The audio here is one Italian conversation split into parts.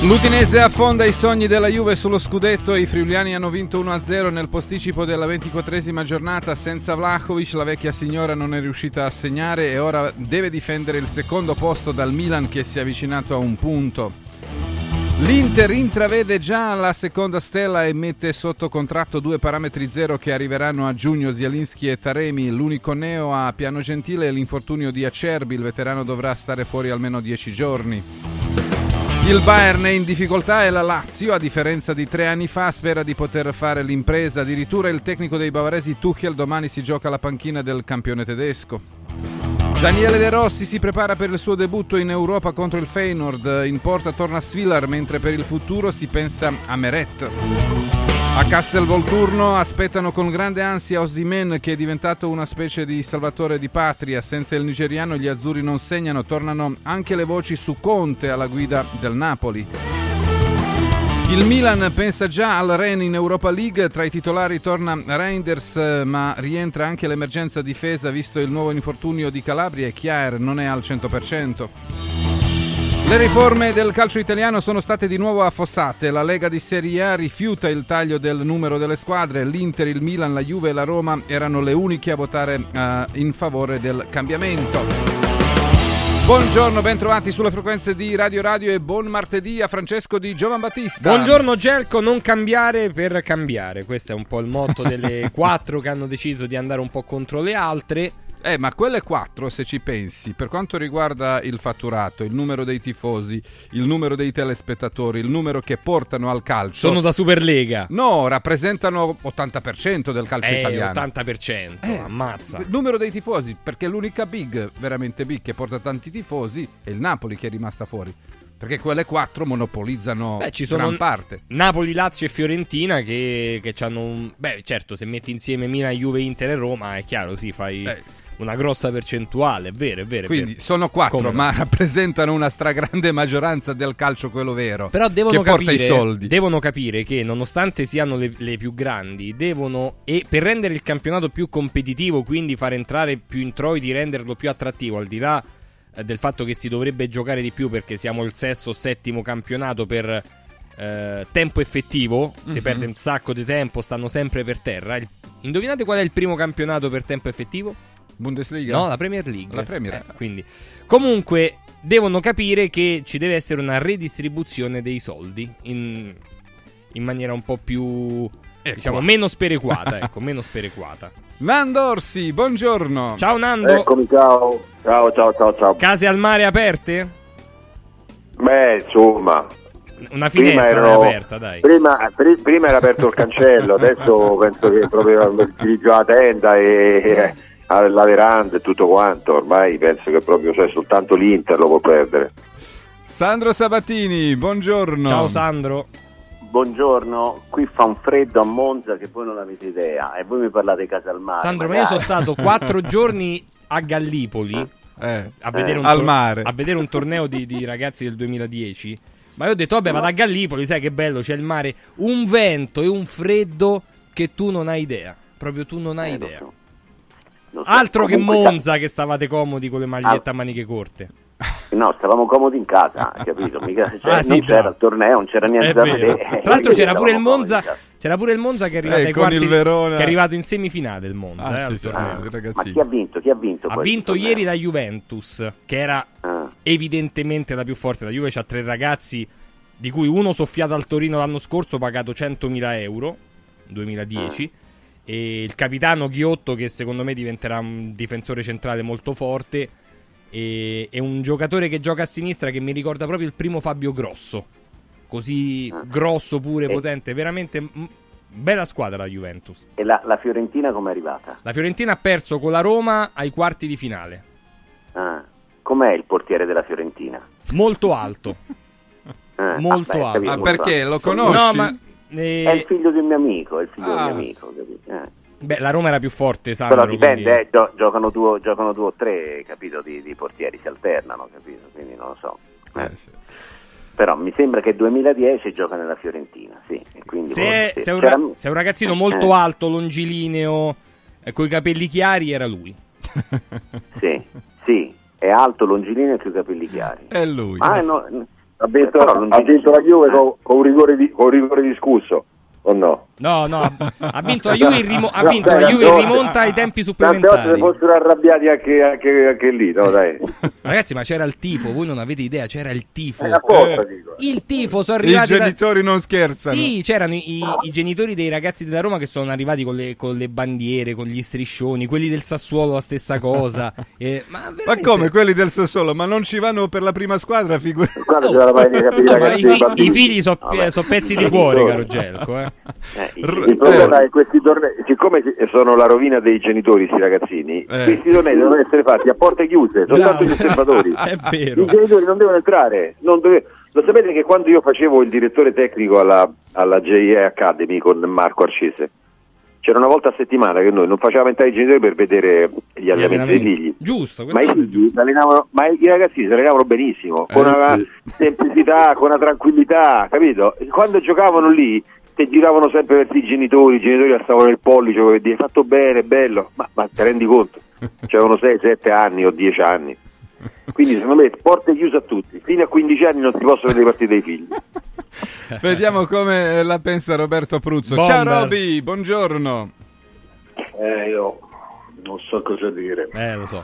L'Udinese affonda i sogni della Juve sullo scudetto e i friuliani hanno vinto 1-0 nel posticipo della 24esima giornata. Senza Vlahovic la vecchia signora non è riuscita a segnare e ora deve difendere il secondo posto dal Milan che si è avvicinato a un punto. L'Inter intravede già la seconda stella e mette sotto contratto 2 parametri zero che arriveranno a giugno, Zielinski e Taremi. L'unico neo a piano gentile è l'infortunio di Acerbi, il veterano dovrà stare fuori almeno 10 giorni. Il Bayern è in difficoltà e la Lazio, a differenza di 3 anni fa, spera di poter fare l'impresa. Addirittura il tecnico dei bavaresi Tuchel domani si gioca la panchina del campione tedesco. Daniele De Rossi si prepara per il suo debutto in Europa contro il Feyenoord. In porta torna Svilar, mentre per il futuro si pensa a Meret. A Castelvolturno aspettano con grande ansia Osimhen, che è diventato una specie di salvatore di patria. Senza il nigeriano gli azzurri non segnano. Tornano anche le voci su Conte alla guida del Napoli. Il Milan pensa già al Rennes in Europa League, tra i titolari torna Reinders, ma rientra anche l'emergenza difesa visto il nuovo infortunio di Calabria e Kjaer non è al 100%. Le riforme del calcio italiano sono state di nuovo affossate, la Lega di Serie A rifiuta il taglio del numero delle squadre, l'Inter, il Milan, la Juve e la Roma erano le uniche a votare in favore del cambiamento. Buongiorno, ben trovati sulle frequenze di Radio Radio e buon martedì a Francesco Di Giovanbattista. Buongiorno Gelco, non cambiare per cambiare, questo è un po' il motto delle 4 che hanno deciso di andare un po' contro le altre. Ma quelle 4, se ci pensi, per quanto riguarda il fatturato, il numero dei tifosi, il numero dei telespettatori, il numero che portano al calcio, sono da Superlega. No, rappresentano 80% del calcio italiano. 80%, ammazza. Il numero dei tifosi, perché l'unica big, veramente big, che porta tanti tifosi è il Napoli, che è rimasta fuori. Perché quelle 4 monopolizzano ci sono gran parte. Napoli, Lazio e Fiorentina che hanno un... Beh, certo, se metti insieme Milan, Juve, Inter e Roma, è chiaro, sì, fai una grossa percentuale, è vero. Quindi sono 4, ma rappresentano una stragrande maggioranza del calcio, quello vero. Però devono che porta i soldi. Devono capire che nonostante siano le più grandi, e per rendere il campionato più competitivo, quindi far entrare più introiti, renderlo più attrattivo, al di là del fatto che si dovrebbe giocare di più perché siamo il 6º o 7º campionato per tempo effettivo, si perde un sacco di tempo, stanno sempre per terra. Indovinate qual è il primo campionato per tempo effettivo? Bundesliga? No, la Premier League. La Premier. Quindi, comunque, devono capire che ci deve essere una redistribuzione dei soldi in maniera un po' più, diciamo, meno sperequata. Meno sperequata. Nando Orsi, buongiorno. Ciao Nando. Eccomi, ciao. Case al mare aperte? Beh, insomma, una finestra è aperta, dai. Prima era aperto il cancello, adesso penso che proprio utilizzo la tenda e la veranda e tutto quanto. Ormai penso che proprio soltanto l'Inter lo può perdere. Sandro Sabatini, buongiorno. Ciao Sandro. Buongiorno, qui fa un freddo a Monza che voi non avete idea e voi mi parlate di casa al mare. Sandro, ma io sono stato 4 giorni a Gallipoli a vedere al mare, a vedere un torneo di ragazzi del 2010. Ma io ho detto, vabbè, vado a Gallipoli, sai che bello, c'è il mare, un vento e un freddo che tu non hai idea. Proprio tu non hai idea. So. Altro che Monza, che stavate comodi con le magliette a maniche corte. No, stavamo comodi in casa, capito? Mica, sì, c'era il torneo, non c'era niente da vedere. Tra l'altro c'era pure il Monza che è arrivato ai quarti, il Verona, che è arrivato in semifinale il Monza. Ma chi ha vinto? Ha vinto ieri la Juventus, che era evidentemente la più forte. La Juve c'ha 3 ragazzi, di cui uno soffiato al Torino l'anno scorso, pagato 100.000 euro, 2010, e il capitano Ghiotto, che secondo me diventerà un difensore centrale molto forte, e un giocatore che gioca a sinistra che mi ricorda proprio il primo Fabio Grosso, così grosso pure, potente, veramente bella squadra la Juventus. E la Fiorentina com'è arrivata? La Fiorentina ha perso con la Roma ai quarti di finale. Com'è il portiere della Fiorentina? Molto alto. Molto alto. Ma perché? Lo conosci? No, ma è il figlio di un mio amico, capito? Beh, la Roma era più forte, Sandro. Però dipende, giocano due o tre, capito, di portieri, si alternano, capito? Quindi non lo so. Sì. Però mi sembra che 2010 gioca nella Fiorentina, sì. E quindi se è un ragazzino molto alto, longilineo, coi capelli chiari, era lui. Sì, è alto, longilineo e coi capelli chiari. È lui. Ha vinto la Juve con un rigore discusso, o no? No, ha vinto la Juve in rimonta ai tempi supplementari. Tante volte fossero arrabbiati anche lì, no, dai. Ragazzi, ma c'era il tifo, voi non avete idea, c'era il tifo. Il tifo, sono I arrivati genitori non scherzano. Sì, c'erano i genitori dei ragazzi della Roma che sono arrivati con le bandiere, con gli striscioni, quelli del Sassuolo la stessa cosa. Ma come quelli del Sassuolo? Ma non ci vanno per la prima squadra, i figli sono pezzi di cuore, caro Gelco, Il problema è che questi tornei, siccome sono la rovina dei genitori, questi ragazzini, questi tornei devono essere fatti a porte chiuse, soltanto gli osservatori. È vero. I genitori non devono entrare. Lo sapete che quando io facevo il direttore tecnico alla JE Academy con Marco Arcese, c'era una volta a settimana che noi non facevamo entrare i genitori per vedere gli allenamenti dei figli. Giusto, ma i ragazzini si allenavano benissimo, con una semplicità, con una tranquillità, capito? Quando giocavano lì te giravano sempre verso i genitori alzavano il pollice per dire fatto bene, bello, ma ti rendi conto? C'erano 6, 7 anni o 10 anni. Quindi secondo me porte chiuse a tutti, fino a 15 anni non si possono vedere le partite dei figli. Vediamo come la pensa Roberto Pruzzo. Ciao Roby, buongiorno. Io non so cosa dire. Lo so.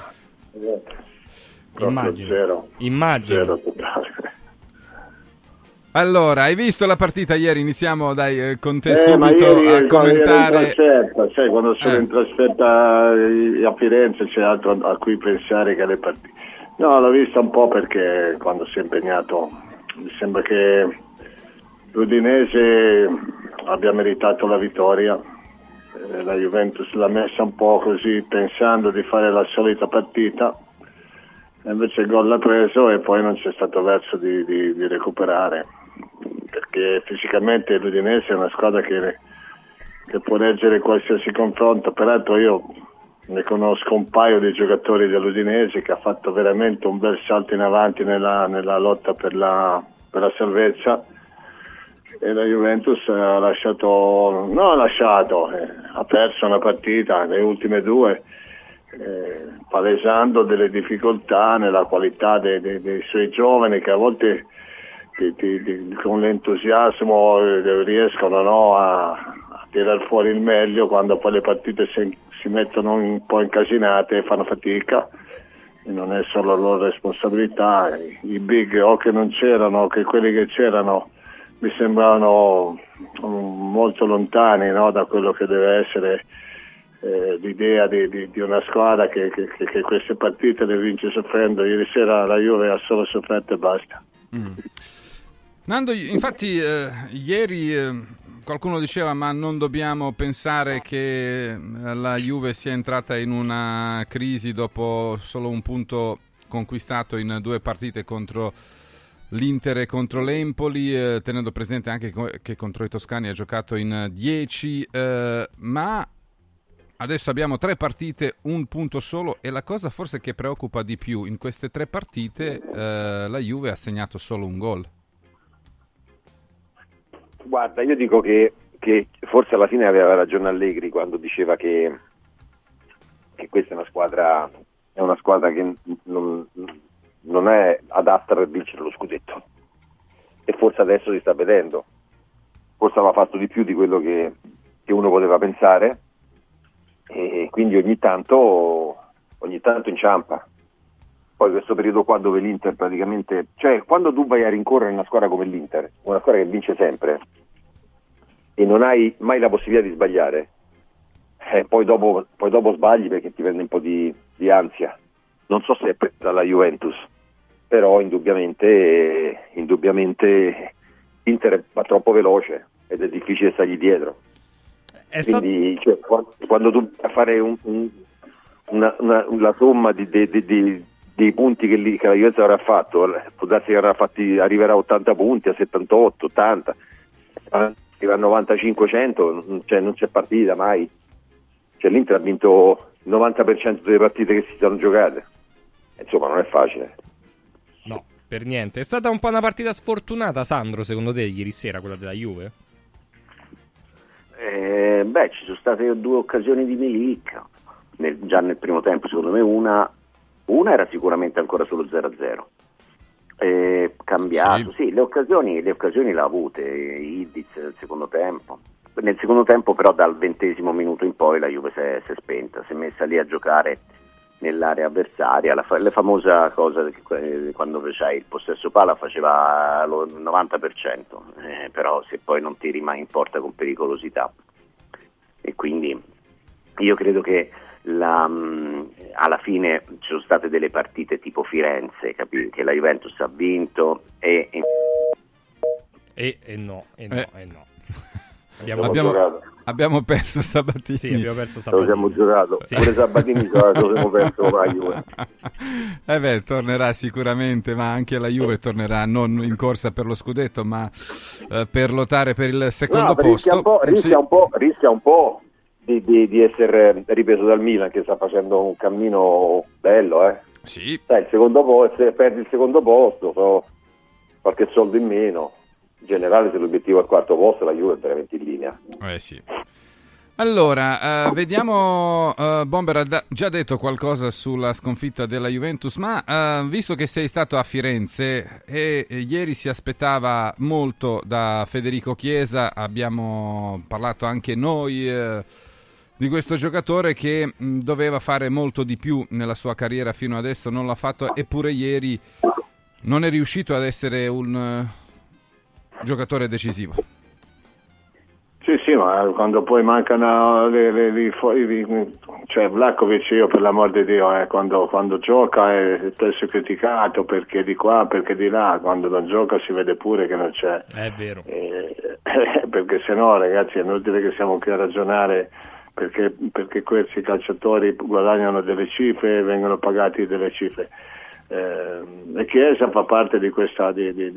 Immagino. Zero totale. Allora, hai visto la partita ieri? Iniziamo con te subito a commentare. Sai, quando sono in trasferta a Firenze c'è altro a cui pensare che alle partite. No, l'ho vista un po' perché quando si è impegnato mi sembra che l'Udinese abbia meritato la vittoria. La Juventus l'ha messa un po' così pensando di fare la solita partita, e invece il gol l'ha preso e poi non c'è stato verso di recuperare, perché fisicamente l'Udinese è una squadra che può reggere qualsiasi confronto. Peraltro io ne conosco un paio di giocatori dell'Udinese che ha fatto veramente un bel salto in avanti nella lotta per la salvezza, e la Juventus ha perso una partita, le ultime due, palesando delle difficoltà nella qualità dei suoi giovani, che a volte con l'entusiasmo riescono a tirar fuori il meglio, quando poi le partite si mettono un po' incasinate e fanno fatica, e non è solo loro responsabilità. I big o che non c'erano, che quelli che c'erano mi sembravano molto lontani, no, da quello che deve essere l'idea di una squadra che queste partite le vince soffrendo. Ieri sera la Juve ha solo sofferto e basta. Nando, infatti ieri qualcuno diceva ma non dobbiamo pensare che la Juve sia entrata in una crisi dopo solo un punto conquistato in 2 partite contro l'Inter e contro l'Empoli, tenendo presente anche che contro i toscani ha giocato in 10, ma adesso abbiamo 3 partite, 1 punto solo, e la cosa forse che preoccupa di più in queste 3 partite, la Juve ha segnato solo un gol. Guarda, io dico che forse alla fine aveva ragione Allegri quando diceva che questa è una squadra che non è adatta per vincere lo scudetto, e forse adesso si sta vedendo, forse aveva fatto di più di quello che uno poteva pensare, e quindi ogni tanto inciampa. Poi questo periodo qua dove l'Inter praticamente, cioè quando tu vai a rincorrere una squadra come l'Inter, una squadra che vince sempre e non hai mai la possibilità di sbagliare, poi dopo sbagli perché ti prende un po' di ansia. Non so se è presa la Juventus, però indubbiamente l'Inter va troppo veloce ed è difficile stargli dietro. Quindi cioè, quando tu vai a fare la somma dei punti che la Juventus avrà fatto, può darsi che arriverà a 80 punti, a 78, 80, arriva a 95, 100, cioè non c'è partita mai. Cioè l'Inter ha vinto il 90% delle partite che si sono giocate, insomma non è facile. No, per niente. È stata un po' una partita sfortunata, Sandro, secondo te, ieri sera, quella della Juve? Ci sono state 2 occasioni di Milik già nel primo tempo. Secondo me una era sicuramente ancora solo 0-0, cambiato. Sì, le occasioni le ha avute Ildiz nel secondo tempo. Nel secondo tempo però dal 20° minuto in poi la Juve si è spenta, si è messa lì a giocare nell'area avversaria, la famosa cosa che quando c'hai il possesso palla faceva lo 90%, però se poi non tiri mai in porta con pericolosità. E quindi io credo che alla fine ci sono state delle partite tipo Firenze, che la Juventus ha vinto e no. Abbiamo perso Sabatini. Sì, abbiamo perso Sabatini. Lo siamo giocato. Sì. Pure Sabatini lo abbiamo perso la Juve. Tornerà sicuramente, ma anche la Juve tornerà non in corsa per lo scudetto, ma per lottare per il secondo posto. Rischia un po' di essere ripreso dal Milan, che sta facendo un cammino bello, Sì. Il secondo posto, se perdi il secondo posto, qualche soldo in meno. In generale, se l'obiettivo è il quarto posto, la Juve è veramente in linea. Sì. Allora, vediamo, Bomber ha già detto qualcosa sulla sconfitta della Juventus, ma visto che sei stato a Firenze e ieri si aspettava molto da Federico Chiesa, abbiamo parlato anche noi di questo giocatore che doveva fare molto di più nella sua carriera fino adesso, non l'ha fatto, eppure ieri non è riuscito ad essere un giocatore decisivo. Sì, ma quando poi mancano cioè Vlahovic, io per l'amor di Dio, quando gioca è spesso criticato perché di qua, perché di là, quando non gioca si vede pure che non c'è. È vero. Perché sennò, ragazzi, è inutile che siamo qui a ragionare, perché questi calciatori guadagnano delle cifre e vengono pagati delle cifre. E Chiesa fa parte di questo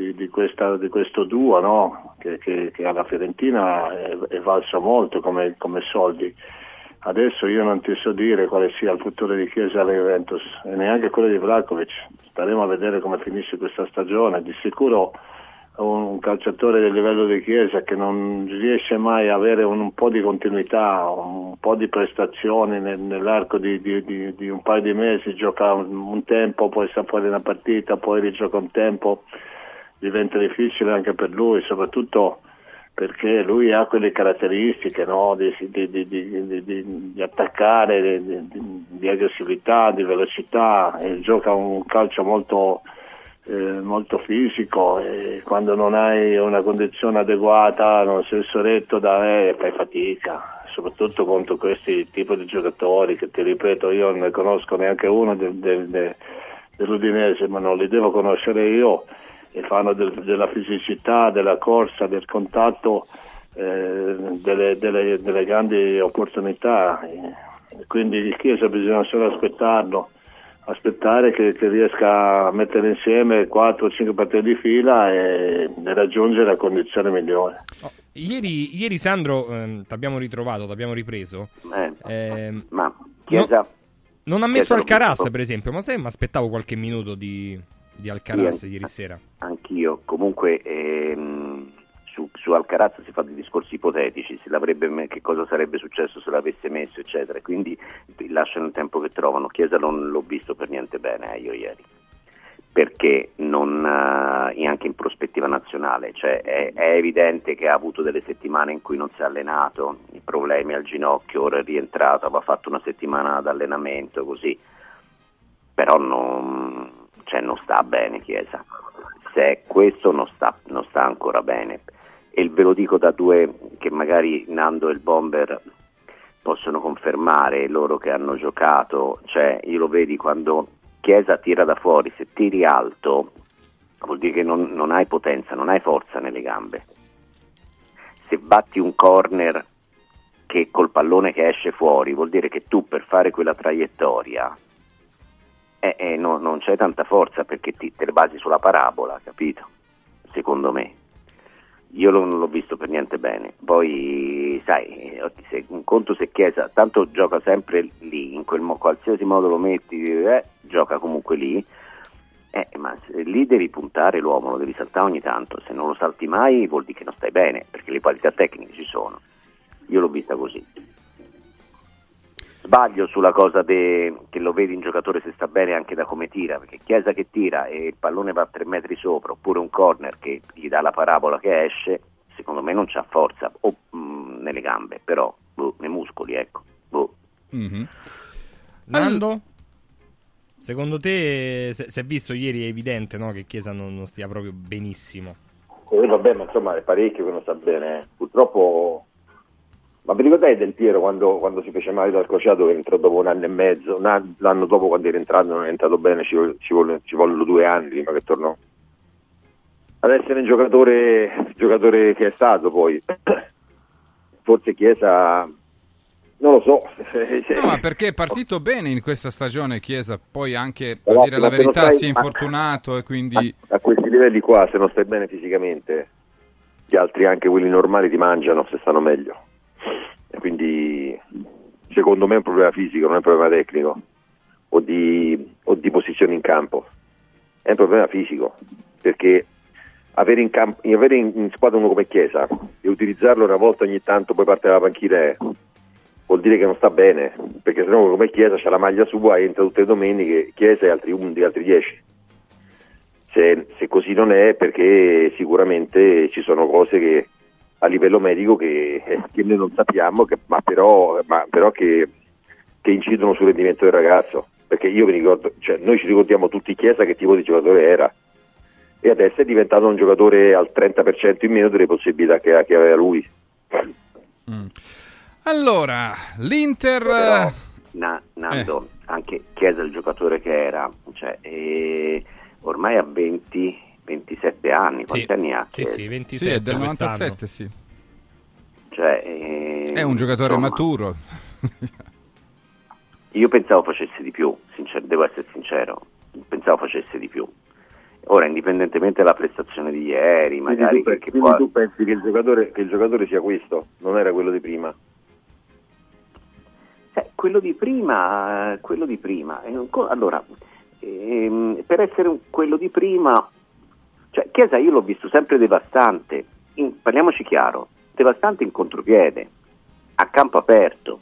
duo, no? che alla Fiorentina è valso molto come soldi. Adesso io non ti so dire quale sia il futuro di Chiesa alla Juventus e neanche quello di Vlahovic. Staremo a vedere come finisce questa stagione. Di sicuro un calciatore del livello di Chiesa che non riesce mai a avere un po' di continuità, un po' di prestazioni nell'arco di un paio di mesi, gioca un tempo, poi sta fuori una partita, poi rigioca un tempo, diventa difficile anche per lui, soprattutto perché lui ha quelle caratteristiche, no? di attaccare, di aggressività, di velocità, e gioca un calcio molto fisico, e quando non hai una condizione adeguata, non sei sorretto fai fatica, soprattutto contro questi tipi di giocatori che, ti ripeto, io non ne conosco neanche uno dell'Udinese, ma non li devo conoscere io, e fanno della fisicità, della corsa, del contatto, delle grandi opportunità, quindi il Chiesa bisogna solo aspettare che riesca a mettere insieme 4-5 partite di fila e raggiungere la condizione migliore. Ieri Sandro, ti abbiamo ritrovato, ti abbiamo ripreso. Ma Chiesa non ha messo Alcaraz, per esempio, ma sai, mi aspettavo qualche minuto di Alcaraz ieri sera. Anch'io, comunque su Alcaraz si fa dei discorsi ipotetici, che cosa sarebbe successo se l'avesse messo, eccetera, quindi lasciano il tempo che trovano. Chiesa non l'ho visto per niente bene io ieri, perché anche in prospettiva nazionale, cioè è evidente che ha avuto delle settimane in cui non si è allenato, i problemi al ginocchio, ora è rientrato, aveva fatto una settimana d'allenamento così, però non sta bene Chiesa, se è questo non sta ancora bene. E ve lo dico da due che magari Nando e il Bomber possono confermare, loro che hanno giocato, cioè io lo vedi quando Chiesa tira da fuori, se tiri alto vuol dire che non hai potenza, non hai forza nelle gambe. Se batti un corner che col pallone che esce fuori, vuol dire che tu per fare quella traiettoria non c'è tanta forza, perché te le basi sulla parabola, capito? Secondo me. Io non l'ho visto per niente bene. Poi sai, un conto se Chiesa tanto gioca sempre lì, in qualsiasi modo lo metti, gioca comunque lì, ma lì devi puntare l'uomo, lo devi saltare ogni tanto. Se non lo salti mai vuol dire che non stai bene, perché le qualità tecniche ci sono. Io l'ho vista così. sbaglio sulla cosa che lo vedi un giocatore se sta bene anche da come tira, perché Chiesa che tira e il pallone va a 3 metri sopra, oppure un corner che gli dà la parabola che esce, secondo me non c'ha forza nelle gambe, però nei muscoli, ecco. Mm-hmm. Nando? Secondo te, si è visto ieri, è evidente, no, che Chiesa non stia proprio benissimo? Vabbè, ma insomma è parecchio che non sta bene. Purtroppo. Ma vi ricordate Del Piero quando si fece male dal crociato, che entrò dopo 1 anno e mezzo, l'anno dopo quando era entrato non è entrato bene, ci vollero 2 anni prima che tornò ad essere un giocatore che è stato poi. Forse Chiesa, non lo so. No, ma perché è partito bene in questa stagione Chiesa, poi anche, Però, a dire la verità, si è ma- infortunato e quindi... A questi livelli qua, se non stai bene fisicamente, gli altri, anche quelli normali, ti mangiano se stanno meglio. E quindi secondo me è un problema fisico, non è un problema tecnico o di posizione in campo, è un problema fisico, perché avere in squadra uno come Chiesa e utilizzarlo una volta ogni tanto poi parte dalla panchina vuol dire che non sta bene, perché se no come Chiesa c'ha la maglia sua, entra tutte le domeniche, Chiesa e altri 11, altri 10. Se così non è, perché sicuramente ci sono cose che a livello medico che noi non sappiamo, ma però che incidono sul rendimento del ragazzo, perché io mi ricordo, cioè noi ci ricordiamo tutti Chiesa che tipo di giocatore era, e adesso è diventato un giocatore al 30% in meno delle possibilità che aveva lui. Allora, l'Inter... Però, Nando, anche Chiesa il giocatore che era, cioè, ormai ha 27 anni, quanti anni ha? Sì, 27. Sì, è del 97, quest'anno. sì. Cioè, È un giocatore maturo. Io pensavo facesse di più, devo essere sincero, pensavo facesse di più. Ora, indipendentemente dalla prestazione di ieri, magari... Quindi tu pensi che il giocatore sia questo, non era quello di prima? Quello di prima. Allora, per essere quello di prima... Cioè, Chiesa io l'ho visto sempre devastante, parliamoci chiaro, devastante in contropiede, a campo aperto.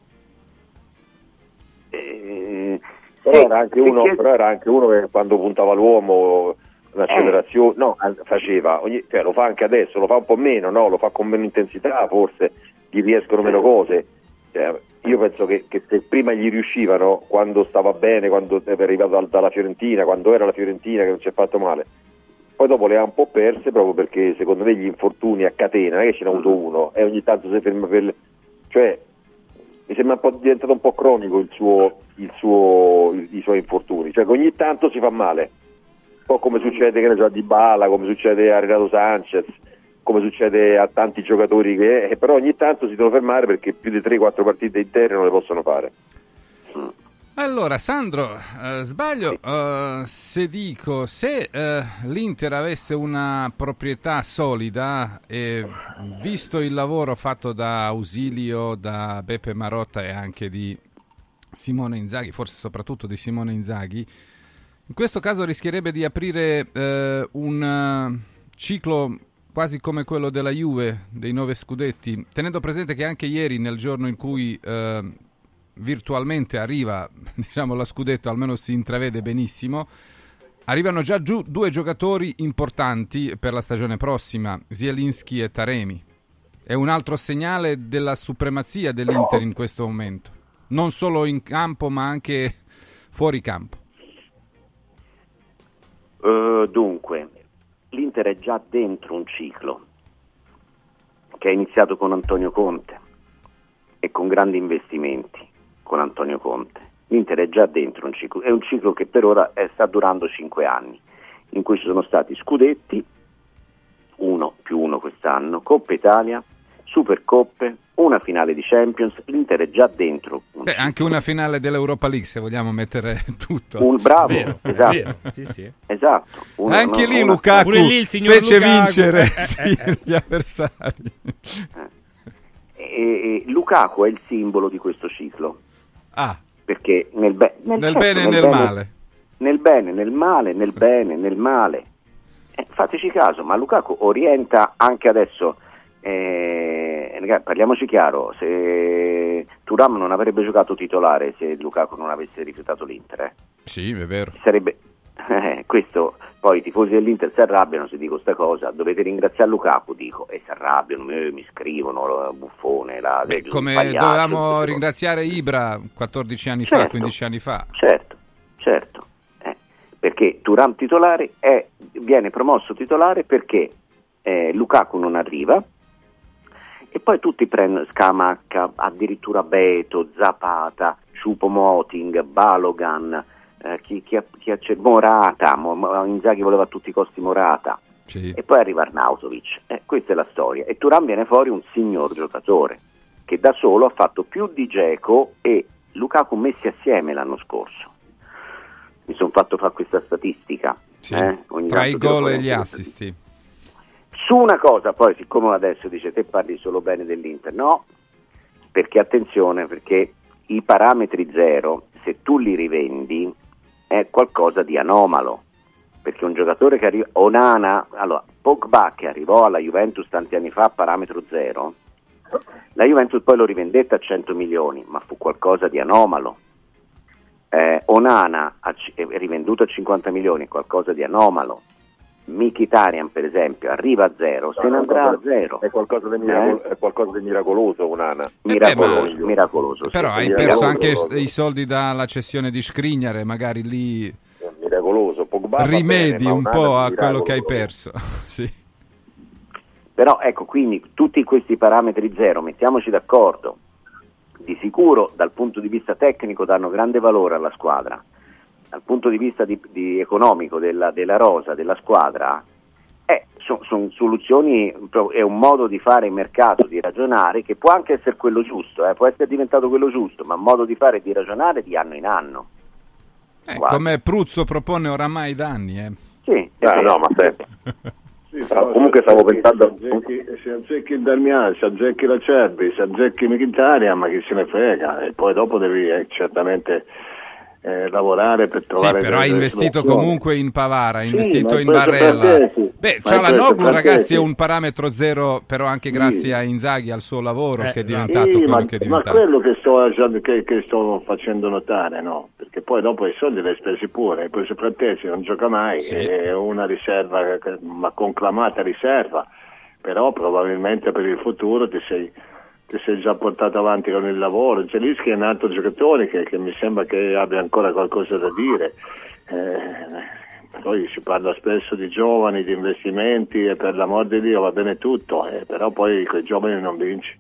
Però era anche uno che quando puntava l'uomo un'accelerazione, faceva, cioè lo fa anche adesso, lo fa un po' meno, no? Lo fa con meno intensità, forse gli riescono meno cose. Cioè, io penso che se prima gli riuscivano, quando stava bene, quando è arrivato dalla Fiorentina, quando era la Fiorentina che non ci è fatto male, poi dopo le ha un po' perse proprio perché secondo me gli infortuni a catena, non è che ce n'è avuto uno e ogni tanto si ferma cioè mi sembra diventato un po' cronico i suoi infortuni, cioè che ogni tanto si fa male, un po' come succede a Dybala, come succede a Renato Sanchez, come succede a tanti giocatori però ogni tanto si devono fermare perché più di 3-4 partite intere non le possono fare. Allora, Sandro, sbaglio se dico, se l'Inter avesse una proprietà solida e visto il lavoro fatto da Ausilio, da Beppe Marotta e anche di Simone Inzaghi, forse soprattutto di Simone Inzaghi, in questo caso rischierebbe di aprire un ciclo quasi come quello della Juve, dei 9 scudetti, tenendo presente che anche ieri, nel giorno in cui virtualmente arriva, diciamo, la scudetto, almeno si intravede benissimo, arrivano già giù 2 giocatori importanti per la stagione prossima, Zielinski e Taremi. È un altro segnale della supremazia dell'Inter in questo momento, non solo in campo ma anche fuori campo. Dunque, l'Inter è già dentro un ciclo che è iniziato con Antonio Conte e con grandi investimenti con Antonio Conte. L'Inter è già dentro un ciclo, è un ciclo che per ora sta durando 5 anni, in cui ci sono stati scudetti, 1+1 quest'anno, Coppa Italia, Supercoppe, una finale di Champions. L'Inter è già dentro anche una finale dell'Europa League, se vogliamo mettere tutto. Bravo, vero, esatto. vero. Sì. Esatto. Anche lì Lukaku pure lì il signor fece Lukaku. vincere gli avversari. E Lukaku è il simbolo di questo ciclo. Perché nel bene e nel male. Nel bene, nel male, nel bene, nel male. Fateci caso, ma Lukaku orienta anche adesso Parliamoci chiaro, se Thuram non avrebbe giocato titolare se Lukaku non avesse rifiutato l'Inter. Sì, è vero. Sarebbe questo, poi i tifosi dell'Inter si arrabbiano se dico sta cosa, dovete ringraziare Lukaku, dico, e si arrabbiano, mi scrivono, buffone, come pagliaccio, dovevamo ringraziare Ibra 14 anni fa, 15 anni fa. Certo. Perché Thuram titolare viene promosso titolare perché Lukaku non arriva, e poi tutti prendono Scamacca, addirittura Beto, Zapata, Choupo-Moting, Balogan, Morata, Inzaghi voleva a tutti i costi Morata, sì. E poi arriva Arnautovic, questa è la storia, e Thuram viene fuori un signor giocatore che da solo ha fatto più di Dzeko e Lukaku messi assieme l'anno scorso. Mi sono fatto fare questa statistica, sì. Tra i gol e gli assist, sì. Su una cosa, poi siccome adesso dice te parli solo bene dell'Inter, no, perché attenzione, perché i parametri zero, se tu li rivendi, è qualcosa di anomalo, perché un giocatore che arriva, Pogba che arrivò alla Juventus tanti anni fa a parametro zero, la Juventus poi lo rivendette a 100 milioni, ma fu qualcosa di anomalo. Onana rivenduto a 50 milioni, qualcosa di anomalo. Mkhitaryan per esempio arriva a zero, se ne andrà a zero. È qualcosa di miracoloso, Onana. Miracoloso. Però hai perso anche i soldi dalla cessione di Skriniar, magari lì miracoloso. Pogba rimedi un po' a quello che hai perso. Sì. Però ecco, quindi tutti questi parametri zero, mettiamoci d'accordo. Di sicuro dal punto di vista tecnico danno grande valore alla squadra, dal punto di vista di economico della rosa, della squadra, sono soluzioni, è un modo di fare il mercato, di ragionare, che può anche essere quello giusto, può essere diventato quello giusto, ma un modo di fare e di ragionare di anno in anno. Come Pruzzo propone oramai da anni. Sì, no, ma sempre. Sì, comunque stavo pensando se azzecchi il Darmian, se azzecchi la Cerbi, se azzecchi Mkhitaryan, ma chi se ne frega, e poi dopo devi certamente lavorare per trovare. Sì, però hai investito soluzioni. Comunque in Pavara, hai investito in Barella. Beh, Çalhanoğlu ragazzi è un parametro zero, però anche grazie a Inzaghi, al suo lavoro, che è diventato quello che è diventato. Ma quello che sto facendo notare, no? Perché poi dopo i soldi li hai spesi pure, poi Frattesi non gioca mai, sì. È una riserva, ma conclamata riserva, però probabilmente per il futuro ti sei già portato avanti con il lavoro. Zelinski è un altro giocatore che mi sembra che abbia ancora qualcosa da dire. Poi si parla spesso di giovani, di investimenti, e per l'amor di Dio va bene tutto, però poi con i giovani non vinci.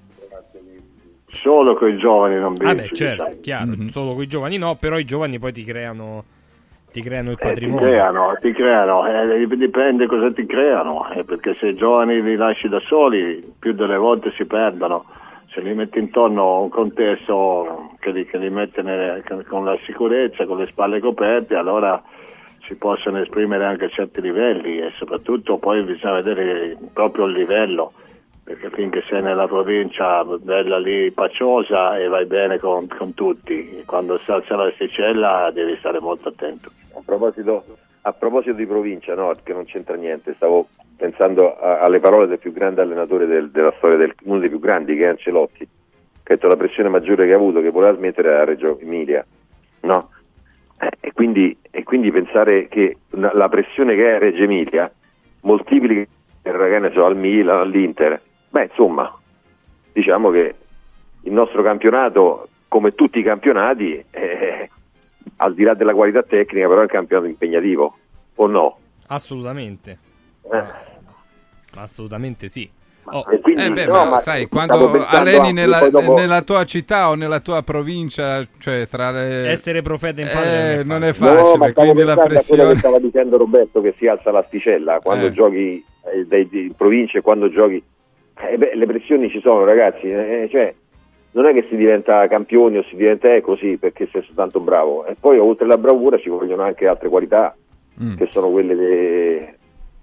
Solo con i giovani non vinci. Beh, certo, chiaro, solo con i giovani no, però i giovani poi ti creano il patrimonio. Ti creano, dipende cosa ti creano, perché se i giovani li lasci da soli, più delle volte si perdono. Se li metti intorno a un contesto che li mette con la sicurezza, con le spalle coperte, allora si possono esprimere anche a certi livelli, e soprattutto poi bisogna vedere proprio il livello, perché finché sei nella provincia bella lì pacciosa e vai bene con tutti, quando si alza l'asticella devi stare molto attento. A proposito di provincia, no, che non c'entra niente, stavo pensando alle parole del più grande allenatore della storia, uno dei più grandi, che è Ancelotti, che ha detto la pressione maggiore che ha avuto, che voleva smettere a Reggio Emilia, no? E quindi pensare che la pressione che è a Reggio Emilia moltiplica al Milan, all'Inter, insomma, diciamo che il nostro campionato, come tutti i campionati, al di là della qualità tecnica, però è un campionato impegnativo, o no? Assolutamente. Assolutamente sì. Sai, quando alleni nella tua città o nella tua provincia, cioè essere profeta in patria non è facile, quindi la pressione. Che stava dicendo Roberto, che si alza l'asticella quando giochi in provincia e quando giochi, le pressioni ci sono, ragazzi, cioè non è che si diventa campioni o si diventa così perché sei soltanto bravo, e poi oltre alla bravura ci vogliono anche altre qualità che sono quelle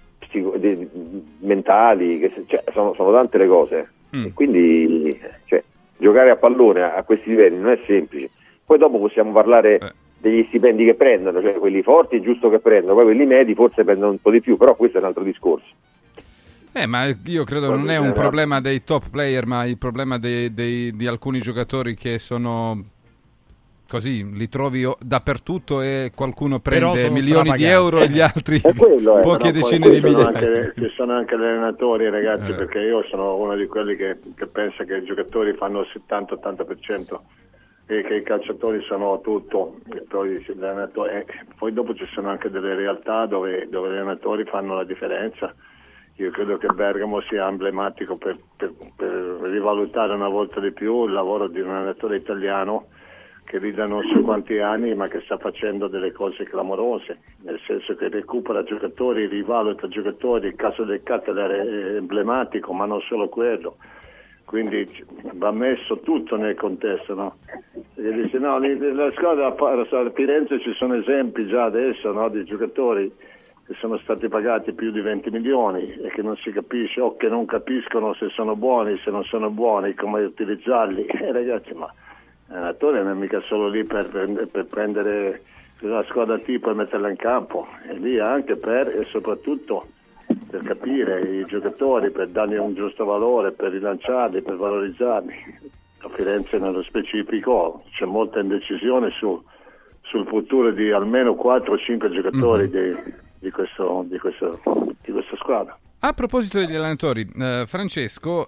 mentali, sono tante le cose, e quindi giocare a pallone a questi livelli non è semplice. Poi dopo possiamo parlare degli stipendi che prendono, cioè quelli forti è giusto che prendono, poi quelli medi forse prendono un po' di più, però questo è un altro discorso. Ma io credo non è un problema dei top player, ma il problema di alcuni giocatori che sono così, li trovi dappertutto e qualcuno prende milioni di euro e gli altri poche decine di migliaia. Ci sono anche gli allenatori, ragazzi, perché io sono uno di quelli che pensa che i giocatori fanno il 70-80% e che i calciatori sono tutto, e poi dopo ci sono anche delle realtà dove gli allenatori fanno la differenza. Io credo che Bergamo sia emblematico per rivalutare una volta di più il lavoro di un allenatore italiano che lì da non so quanti anni, ma che sta facendo delle cose clamorose, nel senso che recupera giocatori, rivaluta giocatori. Il caso del Cagliari è emblematico, ma non solo quello. Quindi va messo tutto nel contesto, no? Perché dice, no, la squadra a Firenze ci sono esempi già adesso, no, di giocatori che sono stati pagati più di 20 milioni e che non si capisce o che non capiscono se sono buoni, se non sono buoni, come utilizzarli. Ragazzi, ma l'allenatore non è mica solo lì per prendere la squadra tipo e metterla in campo, è lì anche e soprattutto per capire i giocatori, per dargli un giusto valore, per rilanciarli, per valorizzarli. A Firenze nello specifico c'è molta indecisione sul futuro di almeno 4 o 5 giocatori di questa squadra. A proposito degli allenatori, Francesco,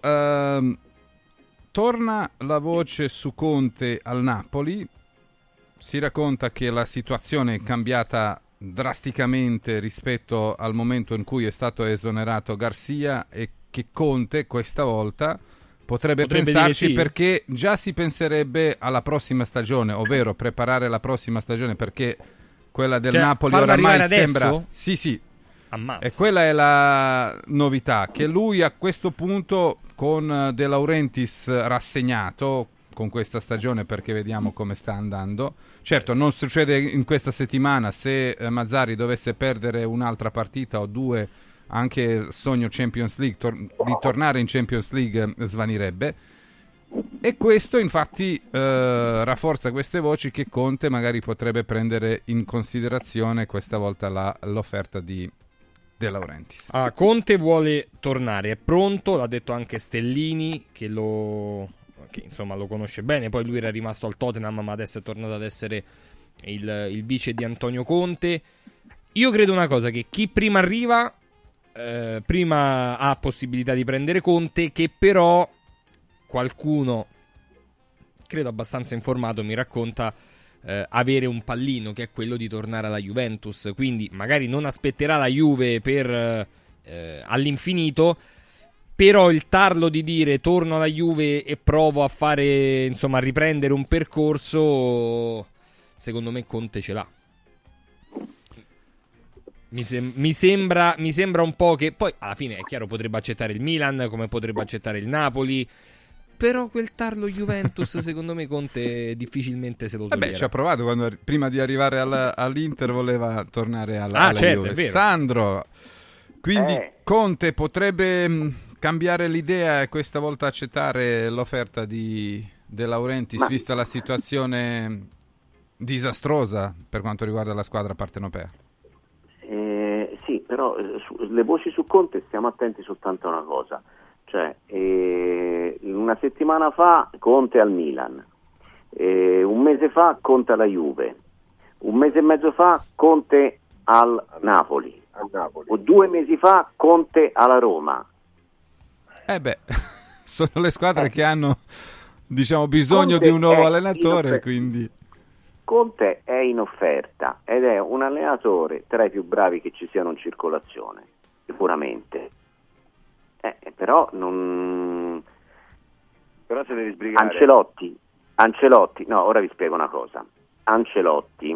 torna la voce su Conte al Napoli, si racconta che la situazione è cambiata drasticamente rispetto al momento in cui è stato esonerato Garcia e che Conte questa volta potrebbe pensarci, sì, perché già si penserebbe alla prossima stagione, ovvero preparare la prossima stagione, perché quella del Napoli oramai sembra... Adesso? Sì. Ammazza. E quella è la novità, che lui a questo punto con De Laurentiis rassegnato con questa stagione, perché vediamo come sta andando. Certo, non succede in questa settimana, se Mazzarri dovesse perdere un'altra partita o due, anche sogno Champions League, di tornare in Champions League svanirebbe. E questo infatti rafforza queste voci che Conte magari potrebbe prendere in considerazione questa volta l'offerta di De Laurentiis. Conte vuole tornare, è pronto, l'ha detto anche Stellini che insomma lo conosce bene, poi lui era rimasto al Tottenham ma adesso è tornato ad essere il vice di Antonio Conte. Io credo una cosa, che chi prima arriva prima ha possibilità di prendere Conte, che però qualcuno, credo abbastanza informato, mi racconta avere un pallino, che è quello di tornare alla Juventus, quindi magari non aspetterà la Juve per all'infinito, però il tarlo di dire torno alla Juve e provo a fare, insomma, a riprendere un percorso, secondo me Conte ce l'ha. Mi sembra un po' che poi alla fine è chiaro, potrebbe accettare il Milan come potrebbe accettare il Napoli, però quel tarlo Juventus secondo me Conte difficilmente se lo toglierà. Ci ha provato quando prima di arrivare all'Inter voleva tornare alla certo, Juve. È vero. Sandro, quindi Conte potrebbe cambiare l'idea e questa volta accettare l'offerta di De Laurentiis, vista la situazione disastrosa per quanto riguarda la squadra partenopea. Sì, però le voci su Conte stiamo attenti soltanto a una cosa, cioè una settimana fa Conte al Milan, un mese fa Conte alla Juve, un mese e mezzo fa Conte al Napoli. O 2 mesi fa Conte alla Roma. Sono le squadre che hanno, diciamo, bisogno Conte di un nuovo allenatore, quindi Conte è in offerta ed è un allenatore tra i più bravi che ci siano in circolazione, sicuramente. Però non... Però se devi sbrigare. Ancelotti, no, ora vi spiego una cosa. Ancelotti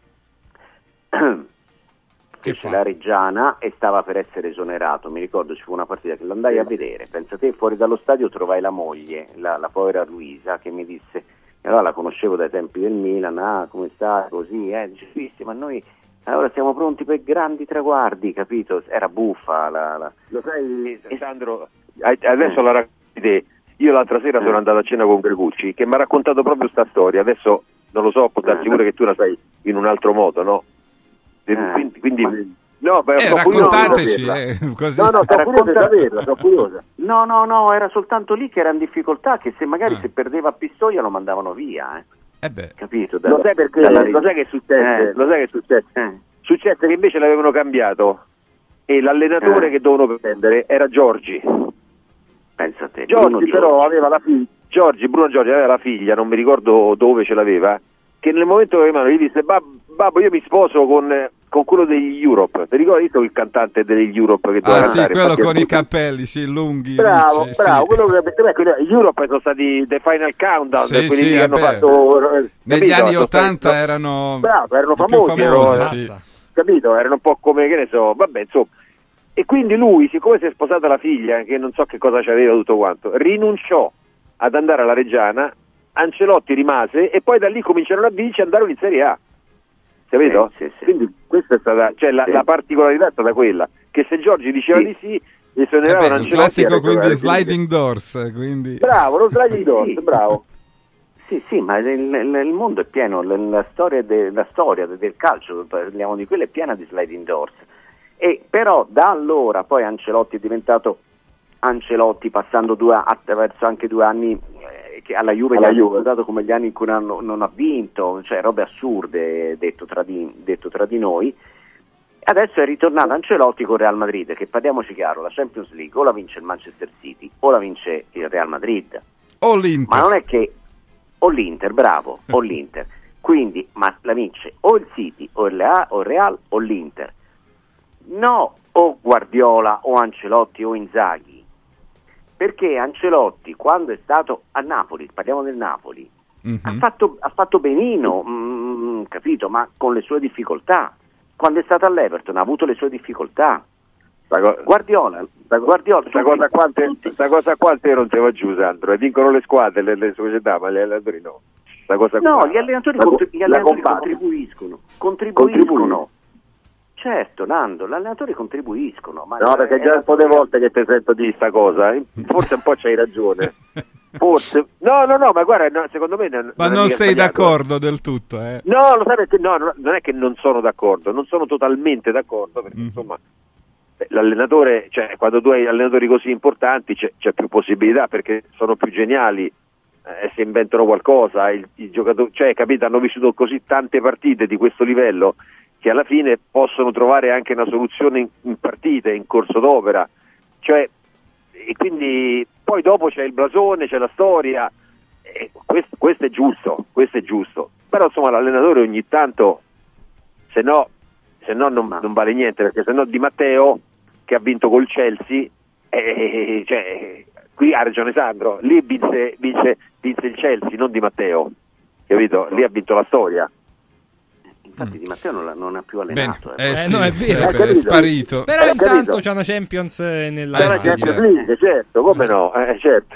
fece la Reggiana e stava per essere esonerato. Mi ricordo ci fu una partita che lo andai a vedere. Pensa te, fuori dallo stadio trovai la moglie, la povera Luisa, che mi disse, e allora la conoscevo dai tempi del Milan, come sta, così, dice, sì, ma noi allora siamo pronti per grandi traguardi, capito? Era buffa Lo sai, Sandro, adesso la racconti. Io l'altra sera sono andato a cena con Gregucci, che mi ha raccontato proprio sta storia. Adesso non lo so, può darsi pure che tu la sai in un altro modo, no? Quindi No, raccontateci, così. No, sono curioso di saperla, sono curiosa. No, era soltanto lì che era in difficoltà, che se magari se perdeva a Pistoia lo mandavano via, capito? Lo sai perché? Lo sai che successe? Lo sai che successe? Successe che invece l'avevano cambiato e l'allenatore che dovevano prendere era Giorgi. Pensa a te. Giorgi però aveva la figlia. Bruno Giorgi aveva la figlia, non mi ricordo dove ce l'aveva, che nel momento che gli disse babbo, io mi sposo con quello degli Europe. Ti ricordi il cantante degli Europe che doveva cantare? Quello con i capelli, lunghi. Bravo, ricci, quello che gli Europe sono stati The Final Countdown, quelli che hanno fatto negli anni 80 erano famosi, capito? Erano un po' come, che ne so, vabbè, insomma. E quindi lui, siccome si è sposata la figlia, che non so che cosa c'aveva tutto quanto, rinunciò ad andare alla Reggiana, Ancelotti rimase e poi da lì cominciarono a vincere e andarono in Serie A. Capito? Sì. Quindi questa è stata, la particolarità è stata quella, che se Giorgi diceva di sì, gli suoneravano Ancelotti. Un classico quindi sliding doors, quindi. Bravo, lo sliding doors, bravo. Sì, ma il mondo è pieno, la storia del calcio, parliamo di quello, è piena di sliding doors. E però da allora poi Ancelotti è diventato Ancelotti, passando attraverso anche 2 anni che alla Juve gli ha ricordato come gli anni in cui non ha vinto, cioè robe assurde, detto tra di noi. Adesso è ritornato Ancelotti con Real Madrid, che parliamoci chiaro, la Champions League o la vince il Manchester City o la vince il Real Madrid o l'Inter. Ma non è che o l'Inter, bravo, o l'Inter. Quindi, ma la vince o il City o il Real o l'Inter. No, o Guardiola o Ancelotti o Inzaghi. Perché Ancelotti, quando è stato a Napoli, parliamo del Napoli, ha fatto benino, capito, ma con le sue difficoltà. Quando è stato all'Everton ha avuto le sue difficoltà. Guardiola, questa cosa qua te non te va giù, Sandro, e vincono le squadre, le società, ma gli allenatori no. Gli allenatori contribuiscono. Certo, Nando, gli allenatori contribuiscono. Ma no, perché già un po' di volte che ti sento di sta cosa, forse un po' c'hai ragione. Forse. No, ma guarda, secondo me ma non sei d'accordo del tutto, No, lo sai perché non è che non sono d'accordo, non sono totalmente d'accordo, perché insomma l'allenatore, cioè quando tu hai allenatori così importanti c'è più possibilità, perché sono più geniali, si inventano qualcosa, i giocatori, cioè capito, hanno vissuto così tante partite di questo livello che alla fine possono trovare anche una soluzione in partite, in corso d'opera, cioè, e quindi poi dopo c'è il blasone, c'è la storia, e questo è giusto, però insomma l'allenatore ogni tanto, se no non vale niente, perché se no Di Matteo, che ha vinto col Chelsea, cioè, qui ha ragione Sandro, lì vinse il Chelsea, non Di Matteo, capito? Lì ha vinto la storia. Infatti Di Matteo non ha più allenato. No, è vero, è sparito. Però intanto c'è una Champions nella Champions League, certo, come no, certo.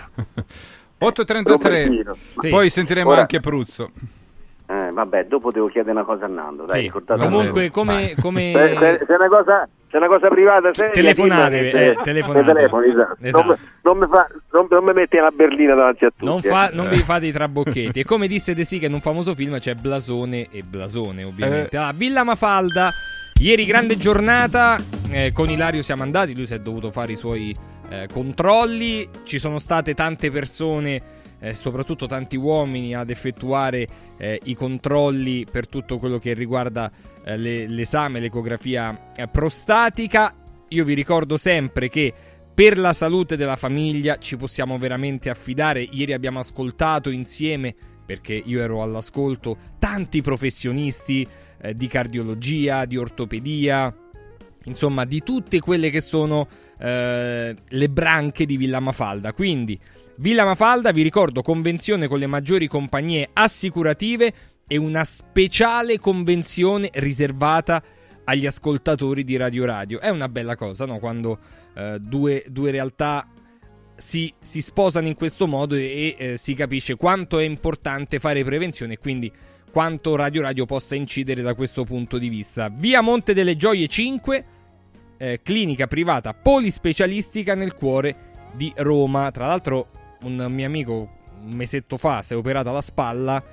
8:33, poi sentiremo anche Pruzzo. Vabbè, dopo devo chiedere una cosa a Nando, dai, comunque come se è una cosa privata, telefonate. Esatto. Non mi metti la berlina davanti a tutti. Non vi fate i trabocchetti. E come disse De Sica in un famoso film, c'è blasone e blasone, ovviamente. Villa Mafalda, ieri grande giornata, con Ilario siamo andati, lui si è dovuto fare i suoi controlli, ci sono state tante persone, soprattutto tanti uomini, ad effettuare i controlli per tutto quello che riguarda l'esame, l'ecografia prostatica. Io vi ricordo sempre che per la salute della famiglia ci possiamo veramente affidare. Ieri abbiamo ascoltato insieme, perché io ero all'ascolto, tanti professionisti di cardiologia, di ortopedia, insomma di tutte quelle che sono le branche di Villa Mafalda. Quindi Villa Mafalda, vi ricordo, convenzione con le maggiori compagnie assicurative e una speciale convenzione riservata agli ascoltatori di Radio. È una bella cosa, no? Quando due realtà si sposano in questo modo e si capisce quanto è importante fare prevenzione e quindi quanto Radio possa incidere da questo punto di vista. Via Monte delle Gioie 5, clinica privata polispecialistica nel cuore di Roma. Tra l'altro un mio amico un mesetto fa si è operato alla spalla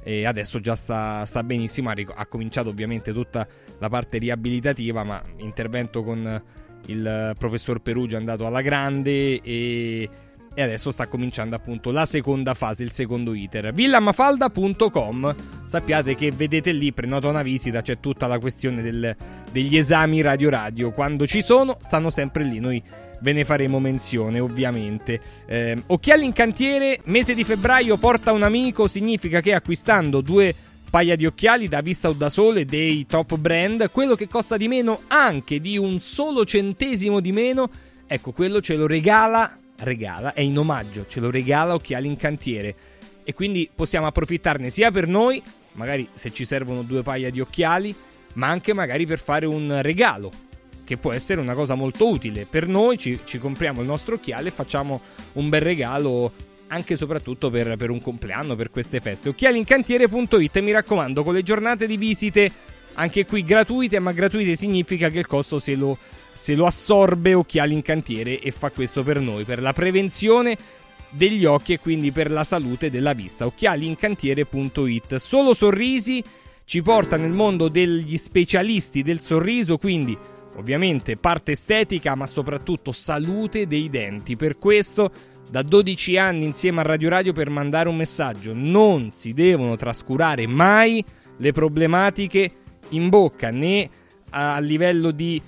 e adesso già sta benissimo. Ha cominciato ovviamente tutta la parte riabilitativa, ma intervento con il professor Perugio è andato alla grande e adesso sta cominciando appunto la seconda fase, il secondo iter. villamafalda.com, sappiate che vedete lì, prenota una visita, c'è tutta la questione degli esami radio, quando ci sono stanno sempre lì, noi ve ne faremo menzione ovviamente. Occhiali in cantiere, mese di febbraio, porta un amico, significa che acquistando 2 paia di occhiali da vista o da sole dei top brand, quello che costa di meno, anche di un solo centesimo di meno, ecco, quello ce lo regala, è in omaggio, ce lo regala Occhiali in Cantiere, e quindi possiamo approfittarne sia per noi, magari se ci servono 2 paia di occhiali, ma anche magari per fare un regalo, che può essere una cosa molto utile per noi. Ci compriamo il nostro occhiale e facciamo un bel regalo anche e soprattutto per un compleanno, per queste feste. Occhialincantiere.it, mi raccomando, con le giornate di visite anche qui gratuite, ma gratuite significa che il costo se lo assorbe Occhiali in Cantiere, e fa questo per noi, per la prevenzione degli occhi e quindi per la salute della vista. Occhialincantiere.it. Solo Sorrisi ci porta nel mondo degli specialisti del sorriso, quindi ovviamente parte estetica, ma soprattutto salute dei denti. Per questo da 12 anni insieme a Radio per mandare un messaggio: non si devono trascurare mai le problematiche in bocca, né a livello di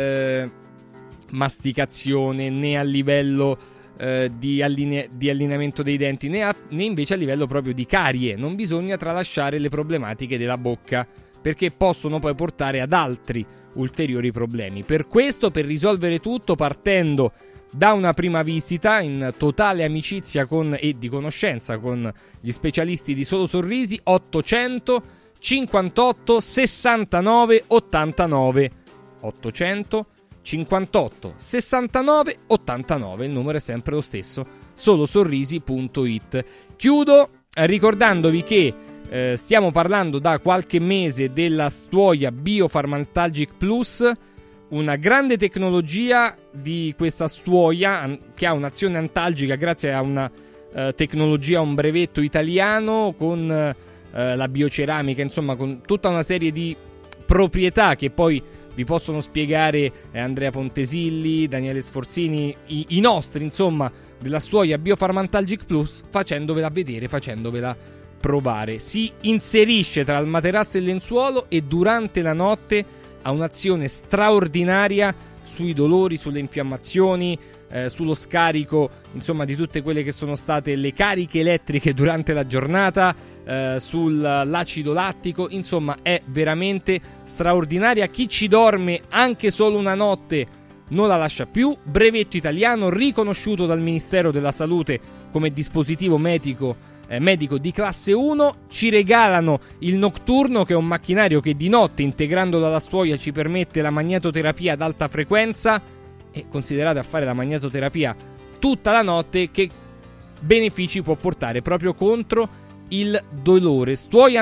masticazione, né a livello di allineamento dei denti, né invece a livello proprio di carie. Non bisogna tralasciare le problematiche della bocca, perché possono poi portare ad altri ulteriori problemi. Per questo, per risolvere tutto, partendo da una prima visita in totale amicizia e di conoscenza con gli specialisti di Solo Sorrisi, 800 58 69 89 800 58 69 89, il numero è sempre lo stesso, solosorrisi.it. Chiudo ricordandovi che stiamo parlando da qualche mese della stuoia Biofarmantalgic Plus, una grande tecnologia di questa stuoia che ha un'azione antalgica grazie a una tecnologia, un brevetto italiano con la bioceramica, insomma con tutta una serie di proprietà che poi vi possono spiegare Andrea Pontesilli, Daniele Sforzini, i nostri, insomma, della stuoia Biofarmantalgic Plus, facendovela vedere, facendovela provare. Si inserisce tra il materasso e il lenzuolo e durante la notte ha un'azione straordinaria sui dolori, sulle infiammazioni, sullo scarico, insomma, di tutte quelle che sono state le cariche elettriche durante la giornata, sull'acido lattico. Insomma, è veramente straordinaria. Chi ci dorme anche solo una notte non la lascia più. Brevetto italiano riconosciuto dal Ministero della Salute come dispositivo medico di classe 1. Ci regalano il Nocturno, che è un macchinario che di notte, integrandolo alla stuoia, ci permette la magnetoterapia ad alta frequenza. E considerate, a fare la magnetoterapia tutta la notte, che benefici può portare proprio contro il dolore.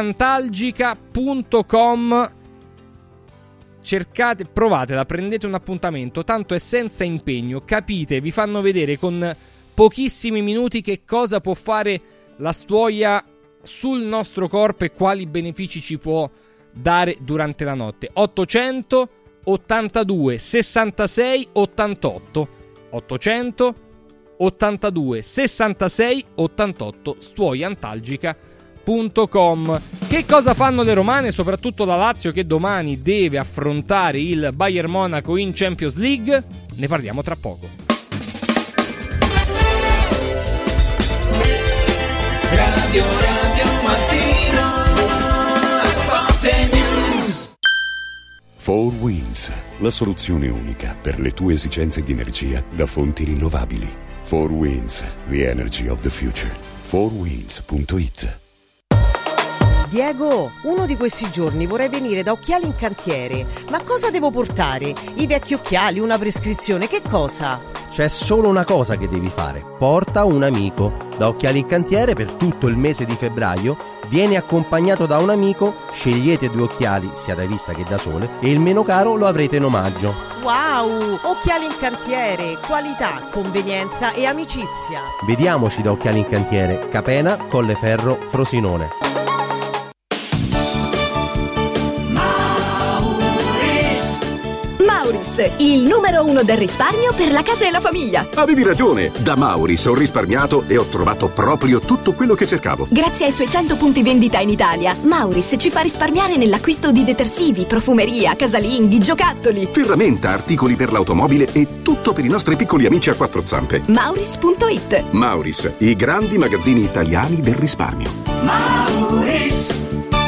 Stuoiantalgica.com, cercate, provatela, prendete un appuntamento, tanto è senza impegno, capite, vi fanno vedere con pochissimi minuti che cosa può fare la stuoia sul nostro corpo e quali benefici ci può dare durante la notte. 800 82 66 88 800 82 66 88, stuoiantalgica.com. Che cosa fanno le romane, soprattutto la Lazio, che domani deve affrontare il Bayern Monaco in Champions League? Ne parliamo tra poco. Radio Mattino, Sport News. 4Winds, la soluzione unica per le tue esigenze di energia da fonti rinnovabili. 4Winds, the energy of the future. 4winds.it. Diego, uno di questi giorni vorrei venire da Occhiali in Cantiere. Ma cosa devo portare? I vecchi occhiali, una prescrizione, che cosa? C'è solo una cosa che devi fare: porta un amico. Da Occhiali in Cantiere per tutto il mese di febbraio vieni accompagnato da un amico, scegliete 2 occhiali sia da vista che da sole e il meno caro lo avrete in omaggio. Wow! Occhiali in Cantiere, qualità, convenienza e amicizia. Vediamoci da Occhiali in Cantiere, Capena, Colleferro, Frosinone. Mauris, il numero 1 del risparmio per la casa e la famiglia. Avevi ragione, da Mauris ho risparmiato e ho trovato proprio tutto quello che cercavo. Grazie ai suoi 100 punti vendita in Italia, Mauris ci fa risparmiare nell'acquisto di detersivi, profumeria, casalinghi, giocattoli, Ferramenta, articoli per l'automobile e tutto per i nostri piccoli amici a quattro zampe. Mauris.it. Mauris, i grandi magazzini italiani del risparmio. Mauris.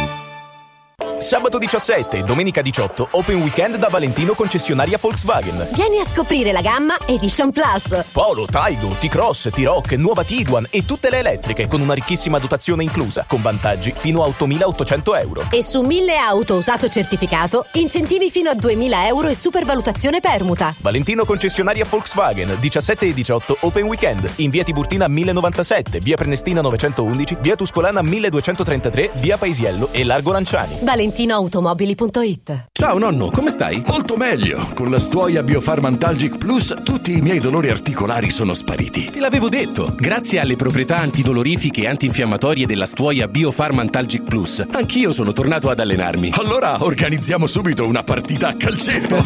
Sabato 17 e domenica 18 Open Weekend da Valentino concessionaria Volkswagen. Vieni a scoprire la gamma Edition Plus. Polo, Taigo, T-Cross, T-Roc, nuova Tiguan e tutte le elettriche con una ricchissima dotazione inclusa, con vantaggi fino a 8.800 euro. E su 1000 auto usato certificato, incentivi fino a 2.000 euro e supervalutazione permuta. Valentino concessionaria Volkswagen, 17 e 18 Open Weekend, in via Tiburtina 1097, via Prenestina 911, via Tuscolana 1233, via Paisiello e Largo Lanciani. ValentinoAutomobili.it. Ciao nonno, come stai? Molto meglio. Con la Stuoia Biofarm Antalgic Plus tutti i miei dolori articolari sono spariti. Te l'avevo detto. Grazie alle proprietà antidolorifiche e antinfiammatorie della Stuoia Biofarm Antalgic Plus, anch'io sono tornato ad allenarmi. Allora organizziamo subito una partita a calcetto.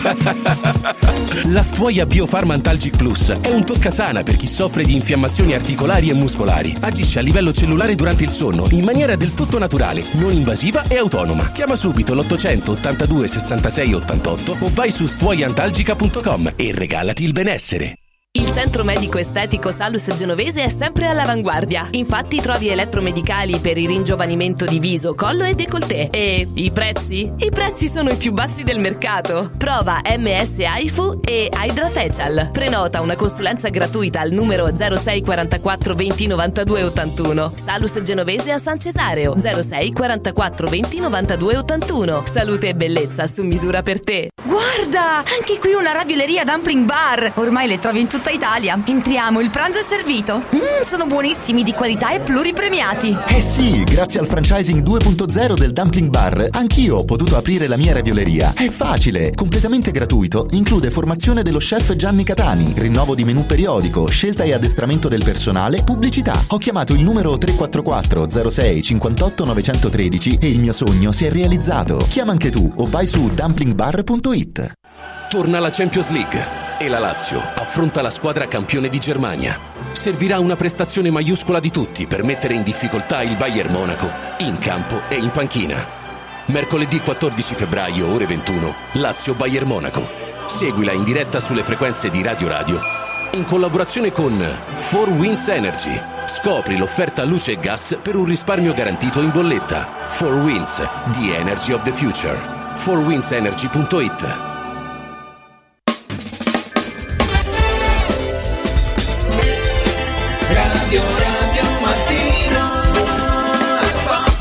La Stuoia Biofarm Antalgic Plus è un toccasana per chi soffre di infiammazioni articolari e muscolari. Agisce a livello cellulare durante il sonno in maniera del tutto naturale, non invasiva e autonoma. Chiama subito l'800 82 66 88 o vai su stuoiantalgica.com e regalati il benessere. Il centro medico estetico Salus Genovese è sempre all'avanguardia. Infatti trovi elettromedicali per il ringiovanimento di viso, collo e décolleté. E i prezzi? I prezzi sono i più bassi del mercato. Prova MS AIFU e Hydra Facial. Prenota una consulenza gratuita al numero 06 44 20 92 81. Salus Genovese a San Cesareo 06 44 20 92 81. Salute e bellezza su misura per te. Guarda, anche qui una ravioleria dumpling bar. Ormai le trovi in tutta Italia. Entriamo, il pranzo è servito. Sono buonissimi, di qualità e pluripremiati. Eh sì, grazie al franchising 2.0 del Dumpling Bar, anch'io ho potuto aprire la mia ravioleria. È facile, completamente gratuito, include formazione dello chef Gianni Catani, rinnovo di menù periodico, scelta e addestramento del personale, pubblicità. Ho chiamato il numero 344 06 58 913 e il mio sogno si è realizzato. Chiama anche tu o vai su dumplingbar.it. Torna la Champions League e la Lazio affronta la squadra campione di Germania. Servirà una prestazione maiuscola di tutti per mettere in difficoltà il Bayern Monaco in campo e in panchina. Mercoledì 14 febbraio, ore 21, Lazio-Bayern Monaco. Seguila in diretta sulle frequenze di Radio Radio in collaborazione con 4Winds Energy. Scopri l'offerta luce e gas per un risparmio garantito in bolletta. 4Winds, the energy of the future. 4windsenergy.it. Radio Mattino, Sport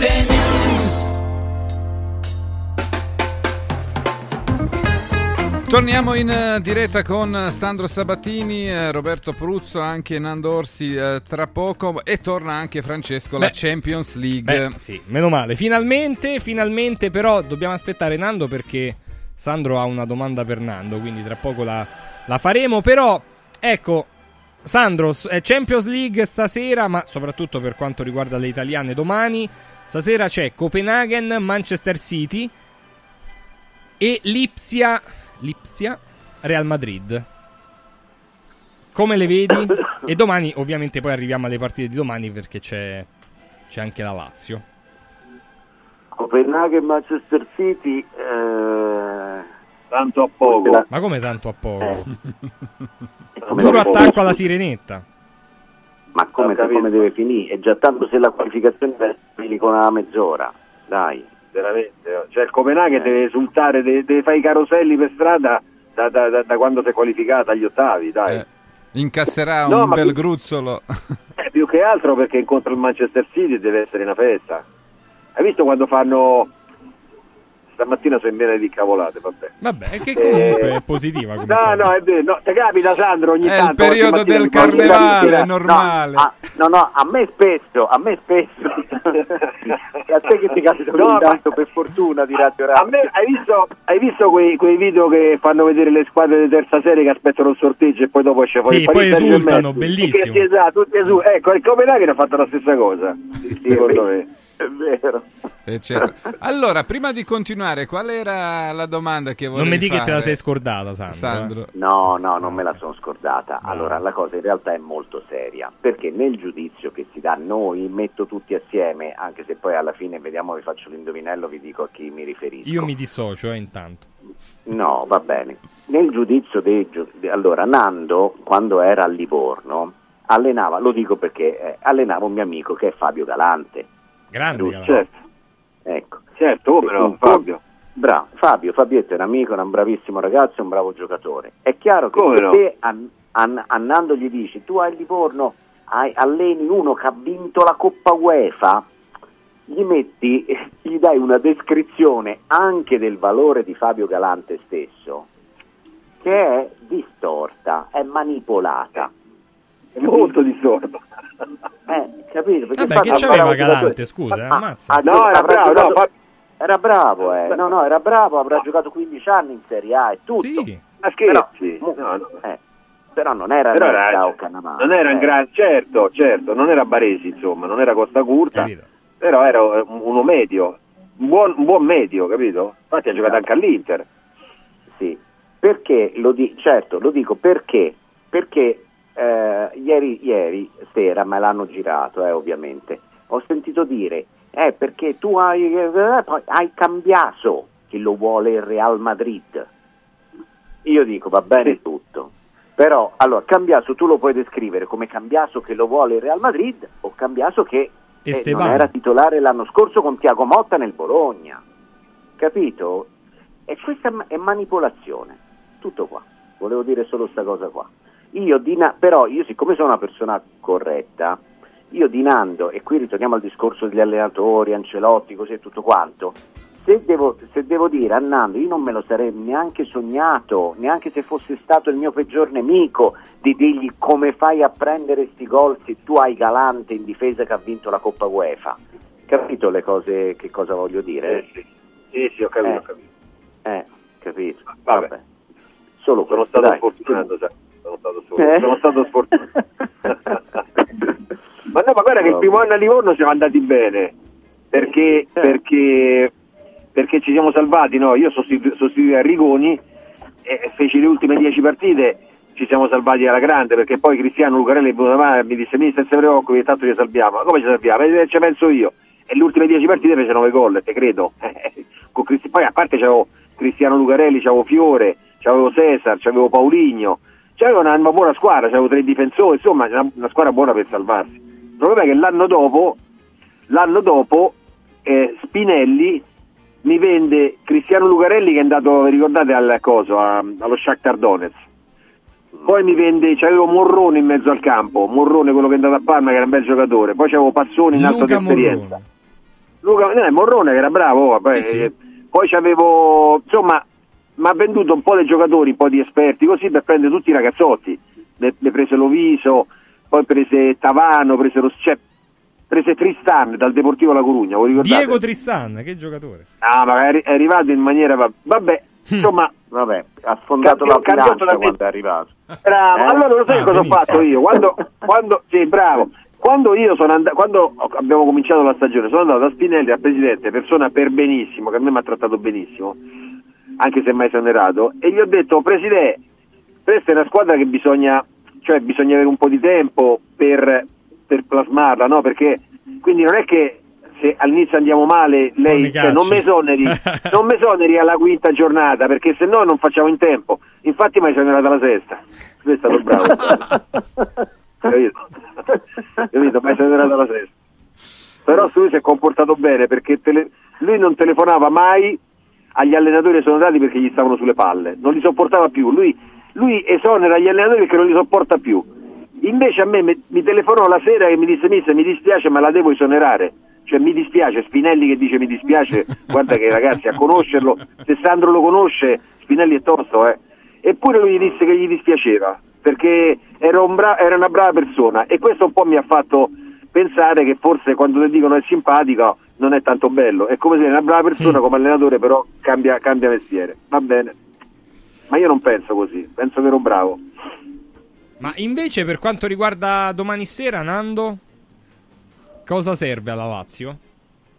News. Torniamo in diretta con Sandro Sabatini, Roberto Pruzzo, anche Nando Orsi tra poco, e torna anche Francesco la Champions League. Sì, meno male. Finalmente però dobbiamo aspettare Nando perché Sandro ha una domanda per Nando, quindi tra poco la faremo. Però ecco, Sandro, Champions League stasera, ma soprattutto per quanto riguarda le italiane domani. Stasera c'è Copenaghen, Manchester City e Lipsia, Real Madrid. Come le vedi? E domani ovviamente poi arriviamo alle partite di domani perché c'è anche la Lazio. Copenaghen, Manchester City, tanto a poco. Ma come tanto a poco? Puro attacco alla sirenetta. Ma come deve finire? È già tanto se la qualificazione per con la mezz'ora. Dai, veramente. Cioè il Copenaghen deve esultare, deve fare i caroselli per strada da quando si è qualificata agli ottavi, dai. Incasserà un bel gruzzolo. Più che altro perché incontra il Manchester City deve essere una festa. Hai visto quando fanno... Stamattina sono in piena di cavolate, vabbè, che comunque è positiva. No, è vero, no, ti capita Sandro ogni tanto. È il periodo del carnevale, è normale. No, a me spesso. A te che ti capita ogni tanto, per fortuna, di Radio Radio. A me, hai visto quei video che fanno vedere le squadre di terza serie che aspettano il sorteggio e poi dopo esce fuori? Sì, poi esultano, bellissimo. Esatto, tutti Ecco, il Copenaghen ha fatto la stessa cosa, secondo me. È vero. Certo. Allora, prima di continuare, qual era la domanda che volevi Non mi dica fare? che te la sei scordata, Sandro. No, non me la sono scordata. Allora, la cosa in realtà è molto seria, perché nel giudizio che si dà noi, metto tutti assieme, anche se poi alla fine, vediamo, vi faccio l'indovinello, vi dico a chi mi riferisco. Io mi dissocio, intanto. No, va bene. Nel giudizio allora, Nando, quando era a Livorno, allenava, lo dico perché allenava un mio amico che è Fabio Galante. Grande Galante. Certo. Ecco. Certo, come no, Fabio. Bravo, Fabietto è un amico, è un bravissimo ragazzo, è un bravo giocatore. È chiaro che Come se no? te a Nando gli dici, tu hai Livorno, alleni uno che ha vinto la Coppa UEFA, gli dai una descrizione anche del valore di Fabio Galante stesso, che è distorta, è manipolata. È molto distorto. Capito? Perché Vabbè, che c'aveva Galante, scusa, ammazza. No, era bravo, era bravo, era bravo, avrà giocato 15 anni in Serie A e tutto. Sì. Ma scherzi? Però non era Netta o Cannavaro. Non era un gran, certo, non era Baresi, insomma, non era Costa Curta, Capito. però era uno medio, un buon medio, capito? Infatti ha giocato anche all'Inter. Sì, perché lo dico perché ieri sera me l'hanno girato, ovviamente. Ho sentito dire perché tu hai Cambiaso che lo vuole il Real Madrid. Io dico va bene tutto, però allora Cambiaso tu lo puoi descrivere come Cambiaso che lo vuole il Real Madrid o Cambiaso che non era titolare l'anno scorso con Thiago Motta nel Bologna, capito? E questa è manipolazione, tutto qua. Volevo dire solo sta cosa qua. Però io siccome sono una persona corretta, io di Nando, e qui ritorniamo al discorso degli allenatori, Ancelotti, così e tutto quanto, se devo dire a Nando, io non me lo sarei neanche sognato, neanche se fosse stato il mio peggior nemico, di dirgli come fai a prendere sti gol se tu hai Galante in difesa che ha vinto la Coppa UEFA. Capito le cose, che cosa voglio dire? Sì, ho capito. Capito. Vabbè. Solo sono stato fortunato, sai. Sono stato sfortunato. Ma guarda che il primo anno a Livorno siamo andati bene perché ci siamo salvati, no? Io sostituì Arrigoni e feci le ultime 10 partite, ci siamo salvati alla grande, perché poi Cristiano Lucarelli mi disse senza preoccupi, tanto ci salviamo. Ma come ci salviamo? Ci penso io. E le ultime 10 partite fece 9 gol, te credo. Poi a parte c'avevo Cristiano Lucarelli, c'avevo Fiore, c'avevo Cesar, c'avevo Paulinho, c'avevo una buona squadra, c'avevo 3 difensori, insomma una squadra buona per salvarsi. Il problema è che l'anno dopo Spinelli mi vende Cristiano Lucarelli, che è andato, vi ricordate, allo Shakhtar Donetsk. Poi mi vende, c'avevo Morrone in mezzo al campo, Morrone, quello che è andato a Parma, che era un bel giocatore. Poi c'avevo Passoni in alto di esperienza. Morrone che era bravo. Poi c'avevo, insomma, mi ha venduto un po' dei giocatori, un po' di esperti, così, per prendere tutti i ragazzotti. Ne prese Loviso, poi prese Tavano, prese Tristan dal Deportivo La Corugna, voi ricordate? Diego Tristan, che giocatore. Ma è arrivato in maniera, vabbè, insomma, ha sfondato la bilancia quando è arrivato. Bravo. Allora lo sai cosa ho fatto io? Sì, bravo. Quando abbiamo cominciato la stagione, sono andato da Spinelli, al presidente, persona per benissimo, che a me mi ha trattato benissimo, anche se mai esonerato, e gli ho detto: Presidente, questa è una squadra che bisogna avere un po' di tempo per plasmarla, no? Perché quindi non è che se all'inizio andiamo male lei non mi esoneri alla quinta giornata, perché se no non facciamo in tempo. Infatti mi ha esonerato alla sesta. Lui è stato bravo. Capito? Mi ha esonerato alla sesta. Però lui si è comportato bene, perché lui non telefonava mai agli allenatori esonerati perché gli stavano sulle palle, non li sopportava più. Lui esonera gli allenatori perché non li sopporta più. Invece a me mi telefonò la sera e mi disse: Mister, mi dispiace, ma la devo esonerare. Cioè, mi dispiace. Spinelli che dice mi dispiace, guarda che, ragazzi, a conoscerlo, se Sandro lo conosce, Spinelli è tosto, Eppure lui gli disse che gli dispiaceva, perché era una brava persona, e questo un po' mi ha fatto pensare che forse quando ti dicono è simpatico non è tanto bello. È come se è una brava persona come allenatore, però cambia mestiere. Va bene, ma io non penso così, penso che ero bravo. Ma invece per quanto riguarda domani sera, Nando, cosa serve alla Lazio?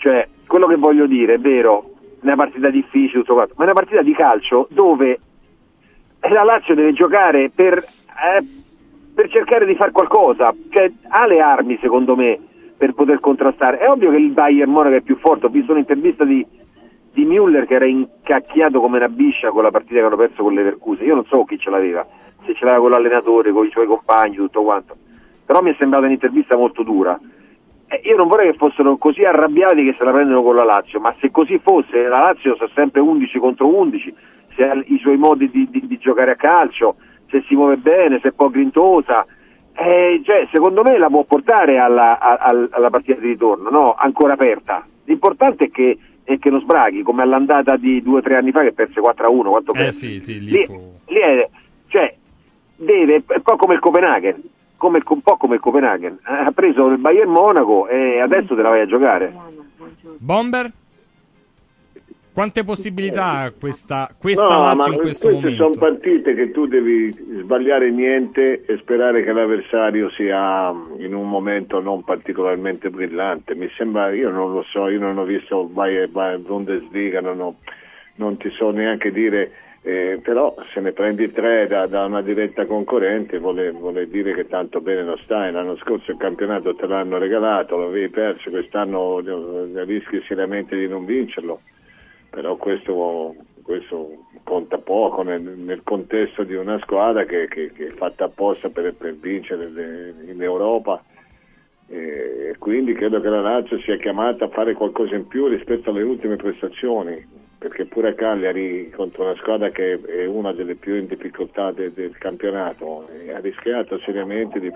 Cioè, quello che voglio dire è vero, è una partita difficile, tutto quanto, ma è una partita di calcio dove la Lazio deve giocare per cercare di fare qualcosa, cioè ha le armi secondo me per poter contrastare. È ovvio che il Bayern Monaco è più forte. Ho visto un'intervista di Müller che era incacchiato come una biscia con la partita che hanno perso con Leverkusen. Io non so chi ce l'aveva, se ce l'aveva con l'allenatore, con i suoi compagni, tutto quanto, però mi è sembrata un'intervista molto dura. Io non vorrei che fossero così arrabbiati che se la prendono con la Lazio, ma se così fosse, la Lazio sta sempre 11 contro 11, se ha i suoi modi di giocare a calcio, se si muove bene, se è un po' grintosa, cioè, secondo me la può portare alla partita di ritorno, no? Ancora aperta. L'importante è che non sbraghi, come all'andata di 2 o 3 anni fa che perse 4-1. Quanto perse? Lì cioè, deve, è un po' come il Copenaghen. Un po' come il Copenaghen, ha preso il Bayern Monaco e adesso te la vai a giocare. Bomber? Quante possibilità ha questa Lazio in questo momento? Queste sono partite che tu devi sbagliare niente e sperare che l'avversario sia in un momento non particolarmente brillante. Mi sembra, io non lo so, io non ho visto Bayern Bundesliga, non ti so neanche dire. Però se ne prendi 3 da una diretta concorrente vuole dire che tanto bene non stai. L'anno scorso il campionato te l'hanno regalato, l'avevi perso, quest'anno rischi seriamente di non vincerlo, però questo conta poco nel contesto di una squadra che è fatta apposta per vincere in Europa, e quindi credo che la Lazio sia chiamata a fare qualcosa in più rispetto alle ultime prestazioni, perché pure Cagliari, contro una squadra che è una delle più in difficoltà del campionato, ha rischiato seriamente di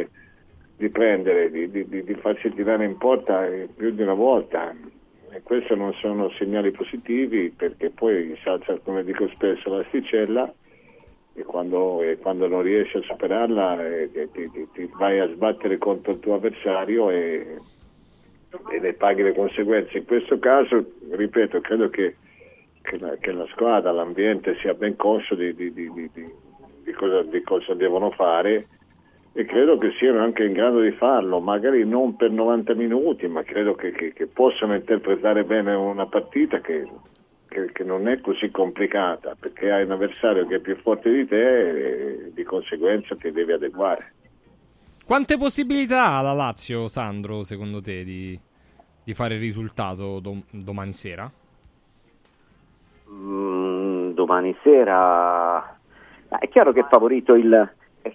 farsi tirare in porta più di una volta, e questi non sono segnali positivi, perché poi si alza, come dico spesso, l'asticella, e quando non riesci a superarla ti vai a sbattere contro il tuo avversario e ne paghi le conseguenze. In questo caso, ripeto, credo che la squadra, l'ambiente sia ben conscio di cosa devono fare, e credo che siano anche in grado di farlo, magari non per 90 minuti, ma credo che possano interpretare bene una partita che non è così complicata, perché hai un avversario che è più forte di te e di conseguenza ti devi adeguare. Quante possibilità ha la Lazio, Sandro, secondo te, di fare il risultato domani sera? Domani sera è chiaro che è favorito il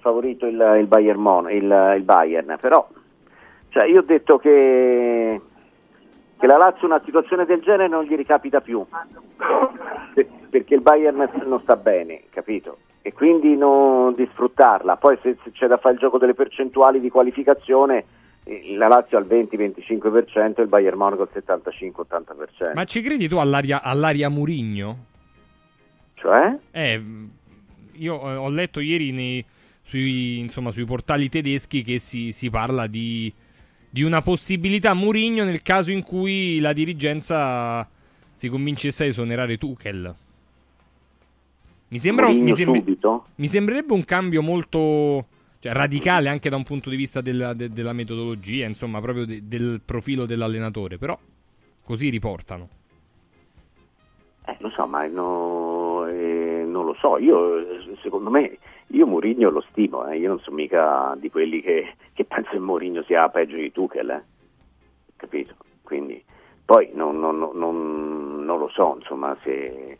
Bayern, però cioè, io ho detto che la Lazio una situazione del genere non gli ricapita più, perché il Bayern non sta bene, capito? E quindi non di sfruttarla. Poi se c'è da fare il gioco delle percentuali di qualificazione, la Lazio al 20-25% e il Bayern Monaco al 75-80%. Ma ci credi tu all'aria Mourinho? Cioè? Io ho letto ieri sui portali tedeschi che si parla di una possibilità Mourinho nel caso in cui la dirigenza si convincesse a esonerare Tuchel. Mi sembrerebbe un cambio molto radicale anche da un punto di vista della metodologia, insomma, proprio del profilo dell'allenatore, però così riportano. Lo so, ma non lo so. Secondo me, io Mourinho lo stimo, io non sono mica di quelli che penso che Mourinho sia peggio di Tuchel, capito? Quindi poi non lo so, insomma, se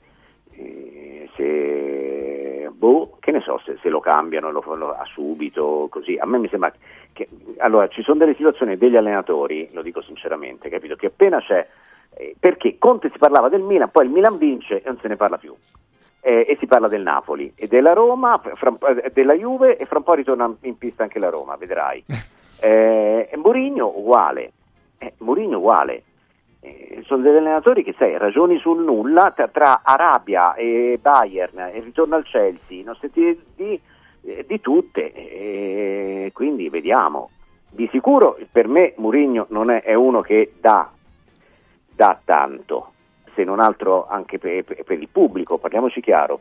che ne so, se lo cambiano lo a subito, così. A me mi sembra che allora ci sono delle situazioni degli allenatori, lo dico sinceramente, capito, che appena c'è perché Conte si parlava del Milan, poi il Milan vince e non se ne parla più, e si parla del Napoli e della Roma, della Juve, e fra un po' ritorna in pista anche la Roma, vedrai. Mourinho uguale. Sono degli allenatori che ragioni sul nulla tra Arabia e Bayern e ritorno al Chelsea, non sentite di tutte, quindi vediamo. Di sicuro per me Mourinho non è uno che dà tanto, se non altro anche per il pubblico, parliamoci chiaro,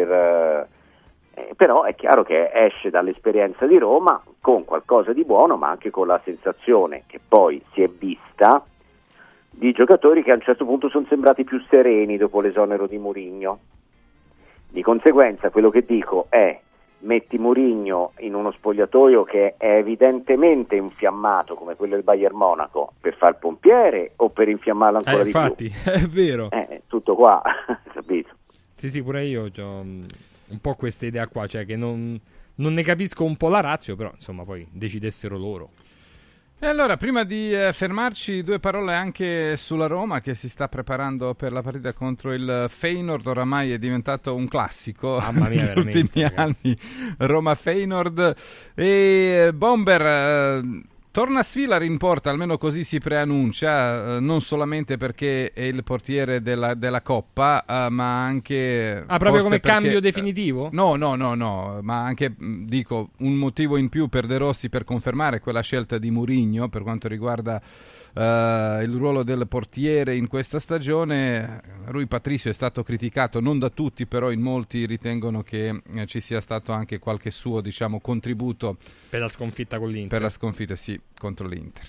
però è chiaro che esce dall'esperienza di Roma con qualcosa di buono, ma anche con la sensazione che poi si è vista di giocatori che a un certo punto sono sembrati più sereni dopo l'esonero di Mourinho. Di conseguenza quello che dico è: metti Mourinho in uno spogliatoio che è evidentemente infiammato come quello del Bayern Monaco per far pompiere o per infiammarlo ancora di più? Infatti, è vero. Tutto qua, capito? Sì, pure io ho un po' questa idea qua, cioè che non ne capisco un po' la ratio, però insomma poi decidessero loro. E allora, prima di fermarci, due parole anche sulla Roma che si sta preparando per la partita contro il Feyenoord. Oramai è diventato un classico negli ultimi anni, Roma-Feyenoord. E Bomber torna Svilar in porta, almeno così si preannuncia, non solamente perché è il portiere della Coppa, ma anche... proprio come cambio definitivo? No, ma anche, dico, un motivo in più per De Rossi per confermare quella scelta di Mourinho per quanto riguarda il ruolo del portiere in questa stagione. Rui Patricio è stato criticato, non da tutti, però in molti ritengono che ci sia stato anche qualche suo, diciamo, contributo per la sconfitta con l'Inter. Per la sconfitta, sì, contro l'Inter.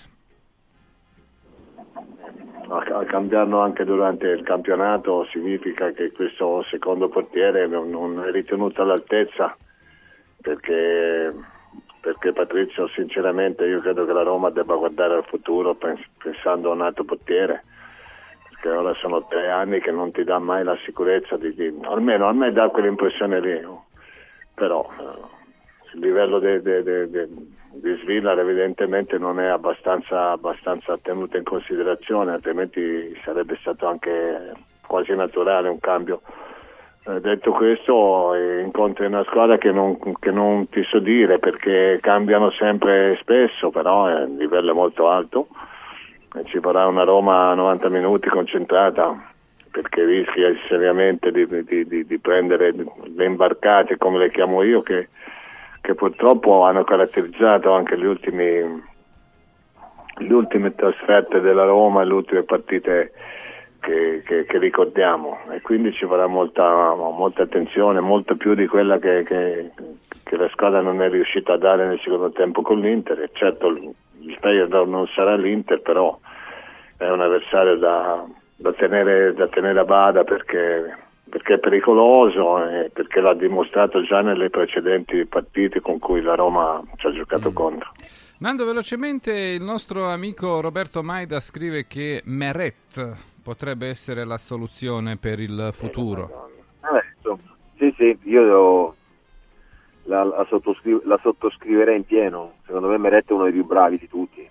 A cambiarlo anche durante il campionato significa che questo secondo portiere non è ritenuto all'altezza, perché Patrizio, sinceramente, io credo che la Roma debba guardare al futuro pensando a un altro portiere, perché ora sono 3 anni che non ti dà mai la sicurezza almeno a me dà quell'impressione lì, però il livello di Svilar evidentemente non è abbastanza tenuto in considerazione, altrimenti sarebbe stato anche quasi naturale un cambio. Detto questo, incontri una squadra che non ti so dire, perché cambiano sempre spesso, però il livello è molto alto e ci vorrà una Roma 90 minuti concentrata, perché rischia seriamente di prendere le imbarcate, come le chiamo io, che purtroppo hanno caratterizzato anche le ultime trasferte della Roma e le ultime partite che ricordiamo, e quindi ci vorrà molta attenzione, molto più di quella che la squadra non è riuscita a dare nel secondo tempo con l'Inter. E certo il Feyenoord non sarà l'Inter, però è un avversario da tenere a bada, perché è pericoloso e perché l'ha dimostrato già nelle precedenti partite con cui la Roma ci ha giocato contro. Nando, velocemente, il nostro amico Roberto Maida scrive che Meret potrebbe essere la soluzione per il futuro. Sì, io la sottoscriverei in pieno. Secondo me Meret è uno dei più bravi di tutti.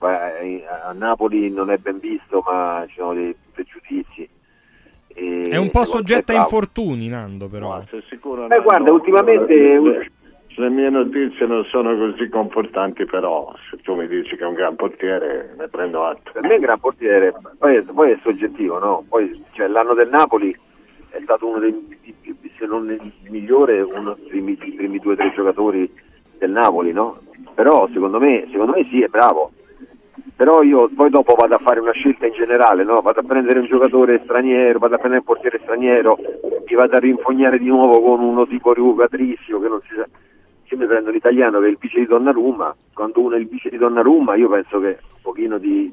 A Napoli non è ben visto, ma ci sono dei pregiudizi. È un po' soggetta a infortuni, Nando, però. Sei sicuro? Guarda, ultimamente... Le mie notizie non sono così confortanti, però se tu mi dici che è un gran portiere ne prendo atto. Per me è un gran portiere, poi è soggettivo, no? Poi, l'anno del Napoli è stato uno dei, se non il migliore, uno dei primi 2 o 3 giocatori del Napoli, no? Però secondo me sì, è bravo. Però io poi dopo vado a fare una scelta in generale, no? Vado a prendere un giocatore straniero, vado a prendere un portiere straniero, mi vado a rinfognare di nuovo con uno tipo Rui Patricio, che non si sa. Io mi prendo l'italiano che è il vice di Donnarumma. Quando uno è il vice di Donnarumma, io penso che un pochino di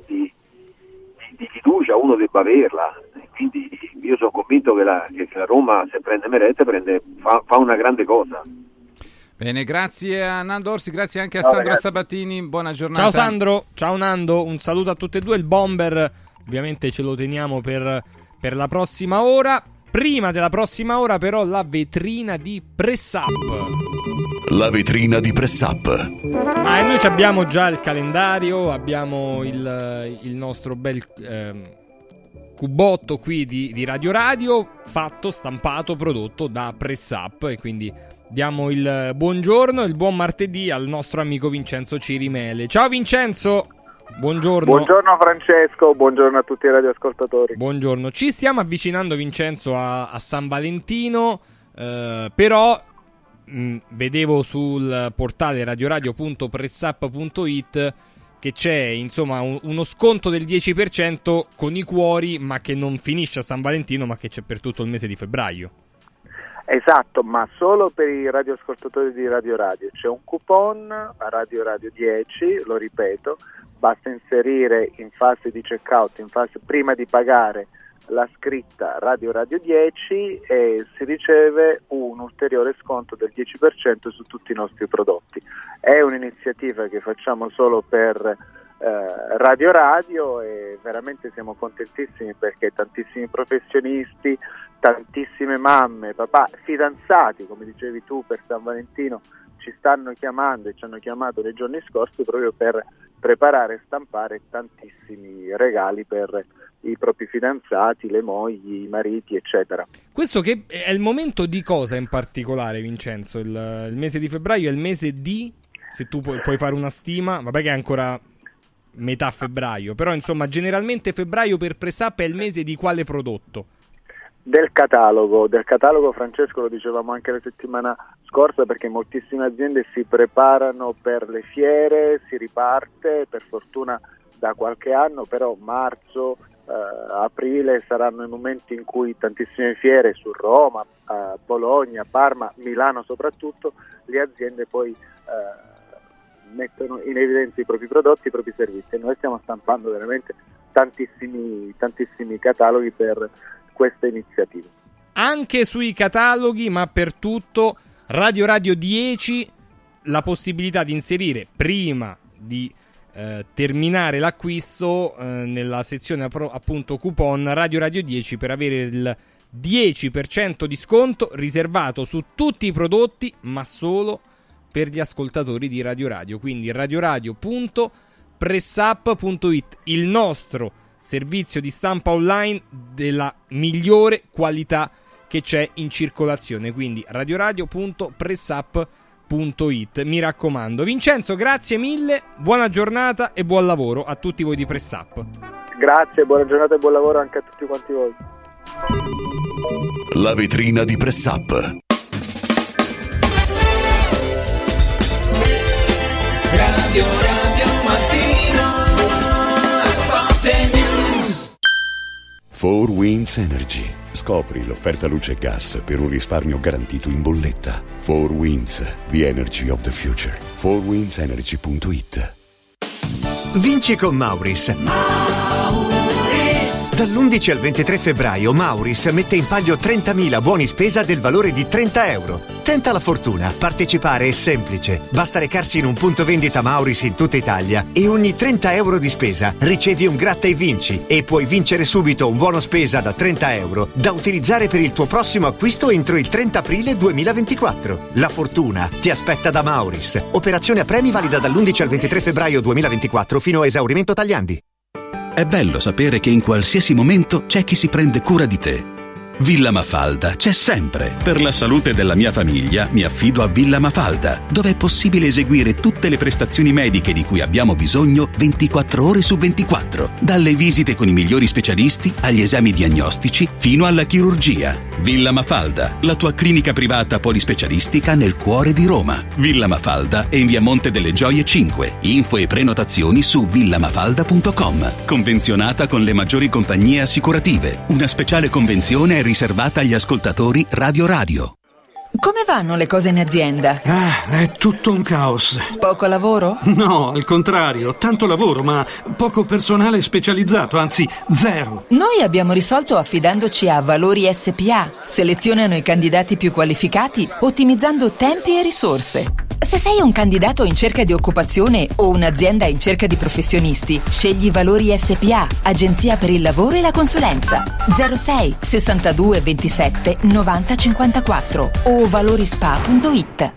fiducia uno debba averla. Quindi io sono convinto che la Roma, se prende Meret, fa una grande cosa. Bene, grazie a Nando Orsi, grazie anche a Sandro Sabatini, buona giornata. Ciao Sandro, ciao Nando, un saluto a tutte e due. Il Bomber ovviamente ce lo teniamo per la prossima ora. Prima della prossima ora però la vetrina di Press Up. La vetrina di Press Up. Ma noi abbiamo già il calendario, abbiamo il nostro bel cubotto qui di Radio, fatto, stampato, prodotto da Press Up, e quindi diamo il buongiorno e il buon martedì al nostro amico Vincenzo Cirimele. Ciao Vincenzo! Buongiorno. Buongiorno Francesco, buongiorno a tutti i radioascoltatori. Buongiorno, ci stiamo avvicinando, Vincenzo, a San Valentino, però vedevo sul portale radioradio.pressup.it che c'è insomma uno sconto del 10% con i cuori, ma che non finisce a San Valentino, ma che c'è per tutto il mese di febbraio. Esatto, ma solo per i radioascoltatori di Radio Radio. C'è un coupon a Radio Radio 10, lo ripeto, basta inserire in fase di checkout, prima di pagare, la scritta Radio Radio 10 e si riceve un ulteriore sconto del 10% su tutti i nostri prodotti. È un'iniziativa che facciamo solo per Radio Radio e veramente siamo contentissimi perché tantissimi professionisti, tantissime mamme, papà, fidanzati, come dicevi tu, per San Valentino ci stanno chiamando e ci hanno chiamato nei giorni scorsi proprio per preparare e stampare tantissimi regali per i propri fidanzati, le mogli, i mariti, eccetera. Questo che è il momento di cosa in particolare, Vincenzo? Il mese di febbraio è il mese di, se tu puoi fare una stima, vabbè che è ancora metà febbraio, però insomma generalmente febbraio per Pressapp è il mese di quale prodotto? Del catalogo, Francesco, lo dicevamo anche la settimana scorsa, perché moltissime aziende si preparano per le fiere, si riparte per fortuna da qualche anno, però marzo, aprile saranno i momenti in cui tantissime fiere su Roma, Bologna, Parma, Milano soprattutto, le aziende poi mettono in evidenza i propri prodotti, i propri servizi, e noi stiamo stampando veramente tantissimi cataloghi per questa iniziativa. Anche sui cataloghi, ma per tutto, Radio Radio 10, la possibilità di inserire prima di terminare l'acquisto nella sezione appunto coupon Radio Radio 10 per avere il 10% di sconto riservato su tutti i prodotti, ma solo per gli ascoltatori di Radio Radio. Quindi radioradio.pressapp.it, il nostro servizio di stampa online della migliore qualità che c'è in circolazione. Quindi radioradio.pressapp.it, mi raccomando. Vincenzo, grazie mille, buona giornata e buon lavoro a tutti voi di Pressapp. Grazie, buona giornata e buon lavoro anche a tutti quanti voi. La vetrina di Pressapp. Radio Mattino, Sport News. 4 Winds Energy. Scopri l'offerta luce e gas per un risparmio garantito in bolletta. 4 Winds, the energy of the future. 4windsenergy.it. Vinci con Mauris. Dall'11 al 23 febbraio Mauris mette in palio 30.000 buoni spesa del valore di €30. Tenta la fortuna, partecipare è semplice. Basta recarsi in un punto vendita Mauris in tutta Italia e ogni €30 di spesa ricevi un gratta e vinci e puoi vincere subito un buono spesa da €30 da utilizzare per il tuo prossimo acquisto entro il 30 aprile 2024. La fortuna ti aspetta da Mauris. Operazione a premi valida dall'11 al 23 febbraio 2024 fino a esaurimento tagliandi. È bello sapere che in qualsiasi momento c'è chi si prende cura di te. Villa Mafalda c'è sempre. Per la salute della mia famiglia mi affido a Villa Mafalda, dove è possibile eseguire tutte le prestazioni mediche di cui abbiamo bisogno 24 ore su 24. Dalle visite con i migliori specialisti agli esami diagnostici fino alla chirurgia. Villa Mafalda, la tua clinica privata polispecialistica nel cuore di Roma. Villa Mafalda è in via Monte delle Gioie 5. Info e prenotazioni su villamafalda.com. Convenzionata con le maggiori compagnie assicurative. Una speciale convenzione è riservata agli ascoltatori Radio Radio. Come vanno le cose in azienda? È tutto un caos. Poco lavoro? No, al contrario, tanto lavoro, ma poco personale specializzato, anzi zero. Noi abbiamo risolto affidandoci a Valori SPA. Selezionano i candidati più qualificati, ottimizzando tempi e risorse. Se sei un candidato in cerca di occupazione o un'azienda in cerca di professionisti, scegli Valori SPA, agenzia per il lavoro e la consulenza. 06 62 27 90 54 o valorispa.it.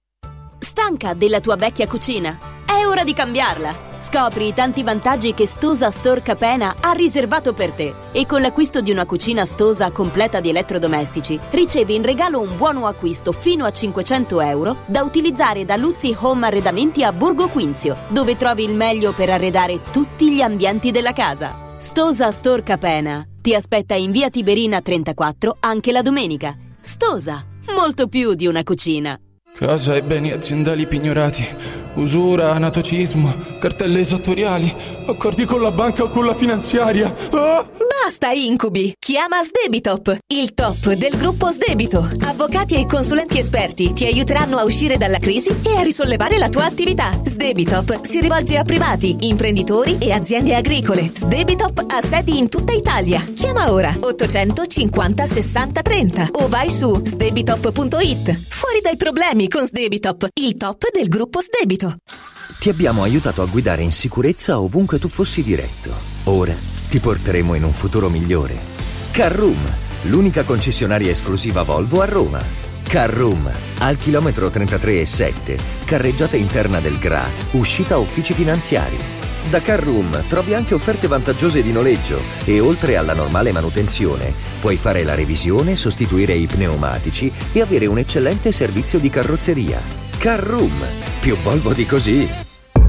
Stanca della tua vecchia cucina? È ora di cambiarla! Scopri i tanti vantaggi che Stosa Store Capena ha riservato per te e con l'acquisto di una cucina Stosa completa di elettrodomestici ricevi in regalo un buono acquisto fino a €500 da utilizzare da Luzzi Home Arredamenti a Borgo Quinzio, dove trovi il meglio per arredare tutti gli ambienti della casa. Stosa Store Capena ti aspetta in via Tiberina 34 anche la domenica. Stosa, molto più di una cucina. Casa e beni aziendali pignorati, usura, anatocismo, cartelle esattoriali, accordi con la banca o con la finanziaria. Ah! Basta incubi! Chiama Sdebitop, il top del gruppo Sdebito. Avvocati e consulenti esperti ti aiuteranno a uscire dalla crisi e a risollevare la tua attività. Sdebitop si rivolge a privati, imprenditori e aziende agricole. Sdebitop ha sedi in tutta Italia. Chiama ora 850 60 30 o vai su sdebitop.it. Fuori dai problemi con Sdebitop, il top del gruppo Sdebito. Ti abbiamo aiutato a guidare in sicurezza ovunque tu fossi diretto. Ora ti porteremo in un futuro migliore. Carroom, l'unica concessionaria esclusiva Volvo a Roma. Carroom, al chilometro 33,7, carreggiata interna del GRA, uscita uffici finanziari. Da Carroom trovi anche offerte vantaggiose di noleggio e oltre alla normale manutenzione puoi fare la revisione, sostituire i pneumatici e avere un eccellente servizio di carrozzeria. Carroom, più Volvo di così.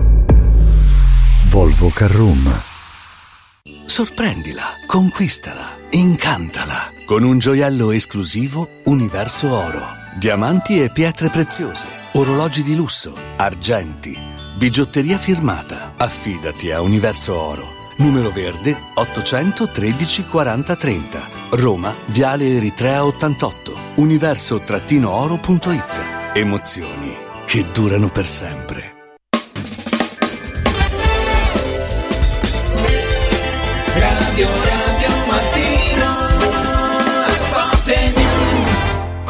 Volvo Carroom. Sorprendila, conquistala, incantala con un gioiello esclusivo Universo Oro. Diamanti e pietre preziose, orologi di lusso, argenti, bigiotteria firmata. Affidati a Universo Oro. Numero verde 813 40 30. Roma, Viale Eritrea 88. Universo-oro.it. Emozioni che durano per sempre. Radio Mattino, Sport News.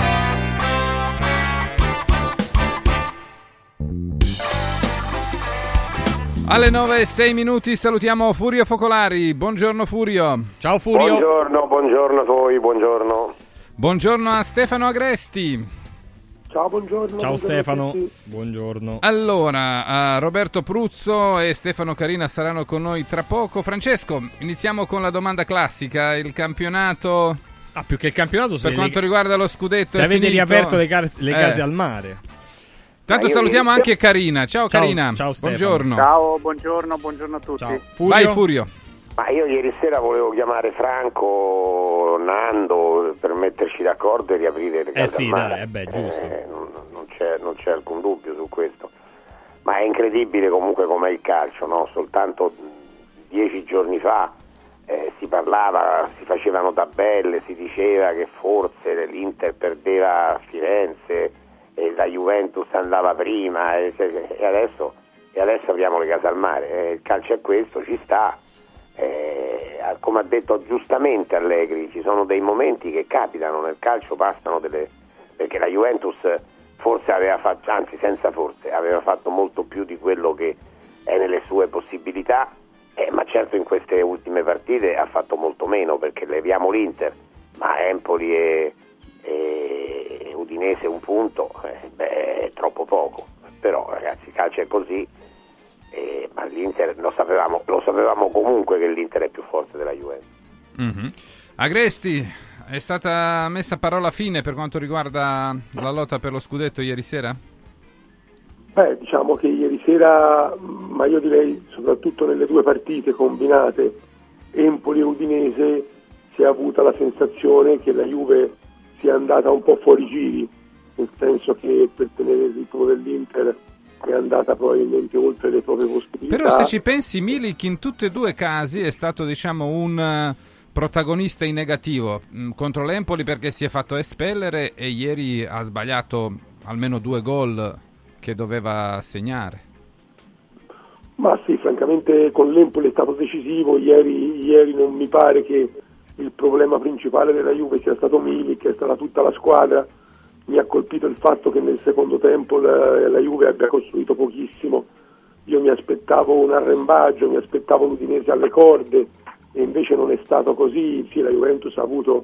Alle 9:06 salutiamo Furio Focolari. Buongiorno Furio. Ciao Furio. Buongiorno a voi, buongiorno. Buongiorno a Stefano Agresti. Ciao, buongiorno. Ciao Stefano, buongiorno. Allora, Roberto Pruzzo e Stefano Carina saranno con noi tra poco. Francesco, iniziamo con la domanda classica. Il campionato... più che il campionato... Per quanto riguarda lo scudetto se avete riaperto le case al mare. Tanto salutiamo anche Carina. Ciao Carina. Ciao buongiorno. Ciao, buongiorno a tutti. Ciao. Vai Furio. Ma io ieri sera volevo chiamare Franco, Nando, per metterci d'accordo e riaprire le case al mare. Giusto. Non c'è alcun dubbio su questo. Ma è incredibile comunque com'è il calcio, no? Soltanto 10 giorni fa si parlava, si facevano tabelle, si diceva che forse l'Inter perdeva a Firenze e la Juventus andava prima e adesso apriamo le case al mare. Il calcio è questo, ci sta. Come ha detto giustamente Allegri, ci sono dei momenti che capitano nel calcio, passano perché la Juventus forse aveva fatto, anzi senza forse, aveva fatto molto più di quello che è nelle sue possibilità, ma certo in queste ultime partite ha fatto molto meno, perché leviamo l'Inter, ma Empoli e Udinese un punto, è troppo poco. Però ragazzi, il calcio è così. Ma l'Inter lo sapevamo comunque che l'Inter è più forte della Juventus. Mm-hmm. Agresti, è stata messa parola fine per quanto riguarda la lotta per lo scudetto ieri sera? Diciamo che ieri sera, ma io direi soprattutto nelle due partite combinate, Empoli e Udinese, si è avuta la sensazione che la Juve sia andata un po' fuori giri, nel senso che per tenere il ritmo dell'Inter è andata probabilmente oltre le proprie possibilità. Però se ci pensi, Milik in tutti e due i casi è stato, diciamo, un protagonista in negativo, contro l'Empoli perché si è fatto espellere e ieri ha sbagliato almeno 2 gol che doveva segnare. Ma sì, francamente con l'Empoli è stato decisivo. Ieri non mi pare che il problema principale della Juve sia stato Milik, è stata tutta la squadra. Mi ha colpito il fatto che nel secondo tempo la Juve abbia costruito pochissimo. Io mi aspettavo un arrembaggio, mi aspettavo l'Udinese alle corde e invece non è stato così. Sì, la Juventus ha avuto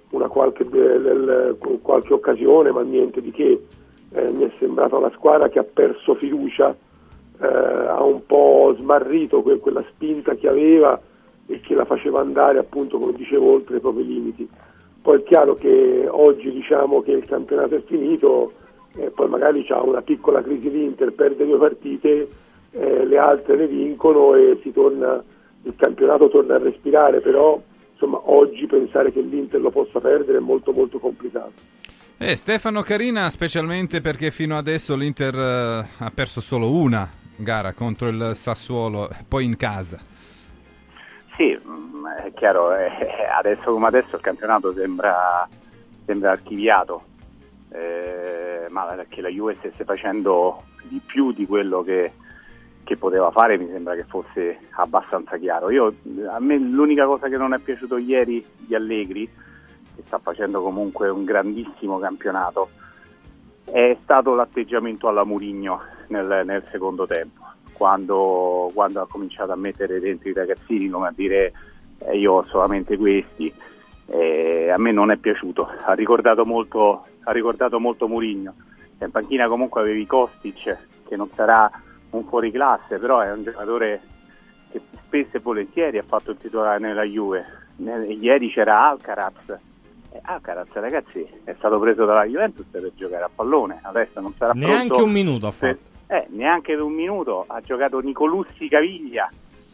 qualche occasione, ma niente di che. Mi è sembrata una squadra che ha perso fiducia, ha un po' smarrito quella spinta che aveva e che la faceva andare, appunto, come dicevo, oltre i propri limiti. Poi è chiaro che oggi diciamo che il campionato è finito, poi magari c'ha una piccola crisi l'Inter, perde 2 partite, le altre le vincono e il campionato torna a respirare, però insomma oggi pensare che l'Inter lo possa perdere è molto molto complicato. Stefano Carina, specialmente perché fino adesso l'Inter ha perso solo una gara contro il Sassuolo, poi in casa. Sì, è chiaro, adesso come adesso il campionato sembra archiviato, ma perché la Juve stesse facendo di più di quello che poteva fare, mi sembra che fosse abbastanza chiaro. A me l'unica cosa che non è piaciuto ieri di Allegri, che sta facendo comunque un grandissimo campionato, è stato l'atteggiamento alla Mourinho nel secondo tempo, quando ha cominciato a mettere dentro i ragazzini, come a dire io ho solamente questi. A me non è piaciuto, ha ricordato molto Mourinho. In panchina comunque avevi Kostic, che non sarà un fuoriclasse, però è un giocatore che spesso e volentieri ha fatto il titolare nella Juve. Ieri c'era Alcaraz, ragazzi, è stato preso dalla Juventus per giocare a pallone, adesso non sarà neanche pronto un minuto ha fatto. Neanche un minuto, ha giocato Nicolussi Caviglia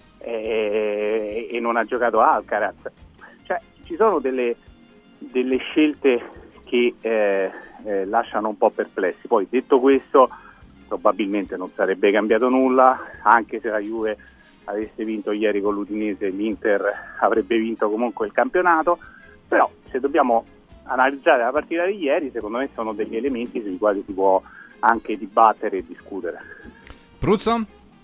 e non ha giocato Alcaraz. Cioè ci sono delle scelte che lasciano un po' perplessi. Poi detto questo, probabilmente non sarebbe cambiato nulla, anche se la Juve avesse vinto ieri con l'Udinese, l'Inter avrebbe vinto comunque il campionato. Però se dobbiamo analizzare la partita di ieri, secondo me sono degli elementi sui quali si può anche dibattere e discutere. Pruzzo?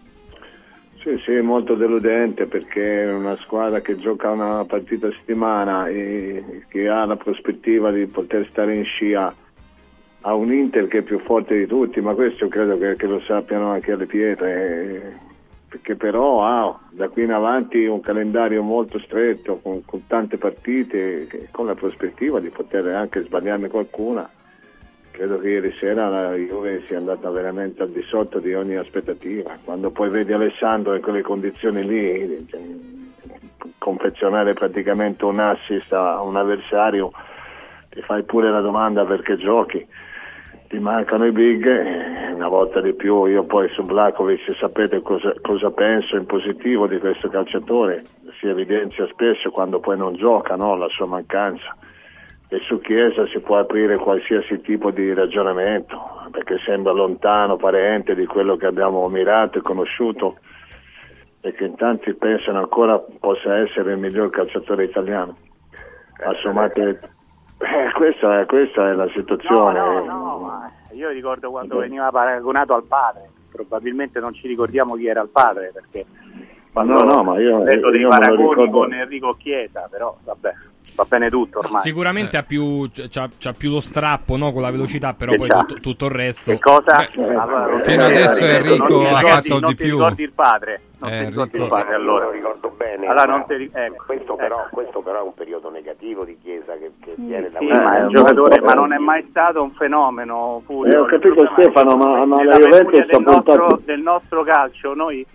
Sì, molto deludente, perché è una squadra che gioca una partita a settimana e che ha la prospettiva di poter stare in scia a un Inter che è più forte di tutti, ma questo credo che lo sappiano anche alle pietre, perché però ha da qui in avanti un calendario molto stretto con tante partite, con la prospettiva di poter anche sbagliarne qualcuna. Credo che ieri sera la Juve sia andata veramente al di sotto di ogni aspettativa. Quando poi vedi Alessandro in quelle condizioni lì, confezionare praticamente un assist a un avversario, ti fai pure la domanda perché giochi. Ti mancano i big, una volta di più. Io poi su Vlahovic sapete cosa penso in positivo di questo calciatore, si evidenzia spesso quando poi non gioca, no? La sua mancanza. E su Chiesa si può aprire qualsiasi tipo di ragionamento, perché sembra lontano parente di quello che abbiamo mirato e conosciuto e che in tanti pensano ancora possa essere il miglior calciatore italiano. Assomate. Questa è la situazione. No, ma io ricordo quando veniva paragonato al padre, probabilmente non ci ricordiamo chi era il padre, perché ma io dei paragoni me lo ricordo con Enrico Chiesa, però vabbè, va bene tutto ormai. Sicuramente c'ha più lo strappo, no, con la velocità, però che poi tutto il resto. Che cosa? Fino adesso Enrico ha fatto di più. Non ti ricordi il padre? Non ti ricordi il padre, allora. Lo ricordo bene. Allora non ti questo però è un periodo negativo di Chiesa che viene da ma è un giocatore, ma non è mai stato un fenomeno. Ho capito Stefano, ma la Juventus del nostro calcio, noi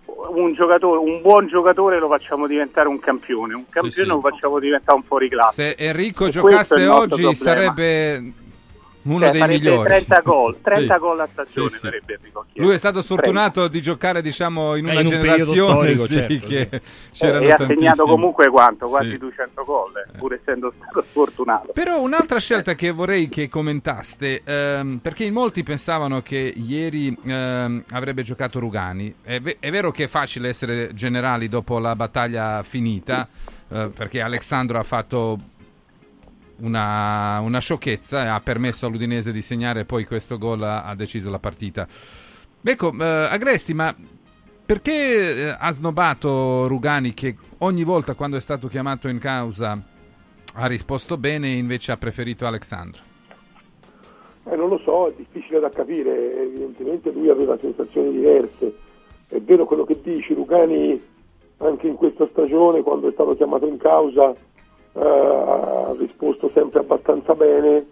un buon giocatore lo facciamo diventare un campione, lo facciamo diventare un fuoriclasse. Se Enrico giocasse oggi sarebbe uno dei migliori. 30 gol a stagione farebbe Enrico Chiesa. Lui è stato sfortunato di giocare, diciamo, in una generazione storico, certo, che c'erano e ha segnato comunque quasi 200 gol, pur essendo stato sfortunato. Però un'altra scelta che vorrei che commentaste, perché in molti pensavano che ieri avrebbe giocato Rugani. È vero che è facile essere generali dopo la battaglia finita, perché Alessandro ha fatto una sciocchezza e ha permesso all'Udinese di segnare, e poi questo gol ha deciso la partita. Ecco, Agresti, ma perché ha snobbato Rugani, che ogni volta quando è stato chiamato in causa ha risposto bene, e invece ha preferito Alessandro? Non lo so, è difficile da capire, evidentemente lui aveva sensazioni diverse. È vero quello che dici, Rugani anche in questa stagione, quando è stato chiamato in causa, ha risposto sempre abbastanza bene.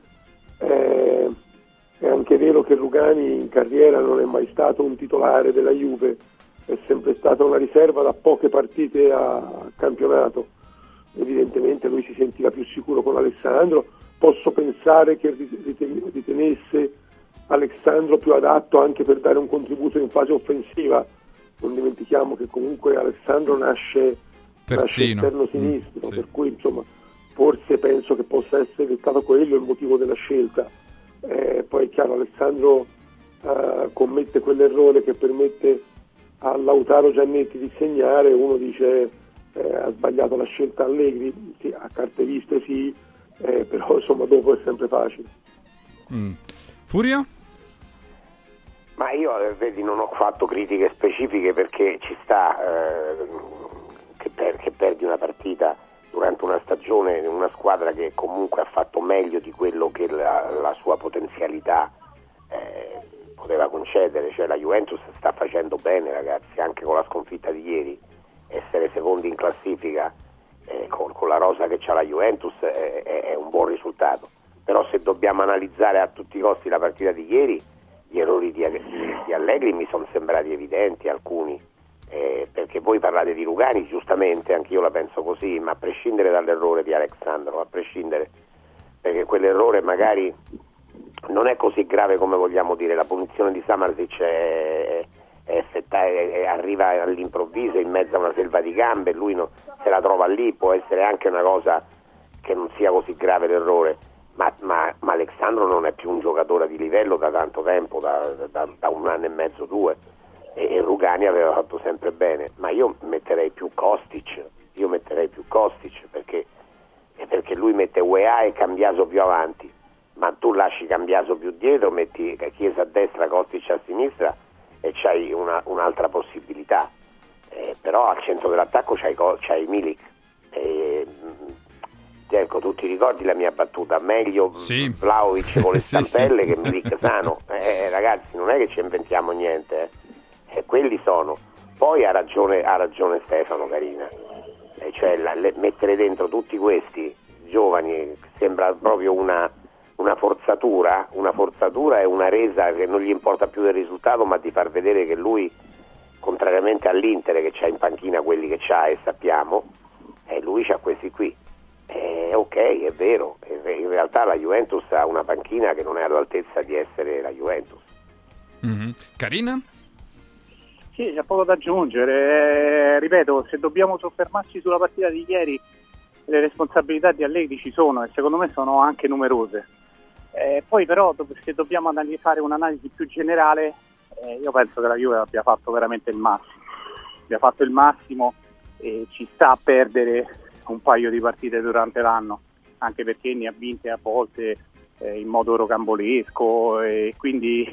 È anche vero che Rugani in carriera non è mai stato un titolare della Juve, è sempre stata una riserva da poche partite a campionato. Evidentemente lui si sentiva più sicuro con Alessandro. Posso pensare che ritenesse Alessandro più adatto anche per dare un contributo in fase offensiva. Non dimentichiamo che comunque Alessandro nasce esterno sinistro, per cui insomma forse penso che possa essere stato quello il motivo della scelta. Poi è chiaro, Alessandro commette quell'errore che permette a Lautaro Giannetti di segnare. Uno dice ha sbagliato la scelta Allegri, sì, a carte viste sì, però insomma dopo è sempre facile. Furio? Ma io, vedi, non ho fatto critiche specifiche perché ci sta che perdi una partita durante una stagione in una squadra che comunque ha fatto meglio di quello che la sua potenzialità poteva concedere. Cioè la Juventus sta facendo bene, ragazzi, anche con la sconfitta di ieri. Essere secondi in classifica con la rosa che c'ha la Juventus è un buon risultato. Però se dobbiamo analizzare a tutti i costi la partita di ieri, gli errori di Allegri mi sono sembrati evidenti, alcuni, perché voi parlate di Rugani, giustamente, anch'io la penso così, ma a prescindere dall'errore di Alexandro, a prescindere, perché quell'errore magari non è così grave come vogliamo dire. La punizione di Samardzic arriva all'improvviso in mezzo a una selva di gambe, lui se la trova lì, può essere anche una cosa che non sia così grave l'errore, ma Alexandro non è più un giocatore di livello da tanto tempo, da un anno e mezzo, 2, e Rugani aveva fatto sempre bene, ma io metterei più Kostic perché lui mette UEA e Cambiaso più avanti, ma tu lasci Cambiaso più dietro, metti Chiesa a destra, Kostic a sinistra e c'hai un'altra possibilità, però al centro dell'attacco c'hai Milik. Ecco, tu ti ricordi la mia battuta? Meglio Vlahovic con le stampelle che Milik sano. Ragazzi, non è che ci inventiamo niente, quelli sono. Poi ha ragione Stefano Carina, cioè mettere dentro tutti questi giovani sembra proprio una forzatura e una resa che non gli importa più del risultato, ma di far vedere che lui, contrariamente all'Inter che c'ha in panchina quelli che c'ha e sappiamo, lui c'ha questi qui. Ok, è vero, in realtà la Juventus ha una panchina che non è all'altezza di essere la Juventus. Carina? Sì, c'è poco da aggiungere, ripeto, se dobbiamo soffermarci sulla partita di ieri, le responsabilità di Allegri ci sono e secondo me sono anche numerose. Poi però se dobbiamo fare un'analisi più generale, io penso che la Juve abbia fatto veramente il massimo, e ci sta a perdere un paio di partite durante l'anno, anche perché ne ha vinte a volte in modo rocambolesco, e quindi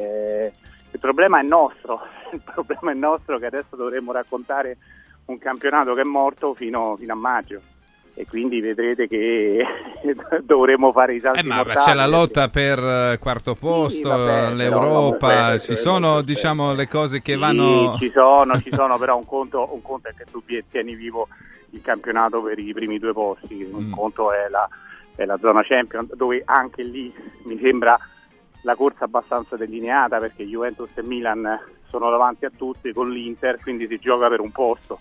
il problema è nostro che adesso dovremmo raccontare un campionato che è morto fino a maggio, e quindi vedrete che dovremo fare i salti mortali. C'è la lotta per quarto posto, l'Europa, ci sono diciamo le cose che vanno... Ci sono, però un conto è che tu tieni vivo il campionato per i primi 2 posti, un conto è la zona Champions, dove anche lì mi sembra la corsa abbastanza delineata, perché Juventus e Milan sono davanti a tutti con l'Inter, quindi si gioca per un posto.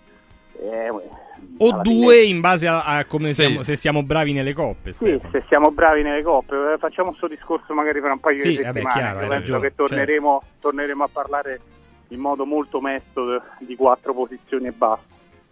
O 2 in base a come se siamo bravi nelle coppe. Sì, se siamo bravi nelle coppe. Facciamo questo discorso magari per un paio di settimane. Chiaro, penso che torneremo a parlare in modo molto mesto di 4 posizioni e basta.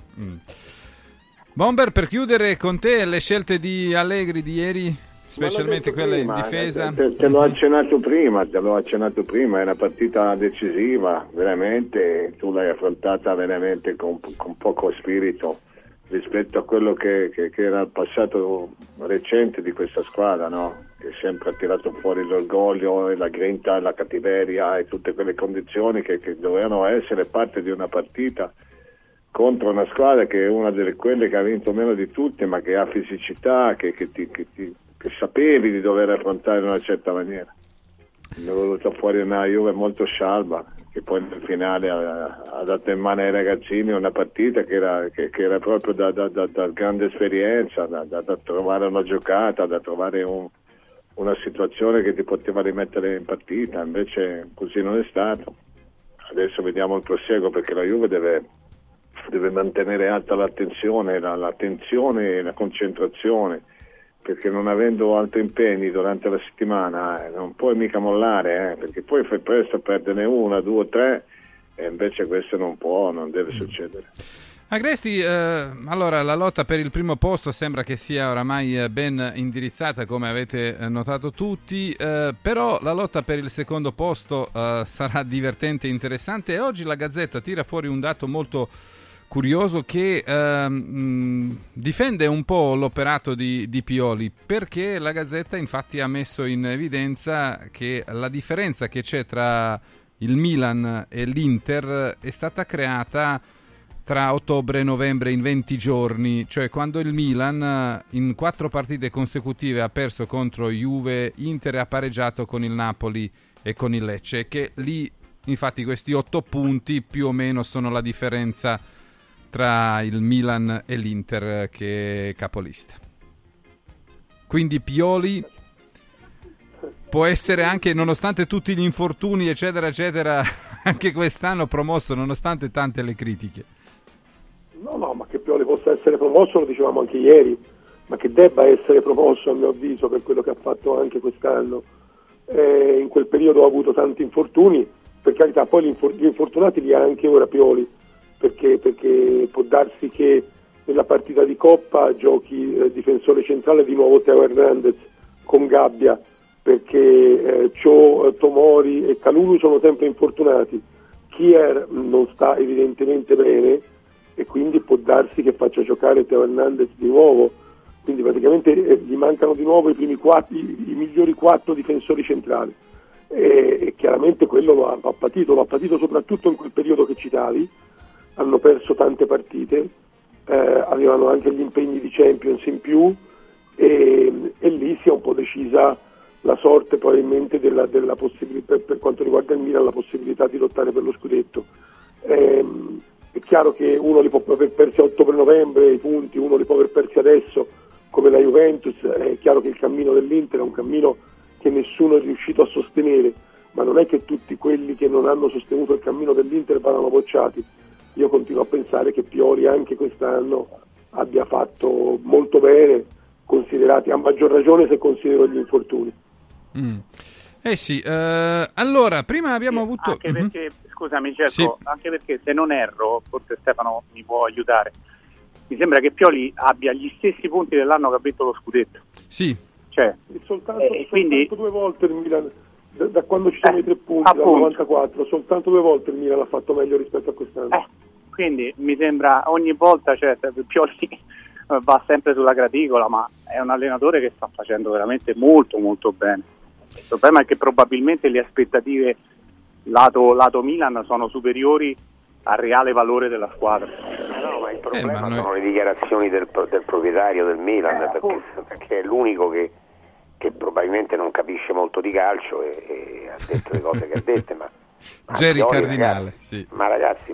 Bomber, per chiudere con te le scelte di Allegri di ieri, specialmente quelle in difesa. Te l'ho accennato prima, è una partita decisiva, veramente, tu l'hai affrontata veramente con poco spirito rispetto a quello che era il passato recente di questa squadra, no? Che sempre ha tirato fuori l'orgoglio e la grinta, la cattiveria e tutte quelle condizioni che dovevano essere parte di una partita contro una squadra che è una delle quelle che ha vinto meno di tutte, ma che ha fisicità, che sapevi di dover affrontare in una certa maniera. Mi è venuta fuori una Juve molto scialba, che poi nel finale ha dato in mano ai ragazzini una partita che era proprio da grande esperienza, da trovare una giocata, da trovare una situazione che ti poteva rimettere in partita. Invece così non è stato. Adesso vediamo il prosieguo, perché la Juve deve mantenere alta l'attenzione e la concentrazione, perché non avendo altri impegni durante la settimana non puoi mica mollare, perché poi fai presto a perderne 1, 2, 3, e invece questo non deve succedere. Agresti, allora la lotta per il primo posto sembra che sia oramai ben indirizzata, come avete notato tutti, però la lotta per il secondo posto sarà divertente e interessante, e oggi la Gazzetta tira fuori un dato molto curioso che difende un po' l'operato di Pioli, perché la Gazzetta infatti ha messo in evidenza che la differenza che c'è tra il Milan e l'Inter è stata creata tra ottobre e novembre in 20 giorni, cioè quando il Milan in 4 partite consecutive ha perso contro Juve, Inter e ha pareggiato con il Napoli e con il Lecce, che lì infatti questi 8 punti più o meno sono la differenza tra il Milan e l'Inter che è capolista. Quindi Pioli può essere anche, nonostante tutti gli infortuni eccetera eccetera, anche quest'anno promosso nonostante tante le critiche. No, ma che Pioli possa essere promosso lo dicevamo anche ieri, ma che debba essere promosso a mio avviso per quello che ha fatto anche quest'anno. In quel periodo ha avuto tanti infortuni, per carità, poi gli infortunati li ha anche ora Pioli, perché può darsi che nella partita di Coppa giochi difensore centrale di nuovo Teo Hernandez con Gabbia, perché Tomori e Kalulu sono sempre infortunati, Kier non sta evidentemente bene e quindi può darsi che faccia giocare Teo Hernandez di nuovo, quindi praticamente gli mancano di nuovo i migliori 4 difensori centrali e chiaramente quello lo ha patito soprattutto in quel periodo che citavi. Hanno perso tante partite, avevano anche gli impegni di Champions in più e lì si è un po' decisa la sorte probabilmente della possibilità, per quanto riguarda il Milan, la possibilità di lottare per lo scudetto. È chiaro che uno li può aver persi a ottobre-novembre i punti, uno li può aver persi adesso come la Juventus. È chiaro che il cammino dell'Inter è un cammino che nessuno è riuscito a sostenere, ma non è che tutti quelli che non hanno sostenuto il cammino dell'Inter vadano bocciati. Io continuo a pensare che Pioli anche quest'anno abbia fatto molto bene, considerati, a maggior ragione se considero gli infortuni. Sì, allora prima abbiamo avuto anche perché, scusami Cerco, anche perché se non erro, forse Stefano mi può aiutare, mi sembra che Pioli abbia gli stessi punti dell'anno che ha vinto lo scudetto. Sì. Cioè, soltanto quindi due volte il Milan, da quando ci sono i 3 punti, dal 94, soltanto 2 volte il Milan ha fatto meglio rispetto a quest'anno. Quindi mi sembra ogni volta, cioè, Pioli va sempre sulla graticola, ma è un allenatore che sta facendo veramente molto molto bene. Il problema è che probabilmente le aspettative lato Milan sono superiori al reale valore della squadra. No, ma il problema sono le dichiarazioni del proprietario del Milan, perché è l'unico che probabilmente non capisce molto di calcio e ha detto le cose che ha dette, ma Jerry Pioli, Cardinale, ragazzi, sì. Ma ragazzi,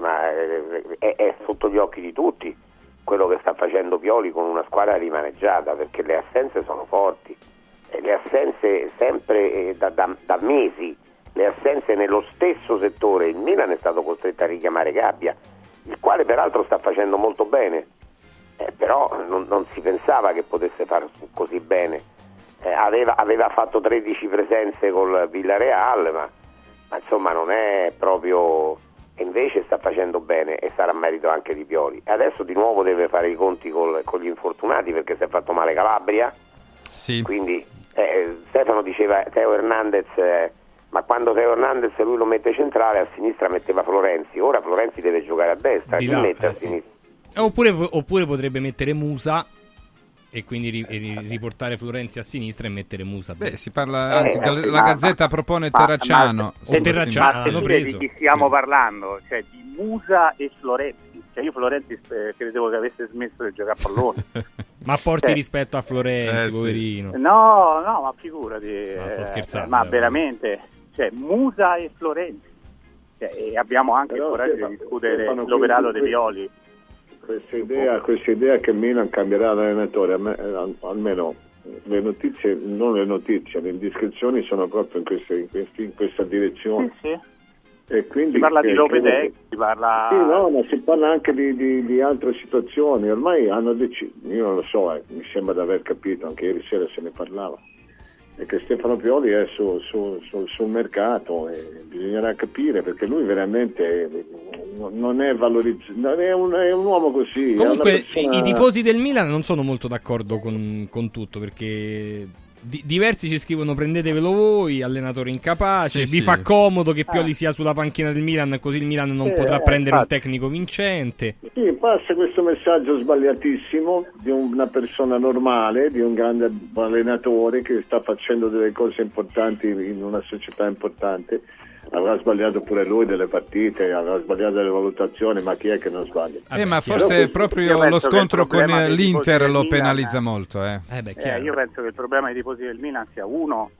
è sotto gli occhi di tutti quello che sta facendo Pioli con una squadra rimaneggiata, perché le assenze sono forti, e le assenze sempre da mesi, le assenze nello stesso settore. Il Milan è stato costretto a richiamare Gabbia, il quale peraltro sta facendo molto bene, però non si pensava che potesse fare così bene. Aveva fatto 13 presenze col Villarreal, ma insomma non è proprio, e invece sta facendo bene e sarà merito anche di Pioli. Adesso di nuovo deve fare i conti con gli infortunati, perché si è fatto male Calabria, sì. Quindi Stefano diceva Teo Hernandez, ma quando Teo Hernandez lui lo mette centrale, a sinistra metteva Florenzi, ora Florenzi deve giocare a destra, chi mette a sinistra? Oppure potrebbe mettere Musa e quindi riportare Florenzi a sinistra e mettere Musa. Si parla, anzi, la Gazzetta propone Terracciano. Terracciano hanno preso. Di chi stiamo parlando? Cioè di Musa e Florenzi. Cioè io Florenzi credevo che avesse smesso di giocare a pallone. Ma porti rispetto a Florenzi, poverino. No, ma figurati. Sto scherzando. Ma veramente, cioè Musa e Florenzi. E abbiamo anche il coraggio di discutere l'operato dei Pioli. Questa idea che Milan cambierà l'allenatore, almeno le notizie, le indiscrezioni sono proprio in questa direzione. Sì. E quindi si parla di Lopetegui, si parla... Sì, ma si parla anche di altre situazioni. Ormai hanno deciso, io non lo so, mi sembra di aver capito, anche ieri sera se ne parlava, è che Stefano Pioli è sul mercato e bisognerà capire, perché lui veramente non è valorizzato, è un uomo così. Comunque i tifosi del Milan non sono molto d'accordo con tutto, perché diversi ci scrivono: prendetevelo voi, allenatore incapace, Sì, vi sì. fa comodo che Pioli sia sulla panchina del Milan, così il Milan non potrà prendere un infatti. tecnico vincente. Sì, passa questo messaggio sbagliatissimo di una persona normale, di un grande allenatore che sta facendo delle cose importanti in una società importante. Avrà sbagliato pure lui delle partite, avrà sbagliato delle valutazioni, ma chi è che non sbaglia? Ma forse proprio lo scontro con l'Inter lo Milan, penalizza molto. Io penso che il problema dei tifosi del Milan sia uno,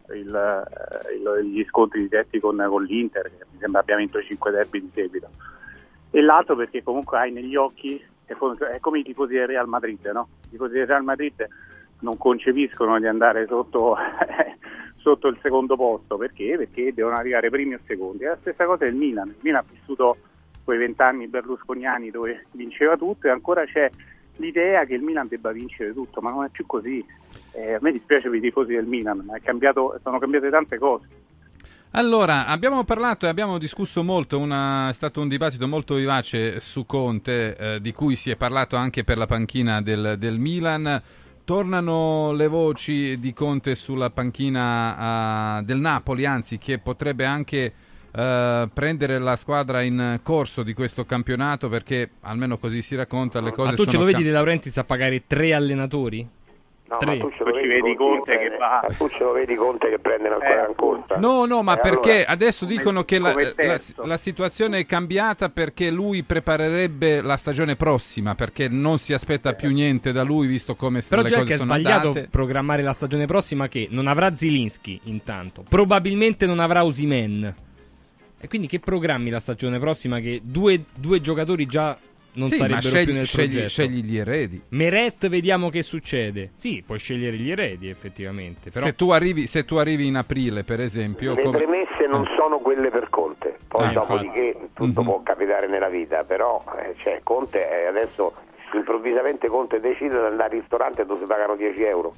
gli scontri diretti con l'Inter, che mi sembra abbia vinto 5 derby di seguito, e l'altro perché comunque hai negli occhi, è come i tifosi del Real Madrid, no? I tifosi del Real Madrid non concepiscono di andare sotto il secondo posto, perché devono arrivare primi o secondi. È la stessa cosa del Milan. Il Milan ha vissuto quei 20 anni berlusconiani dove vinceva tutto, e ancora c'è l'idea che il Milan debba vincere tutto, ma non è più così. A me dispiace per i tifosi del Milan, ma sono cambiate tante cose. Allora, abbiamo parlato e abbiamo discusso molto, è stato un dibattito molto vivace su Conte, di cui si è parlato anche per la panchina del Milan. Tornano le voci di Conte sulla panchina del Napoli, anzi che potrebbe anche prendere la squadra in corso di questo campionato, perché almeno così si racconta le cose. Ma tu ce lo vedi De Laurentiis a pagare 3 allenatori? No, 3. ma tu ce lo vedi Conte che va. Ma tu ce lo vedi Conte che prende una squadra in corsa? No, ma perché allora, adesso dicono che la situazione è cambiata, perché lui preparerebbe la stagione prossima, perché non si aspetta più niente da lui, visto come Però le già cose che è sono sbagliato andate. programmare la stagione prossima, che non avrà Zilinski intanto, probabilmente non avrà Osimhen, e quindi che programmi la stagione prossima che due giocatori già non sarebbero più nel progetto? Scegli gli eredi. Meret, vediamo che succede. Sì, puoi scegliere gli eredi effettivamente, però... Se tu arrivi in aprile, per esempio, le premesse non sono quelle per Conte, poi dopodiché tutto può capitare nella vita, però Conte adesso improvvisamente Conte decide di andare al ristorante dove si pagano 10 euro.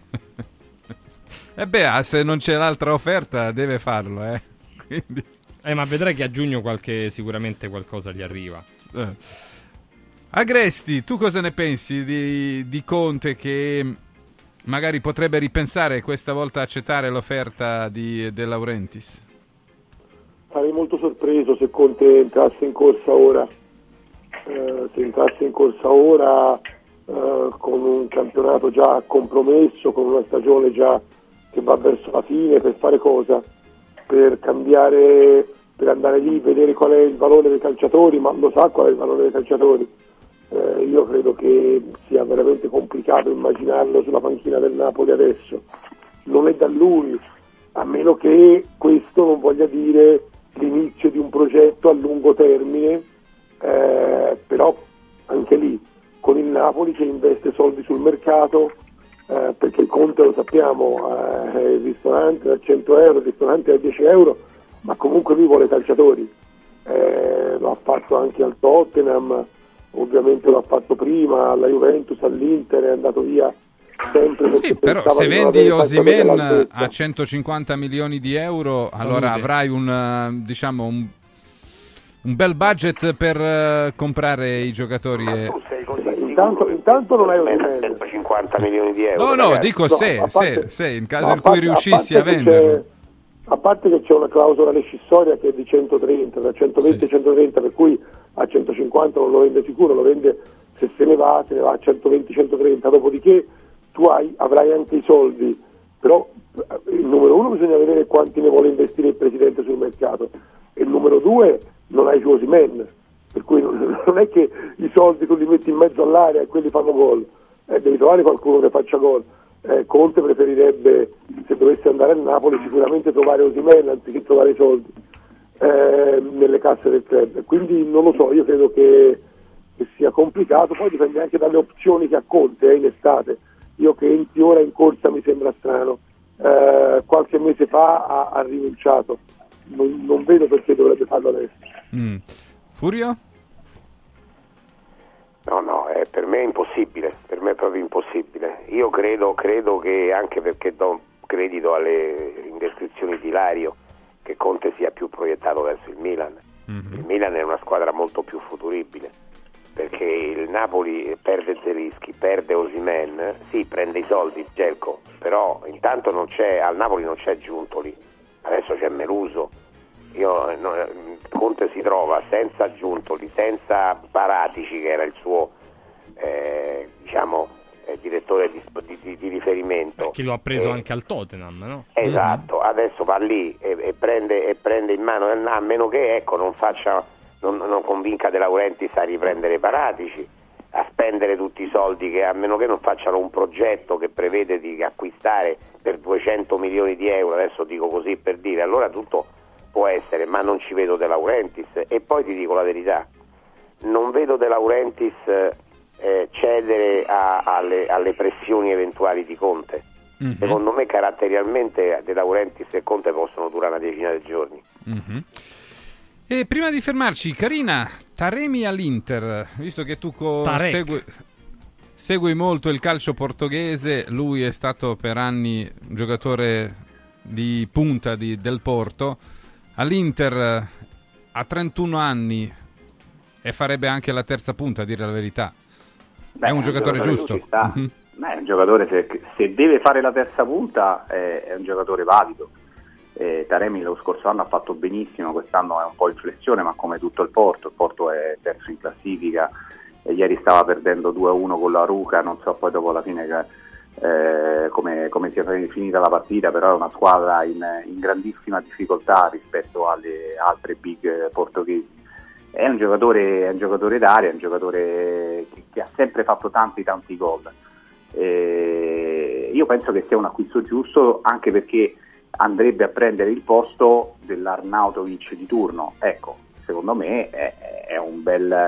Se non c'è l'altra offerta deve farlo, quindi... ma vedrai che a giugno sicuramente qualcosa gli arriva. Agresti, tu cosa ne pensi di Conte, che magari potrebbe ripensare questa volta, accettare l'offerta di De Laurentiis? Sarei molto sorpreso se Conte entrasse in corsa ora. Con un campionato già compromesso, con una stagione già che va verso la fine, per fare cosa? Per cambiare, per andare lì, vedere qual è il valore dei calciatori, ma lo sa qual è il valore dei calciatori. Io credo che sia veramente complicato immaginarlo sulla panchina del Napoli adesso. Non è da lui, a meno che questo non voglia dire l'inizio di un progetto a lungo termine, però anche lì con il Napoli che investe soldi sul mercato, perché il Conte, lo sappiamo, il ristorante da 100 euro, il ristorante da 10 euro, ma comunque lui vuole calciatori. Lo ha fatto anche al Tottenham, ovviamente lo ha fatto prima alla Juventus, all'Inter, è andato via sempre. Sì, però se vendi Osimhen a 150 milioni di euro, allora avrai un bel budget per comprare i giocatori. Intanto non hai Osimhen. 150 milioni di euro. No, dico se in caso in cui riuscissi a venderlo. A parte che c'è una clausola rescissoria che è di 130, da 120 a 130, per cui a 150 non lo vende sicuro, lo vende, se se ne va a 120-130, dopodiché tu avrai anche i soldi, però il numero uno bisogna vedere quanti ne vuole investire il presidente sul mercato, e il numero due non hai più Osimhen, per cui non è che i soldi tu li metti in mezzo all'area e quelli fanno gol, devi trovare qualcuno che faccia gol. Conte preferirebbe, se dovesse andare al Napoli, sicuramente trovare Osimhen anziché trovare i soldi nelle casse del club, quindi non lo so, io credo che sia complicato, poi dipende anche dalle opzioni che ha Conte in estate. Io che entri ora in corsa mi sembra strano, qualche mese fa ha rinunciato, non vedo perché dovrebbe farlo adesso. Furio? No, per me è impossibile, per me è proprio impossibile. Io credo che, anche perché do credito alle indiscrezioni di Ilario, che Conte sia più proiettato verso il Milan. Il Milan è una squadra molto più futuribile, perché il Napoli perde Zelinski, perde Osimhen, sì, prende i soldi Gelko, però intanto non c'è, al Napoli non c'è Giuntoli, adesso c'è Meluso. Conte si trova senza Giuntoli, senza Paratici, che era il suo direttore di riferimento, che lo ha preso anche al Tottenham, no? Esatto, adesso va lì e prende in mano, a meno che non convinca De Laurentiis a riprendere Paratici, a spendere tutti i soldi, che a meno che non facciano un progetto che prevede di acquistare per 200 milioni di euro, adesso dico così per dire, allora tutto può essere, ma non ci vedo De Laurentiis. E poi ti dico la verità, non vedo De Laurentiis cedere alle pressioni eventuali di Conte. Mm-hmm. Secondo me caratterialmente De Laurentiis e Conte possono durare una decina di giorni. Mm-hmm. E prima di fermarci, Carina, Taremi all'Inter, visto che tu segui molto il calcio portoghese, lui è stato per anni un giocatore di punta del Porto, all'Inter a 31 anni e farebbe anche la terza punta, a dire la verità. È un giocatore giusto. Mm-hmm. È un giocatore, se deve fare la terza punta è un giocatore valido. Taremi lo scorso anno ha fatto benissimo, quest'anno è un po' in flessione, ma come tutto il Porto è terzo in classifica, e ieri stava perdendo 2-1 con la Ruca, non so poi dopo alla fine come sia finita la partita, però è una squadra in grandissima difficoltà rispetto alle altre big portoghesi. È un giocatore d'area, è un giocatore che ha sempre fatto tanti gol. Io penso che sia un acquisto giusto, anche perché andrebbe a prendere il posto dell'Arnautovic di turno. Ecco, secondo me è un bel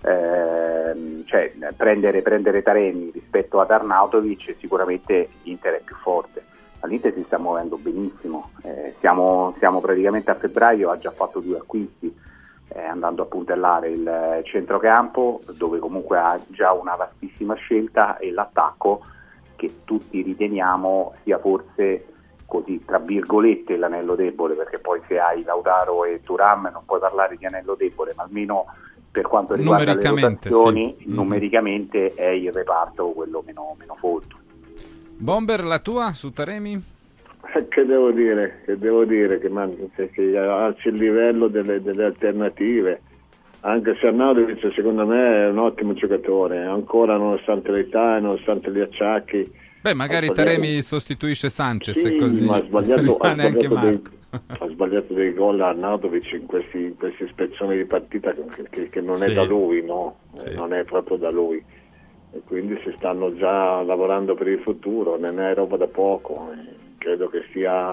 prendere Taremi rispetto ad Arnautovic, sicuramente l'Inter è più forte. L'Inter si sta muovendo benissimo, siamo praticamente a febbraio, ha già fatto 2 acquisti, andando a puntellare il centrocampo, dove comunque ha già una vastissima scelta, e l'attacco, che tutti riteniamo sia forse, così tra virgolette, l'anello debole, perché poi se hai Lautaro e Thuram non puoi parlare di anello debole, ma almeno per quanto riguarda le rotazioni, sì. Numericamente è il reparto quello meno folto. Bomber, la tua su Taremi? Che devo dire che alzi il livello delle alternative, anche se Arnautovic secondo me è un ottimo giocatore, ancora nonostante l'età e nonostante gli acciacchi. Beh, magari Taremi sostituisce Sanchez, sì, e così ma ha sbagliato dei gol Arnautovic in questi spezzoni di partita che non è da lui, no? Sì. Non è proprio da lui, e quindi si stanno già lavorando per il futuro, non è roba da poco. Credo che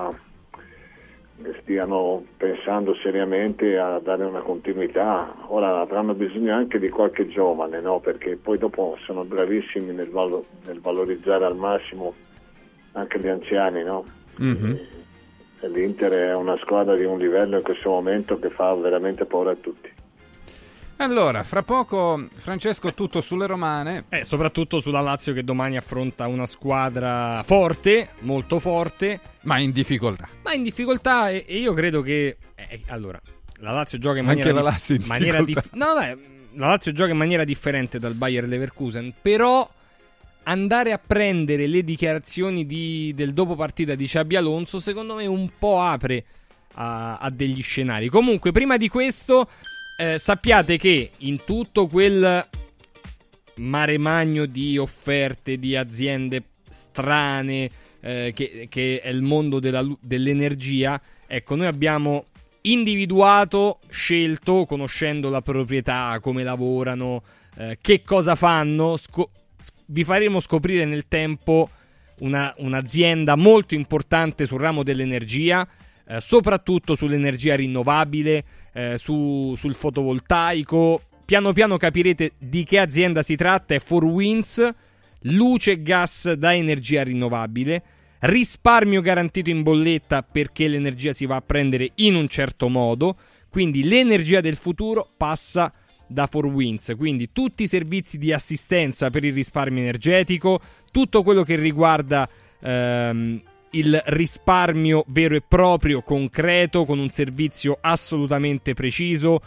stiano pensando seriamente a dare una continuità. Ora avranno bisogno anche di qualche giovane, no? Perché poi dopo sono bravissimi nel valorizzare al massimo anche gli anziani, no? Mm-hmm. E l'Inter è una squadra di un livello in questo momento che fa veramente paura a tutti. Allora, fra poco, Francesco, tutto sulle romane. Soprattutto sulla Lazio, che domani affronta una squadra forte, molto forte. Ma in difficoltà. E io credo che... allora, la Lazio gioca in maniera... Anche la Lazio in difficoltà. La Lazio gioca in maniera differente dal Bayer Leverkusen, però andare a prendere le dichiarazioni del dopo partita di Xabi Alonso, secondo me un po' apre a degli scenari. Comunque, prima di questo... sappiate che in tutto quel mare magno di offerte di aziende strane che è il mondo dell'energia, ecco, noi abbiamo individuato, scelto, conoscendo la proprietà, come lavorano, che cosa fanno, vi faremo scoprire nel tempo un'azienda molto importante sul ramo dell'energia, soprattutto sull'energia rinnovabile, sul fotovoltaico. Piano piano capirete di che azienda si tratta. È 4Winds, luce e gas da energia rinnovabile, risparmio garantito in bolletta perché l'energia si va a prendere in un certo modo, quindi l'energia del futuro passa da 4Winds, quindi tutti i servizi di assistenza per il risparmio energetico, tutto quello che riguarda il risparmio vero e proprio, concreto, con un servizio assolutamente preciso,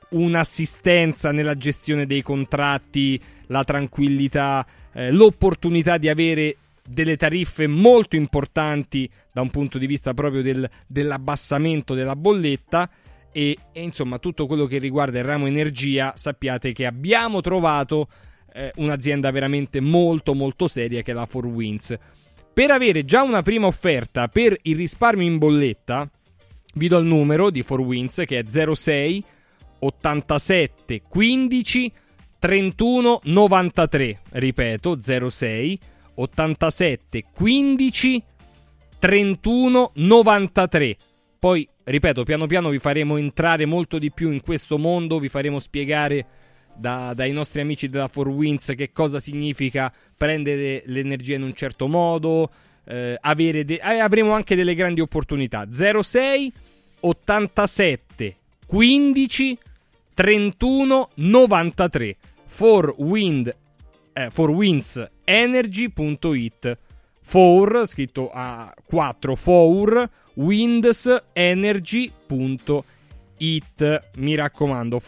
un'assistenza nella gestione dei contratti, la tranquillità, l'opportunità di avere delle tariffe molto importanti da un punto di vista proprio dell'abbassamento della bolletta e insomma tutto quello che riguarda il ramo energia. Sappiate che abbiamo trovato un'azienda veramente molto molto seria, che è la 4Winds. Per avere già una prima offerta per il risparmio in bolletta vi do il numero di 4Winds, che è 06 87 15 31 93, ripeto 06 87 15 31 93. Poi ripeto, piano piano vi faremo entrare molto di più in questo mondo, vi faremo spiegare dai nostri amici della 4Winds che cosa significa prendere l'energia in un certo modo, avremo anche delle grandi opportunità. 06 87 15 31 93 4windsenergy.it. 4 scritto a 4, 4 windenergy.it. Mi raccomando,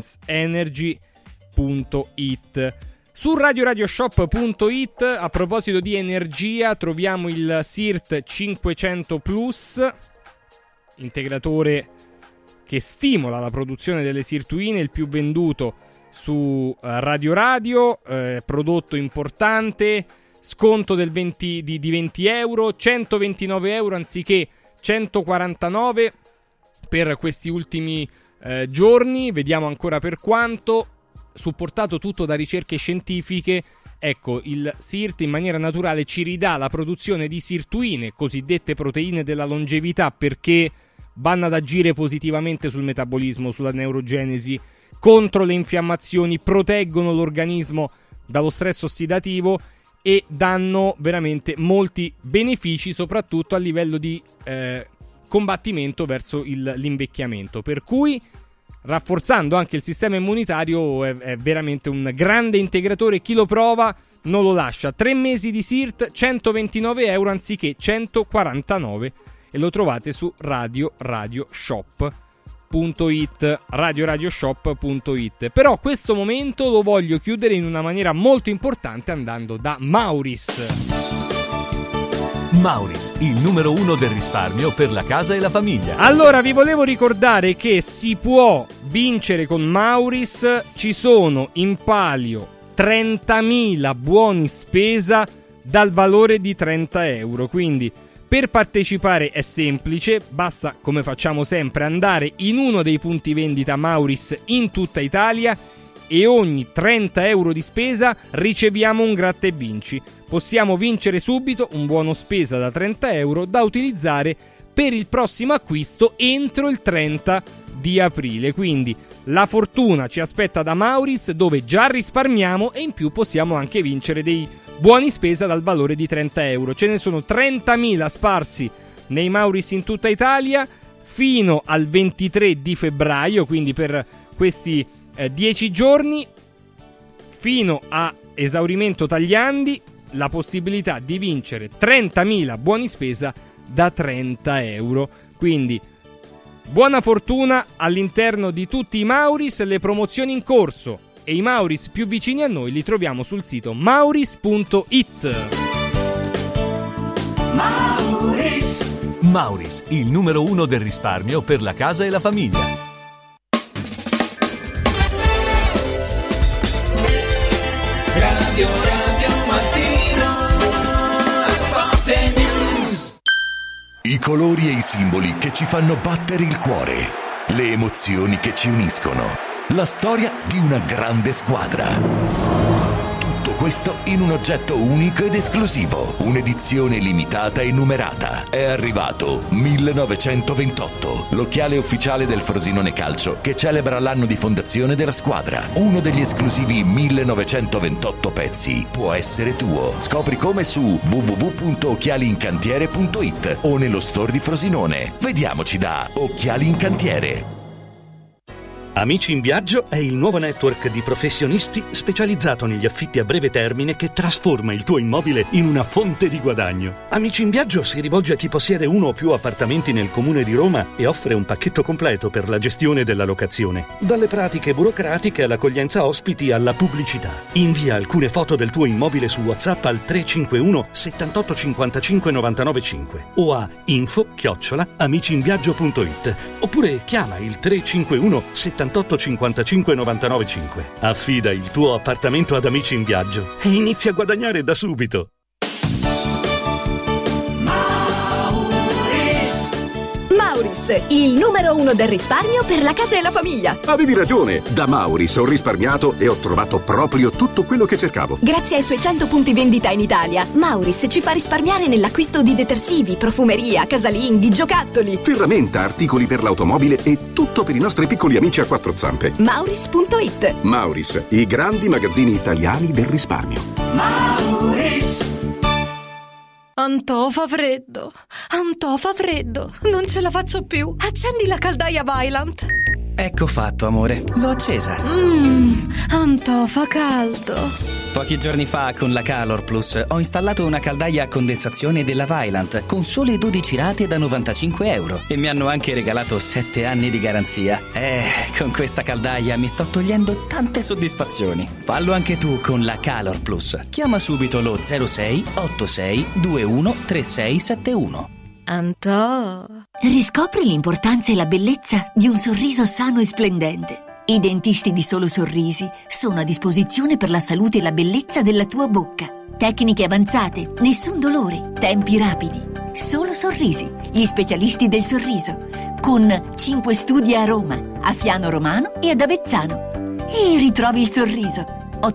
4windsenergy.it. Su radioshop.it, a proposito di energia, troviamo il SIRT 500 Plus, integratore che stimola la produzione delle sirtuine, il più venduto su Radio, prodotto importante, sconto di 20 euro, 129 euro anziché 149 per questi ultimi giorni, vediamo ancora per quanto, supportato tutto da ricerche scientifiche. Ecco, il SIRT in maniera naturale ci ridà la produzione di sirtuine, cosiddette proteine della longevità, perché vanno ad agire positivamente sul metabolismo, sulla neurogenesi, contro le infiammazioni, proteggono l'organismo dallo stress ossidativo e danno veramente molti benefici, soprattutto a livello di combattimento verso l'invecchiamento. Per cui, rafforzando anche il sistema immunitario, è veramente un grande integratore. Chi lo prova non lo lascia. 3 mesi di SIRT, 129 euro anziché 149, e lo trovate su radioshop.it. Però questo momento lo voglio chiudere in una maniera molto importante andando da Mauris. Mauris, il numero 1 del risparmio per la casa e la famiglia. Allora, vi volevo ricordare che si può vincere con Mauris. Ci sono in palio 30.000 buoni spesa dal valore di 30 euro. Quindi per partecipare è semplice, basta, come facciamo sempre, andare in uno dei punti vendita Mauris in tutta Italia e ogni 30 euro di spesa riceviamo un gratta e vinci. Possiamo vincere subito un buono spesa da 30 euro da utilizzare per il prossimo acquisto entro il 30 di aprile. Quindi la fortuna ci aspetta da Mauris, dove già risparmiamo e in più possiamo anche vincere dei buoni spesa dal valore di 30 euro. Ce ne sono 30.000 sparsi nei Mauris in tutta Italia fino al 23 di febbraio, quindi per questi 10 giorni fino a esaurimento tagliandi, la possibilità di vincere 30.000 buoni spesa da 30 euro. Quindi buona fortuna all'interno di tutti i Mauris, le promozioni in corso e i Mauris più vicini a noi li troviamo sul sito mauris.it. Mauris, il numero 1 del risparmio per la casa e la famiglia. Radio Mattino, Sport News. I colori e i simboli che ci fanno battere il cuore, le emozioni che ci uniscono, la storia di una grande squadra. Tutto questo in un oggetto unico ed esclusivo, un'edizione limitata e numerata. È arrivato 1928, l'occhiale ufficiale del Frosinone Calcio che celebra l'anno di fondazione della squadra. Uno degli esclusivi 1928 pezzi può essere tuo. Scopri come su www.occhialiincantiere.it o nello store di Frosinone. Vediamoci da Occhiali in Cantiere. Amici in Viaggio è il nuovo network di professionisti specializzato negli affitti a breve termine che trasforma il tuo immobile in una fonte di guadagno. Amici in Viaggio si rivolge a chi possiede uno o più appartamenti nel comune di Roma e offre un pacchetto completo per la gestione della locazione. Dalle pratiche burocratiche all'accoglienza ospiti alla pubblicità. Invia alcune foto del tuo immobile su WhatsApp al 351 78 55 995 o a info@amiciinviaggio.it oppure chiama il 351 78 55 995. Affida il tuo appartamento ad Amici in Viaggio e inizia a guadagnare da subito. Mauris, il numero 1 del risparmio per la casa e la famiglia. Avevi ragione, da Mauris ho risparmiato e ho trovato proprio tutto quello che cercavo. Grazie ai suoi 100 punti vendita in Italia, Mauris ci fa risparmiare nell'acquisto di detersivi, profumeria, casalinghi, giocattoli, Ferramenta, articoli per l'automobile e tutto per i nostri piccoli amici a quattro zampe. Mauris.it. Mauris, i grandi magazzini italiani del risparmio. Mauris. Antò fa freddo, non ce la faccio più. Accendi la caldaia Vaillant. Ecco fatto, amore, l'ho accesa. Antò fa caldo. Pochi giorni fa con la Calor Plus ho installato una caldaia a condensazione della Vaillant con sole 12 rate da €95 e mi hanno anche regalato 7 anni di garanzia. Con questa caldaia mi sto togliendo tante soddisfazioni. Fallo anche tu con la Calor Plus. Chiama subito lo 06 86 21 3671. Antò. Riscopri l'importanza e la bellezza di un sorriso sano e splendente. I dentisti di Solo Sorrisi sono a disposizione per la salute e la bellezza della tua bocca. Tecniche avanzate, nessun dolore, tempi rapidi. Solo Sorrisi, gli specialisti del sorriso, con 5 studi a Roma, a Fiano Romano e ad Avezzano. E ritrovi il sorriso.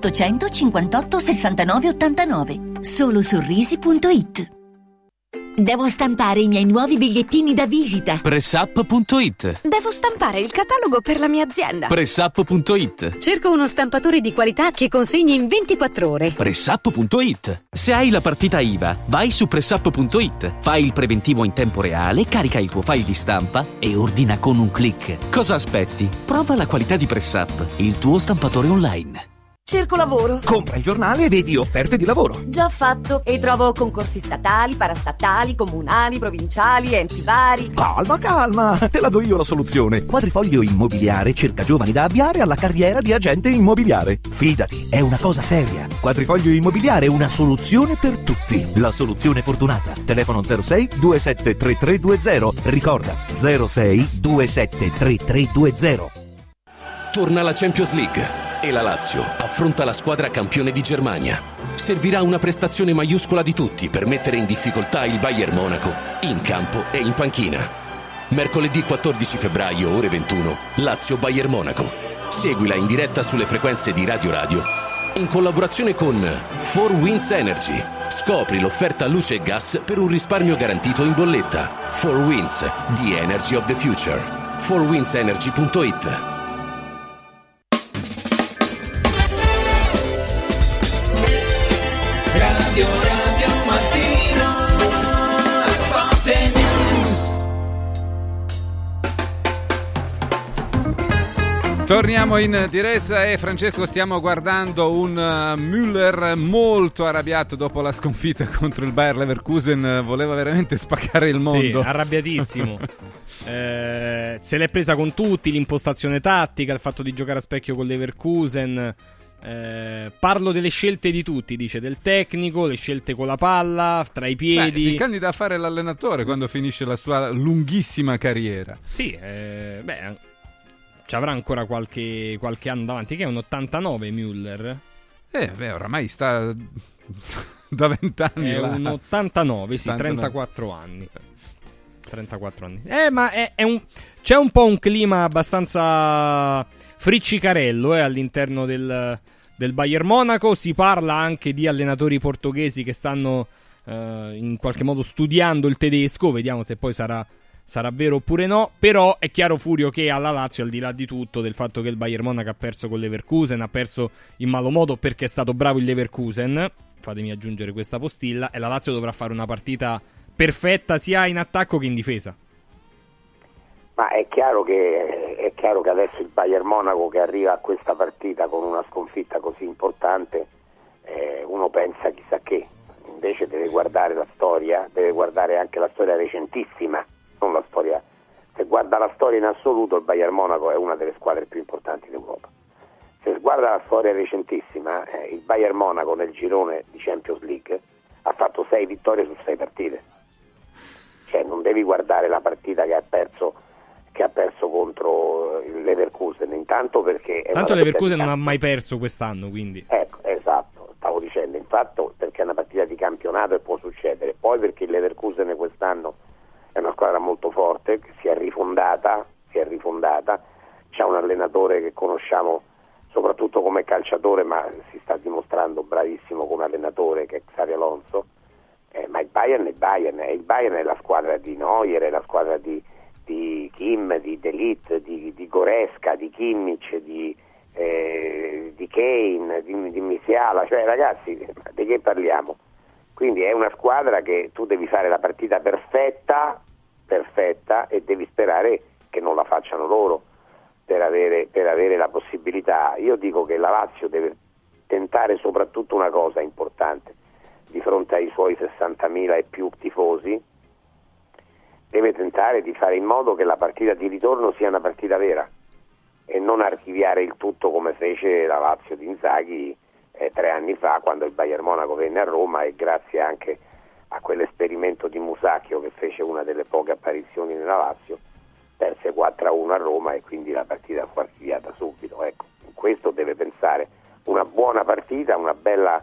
858 69 89. Solosorrisi.it. Devo stampare i miei nuovi bigliettini da visita. Pressup.it. Devo stampare il catalogo per la mia azienda. Pressup.it. Cerco uno stampatore di qualità che consegni in 24 ore. Pressup.it. Se hai la partita IVA, vai su Pressup.it, fai il preventivo in tempo reale, carica il tuo file di stampa e ordina con un click. Cosa aspetti? Prova la qualità di Pressup, il tuo stampatore online. Cerco lavoro. Compra il giornale e vedi offerte di lavoro. Già fatto. E trovo concorsi statali, parastatali, comunali, provinciali, enti vari. Calma, te la do io la soluzione. Quadrifoglio Immobiliare cerca giovani da avviare alla carriera di agente immobiliare. Fidati, è una cosa seria. Quadrifoglio Immobiliare è una soluzione per tutti. La soluzione fortunata. Telefono 06 27 3320. Ricorda, 06 27 3320. Torna la Champions League e la Lazio affronta la squadra campione di Germania. Servirà una prestazione maiuscola di tutti per mettere in difficoltà il Bayern Monaco in campo e in panchina. Mercoledì 14 febbraio, ore 21, Lazio-Bayern Monaco. Seguila in diretta sulle frequenze di Radio Radio in collaborazione con 4Winds Energy. Scopri l'offerta luce e gas per un risparmio garantito in bolletta. 4Winds, the energy of the future. 4windsenergy.it. Radio Mattino, Sport News. Torniamo in diretta e Francesco, stiamo guardando un Müller molto arrabbiato dopo la sconfitta contro il Bayer Leverkusen, voleva veramente spaccare il mondo. Sì, arrabbiatissimo. Se l'è presa con tutti, l'impostazione tattica, il fatto di giocare a specchio con Leverkusen. Parlo delle scelte di tutti, dice, del tecnico, le scelte con la palla, tra i piedi. Si candida a fare l'allenatore quando finisce la sua lunghissima carriera. Sì, ci avrà ancora qualche anno davanti, che è un 89 Müller. Oramai sta da 20 anni. È là. un 89, sì, 34 anni. 34 anni. Ma c'è un po' un clima abbastanza friccicarello all'interno del Bayern Monaco. Si parla anche di allenatori portoghesi che stanno in qualche modo studiando il tedesco. Vediamo se poi sarà vero oppure no. Però è chiaro, Furio, che alla Lazio, al di là di tutto, del fatto che il Bayern Monaco ha perso con Leverkusen, ha perso in malo modo perché è stato bravo il Leverkusen, fatemi aggiungere questa postilla, e la Lazio dovrà fare una partita perfetta sia in attacco che in difesa. Ma è chiaro che adesso il Bayern Monaco che arriva a questa partita con una sconfitta così importante, uno pensa chissà che, invece deve guardare la storia, deve guardare anche la storia recentissima, non la storia. Se guarda la storia in assoluto, il Bayern Monaco è una delle squadre più importanti d'Europa. Se guarda la storia recentissima, il Bayern Monaco nel girone di Champions League ha fatto 6 vittorie su 6 partite. Cioè non devi guardare la partita che ha perso contro il Leverkusen, intanto perché tanto Leverkusen non ha mai perso quest'anno, quindi ecco, esatto, stavo dicendo, infatti, perché è una partita di campionato e può succedere, poi perché il Leverkusen quest'anno è una squadra molto forte, che si è rifondata, c'ha un allenatore che conosciamo soprattutto come calciatore, ma si sta dimostrando bravissimo come allenatore, che è Xabi Alonso, ma il Bayern è la squadra di Neuer, è la squadra di Kim, di De Ligt, di Goretzka, di Kimmich, di Kane, di Musiala, cioè ragazzi, di che parliamo? Quindi è una squadra che tu devi fare la partita perfetta e devi sperare che non la facciano loro per avere la possibilità. Io dico che la Lazio deve tentare soprattutto una cosa importante di fronte ai suoi 60.000 e più tifosi, deve tentare di fare in modo che la partita di ritorno sia una partita vera e non archiviare il tutto come fece la Lazio di Inzaghi 3 anni fa, quando il Bayern Monaco venne a Roma, e grazie anche a quell'esperimento di Musacchio, che fece una delle poche apparizioni nella Lazio, perse 4-1 a Roma e quindi la partita fu archiviata subito. Ecco, questo deve pensare: una buona partita, una bella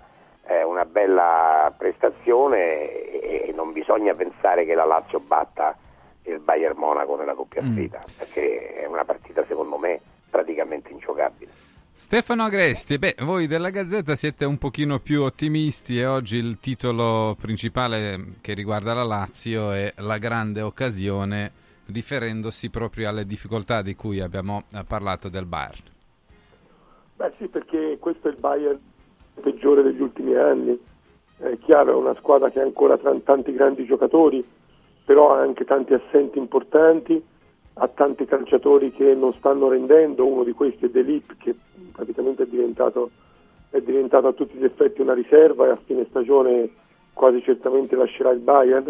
prestazione, e non bisogna pensare che la Lazio batta il Bayern Monaco nella doppia sfida, perché è una partita secondo me praticamente ingiocabile. Stefano Agresti, voi della Gazzetta siete un pochino più ottimisti, e oggi il titolo principale che riguarda la Lazio è la grande occasione, riferendosi proprio alle difficoltà di cui abbiamo parlato del Bayern. Beh sì, perché questo è il Bayern peggiore degli ultimi anni. È chiaro, è una squadra che ha ancora tanti grandi giocatori, però ha anche tanti assenti importanti, ha tanti calciatori che non stanno rendendo. Uno di questi è De Ligt, che praticamente è diventato a tutti gli effetti una riserva, e a fine stagione quasi certamente lascerà il Bayern.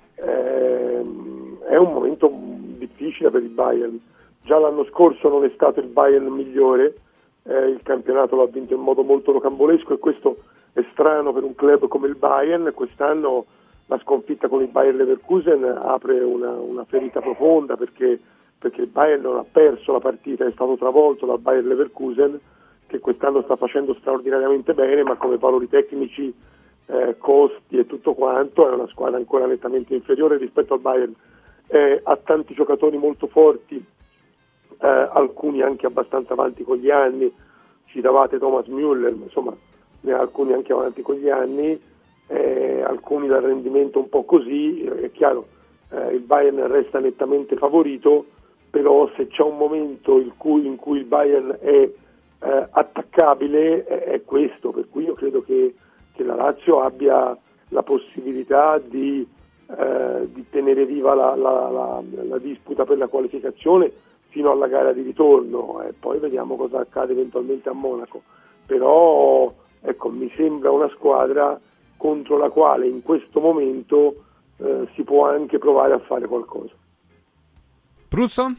È un momento difficile per il Bayern. Già l'anno scorso non è stato il Bayern migliore, il campionato l'ha vinto in modo molto rocambolesco, e questo è strano per un club come il Bayern. Quest'anno la sconfitta con il Bayer Leverkusen apre una ferita profonda, perché il Bayern non ha perso la partita, è stato travolto dal Bayer Leverkusen, che quest'anno sta facendo straordinariamente bene, ma come valori tecnici, costi e tutto quanto è una squadra ancora nettamente inferiore rispetto al Bayern. Ha tanti giocatori molto forti, alcuni anche abbastanza avanti con gli anni. Citavate Thomas Müller, ma insomma ne ha alcuni anche avanti con gli anni, alcuni dal rendimento un po' così. È chiaro, il Bayern resta nettamente favorito, però se c'è un momento in cui il Bayern è attaccabile è questo, per cui io credo che la Lazio abbia la possibilità di tenere viva la disputa per la qualificazione fino alla gara di ritorno, e poi vediamo cosa accade eventualmente a Monaco. Però ecco, mi sembra una squadra contro la quale in questo momento si può anche provare a fare qualcosa. Pruzzo?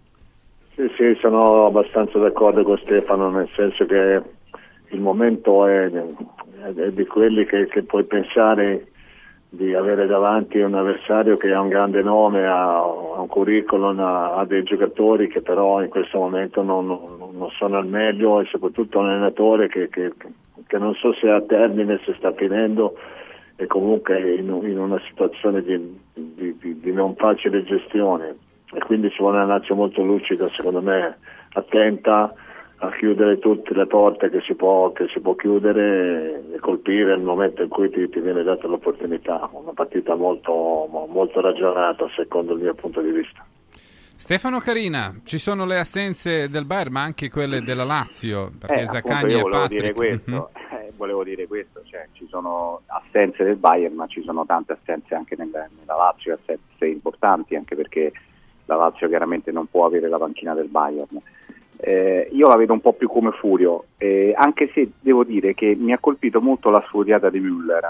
Sì, sono abbastanza d'accordo con Stefano, nel senso che il momento è di quelli che puoi pensare di avere davanti un avversario che ha un grande nome, ha un curriculum, ha dei giocatori che però in questo momento non sono al meglio, e soprattutto un allenatore che non so se è a termine, se sta finendo, e comunque in una situazione di non facile gestione, e quindi ci vuole una Lazio molto lucida, secondo me, attenta a chiudere tutte le porte che si può chiudere, e colpire nel momento in cui ti viene data l'opportunità. Una partita molto, molto ragionata secondo il mio punto di vista. Stefano Carina, ci sono le assenze del Bayern, ma anche quelle della Lazio, perché Zaccagni e Patrick. Volevo dire questo, cioè ci sono assenze del Bayern, ma ci sono tante assenze anche nella Lazio, assenze importanti, anche perché la Lazio chiaramente non può avere la panchina del Bayern. Io la vedo un po' più come Furio, anche se devo dire che mi ha colpito molto la sfuriata di Müller.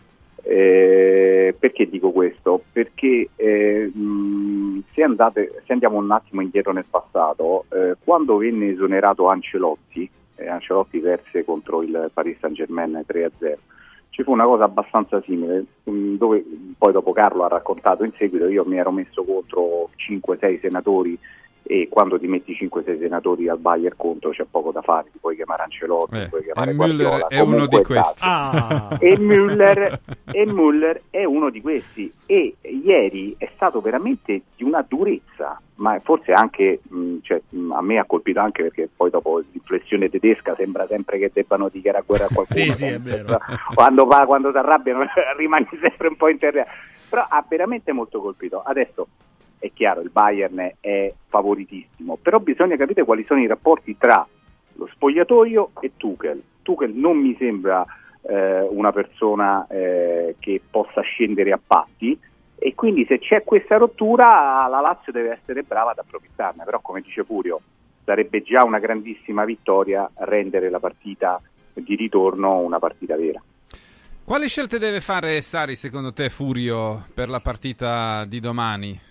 Perché dico questo? Perché se andiamo un attimo indietro nel passato, quando venne esonerato Ancelotti perse contro il Paris Saint-Germain 3-0, ci fu una cosa abbastanza simile, dove poi dopo Carlo ha raccontato in seguito, io mi ero messo contro 5-6 senatori, e quando ti metti 5-6 senatori al Bayern contro c'è poco da fare, ti puoi chiamare Ancelotti, puoi chiamare Guardiola, è uno di questi. E Müller è uno di questi, e ieri è stato veramente di una durezza, ma forse anche a me ha colpito anche perché poi dopo l'inflessione tedesca sembra sempre che debbano dichiarare guerra a qualcuno. Sì, è vero. Quando si arrabbiano rimane sempre un po' interessato, però ha veramente molto colpito. Adesso è chiaro, il Bayern è favoritissimo, però bisogna capire quali sono i rapporti tra lo spogliatoio e Tuchel. Tuchel non mi sembra una persona che possa scendere a patti, e quindi se c'è questa rottura la Lazio deve essere brava ad approfittarne, però come dice Furio sarebbe già una grandissima vittoria rendere la partita di ritorno una partita vera. Quali scelte deve fare Sarri secondo te, Furio, per la partita di domani?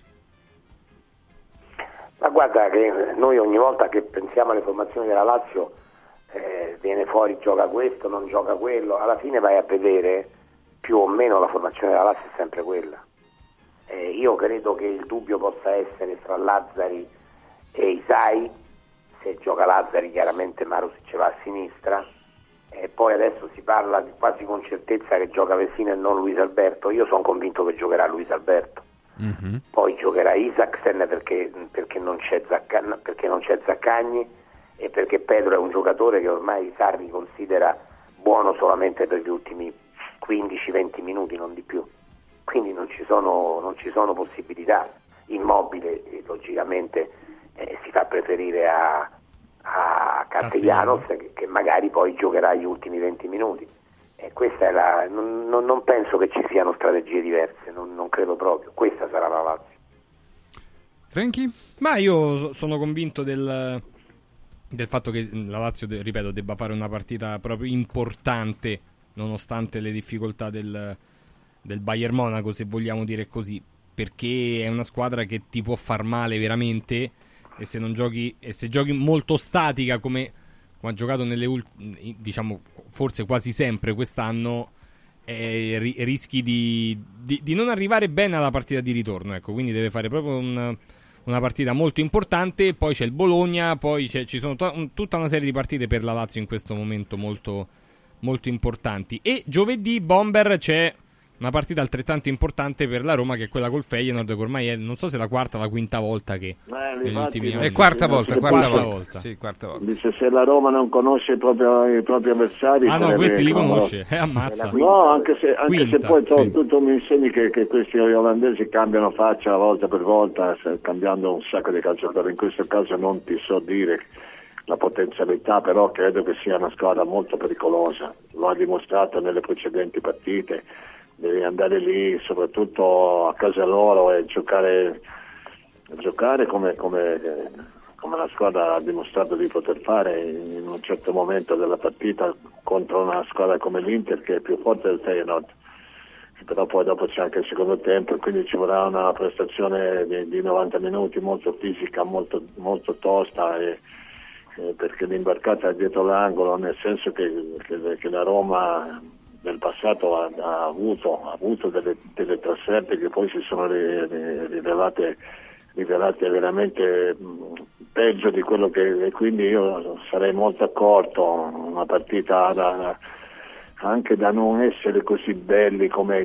Ma guarda che noi ogni volta che pensiamo alle formazioni della Lazio viene fuori gioca questo, non gioca quello, alla fine vai a vedere più o meno la formazione della Lazio è sempre quella. Io credo che il dubbio possa essere fra Lazzari e Isai. Se gioca Lazzari chiaramente Marusic va a sinistra, e poi adesso si parla quasi con certezza che gioca Vesino e non Luis Alberto. Io sono convinto che giocherà Luis Alberto. Poi giocherà Isaksen perché non c'è Zaccagni, e perché Pedro è un giocatore che ormai Sarri considera buono solamente per gli ultimi 15-20 minuti, non di più, quindi non ci sono possibilità. Immobile logicamente si fa preferire a Castellanos che magari poi giocherà gli ultimi 20 minuti. E questa è non penso che ci siano strategie diverse, non credo proprio. Questa sarà la Lazio. Franchi? Ma io sono convinto del fatto che la Lazio, ripeto, debba fare una partita proprio importante, nonostante le difficoltà del Bayern Monaco, se vogliamo dire così, perché è una squadra che ti può far male veramente, e se non giochi, e se giochi molto statica come ha giocato diciamo forse quasi sempre quest'anno, rischi di non arrivare bene alla partita di ritorno, ecco. Quindi deve fare proprio una partita molto importante. Poi c'è il Bologna, poi ci sono tutta una serie di partite per la Lazio in questo momento molto, molto importanti. E giovedì, Bomber, c'è una partita altrettanto importante per la Roma, che è quella col Feyenoord, che ormai è, non so se la quarta o la quinta volta che negli ultimi anni. È quarta volta. Sì, quarta volta. Dice, se la Roma non conosce i propri avversari, no, questi li conosce, ammazza. No, anche se poi tu mi insegni che questi olandesi cambiano faccia volta per volta, cambiando un sacco di calciatori. In questo caso non ti so dire la potenzialità, però credo che sia una squadra molto pericolosa, lo ha dimostrato nelle precedenti partite. Devi andare lì soprattutto a casa loro e giocare come la squadra ha dimostrato di poter fare in un certo momento della partita contro una squadra come l'Inter, che è più forte del Feyenoord. Però poi dopo c'è anche il secondo tempo, e quindi ci vorrà una prestazione di 90 minuti molto fisica, molto, molto tosta, perché l'imbarcata è dietro l'angolo, nel senso che la Roma nel passato ha avuto delle trasferte che poi si sono rivelate veramente peggio di quello che, e quindi io sarei molto accorto. Una partita anche da non essere così belli come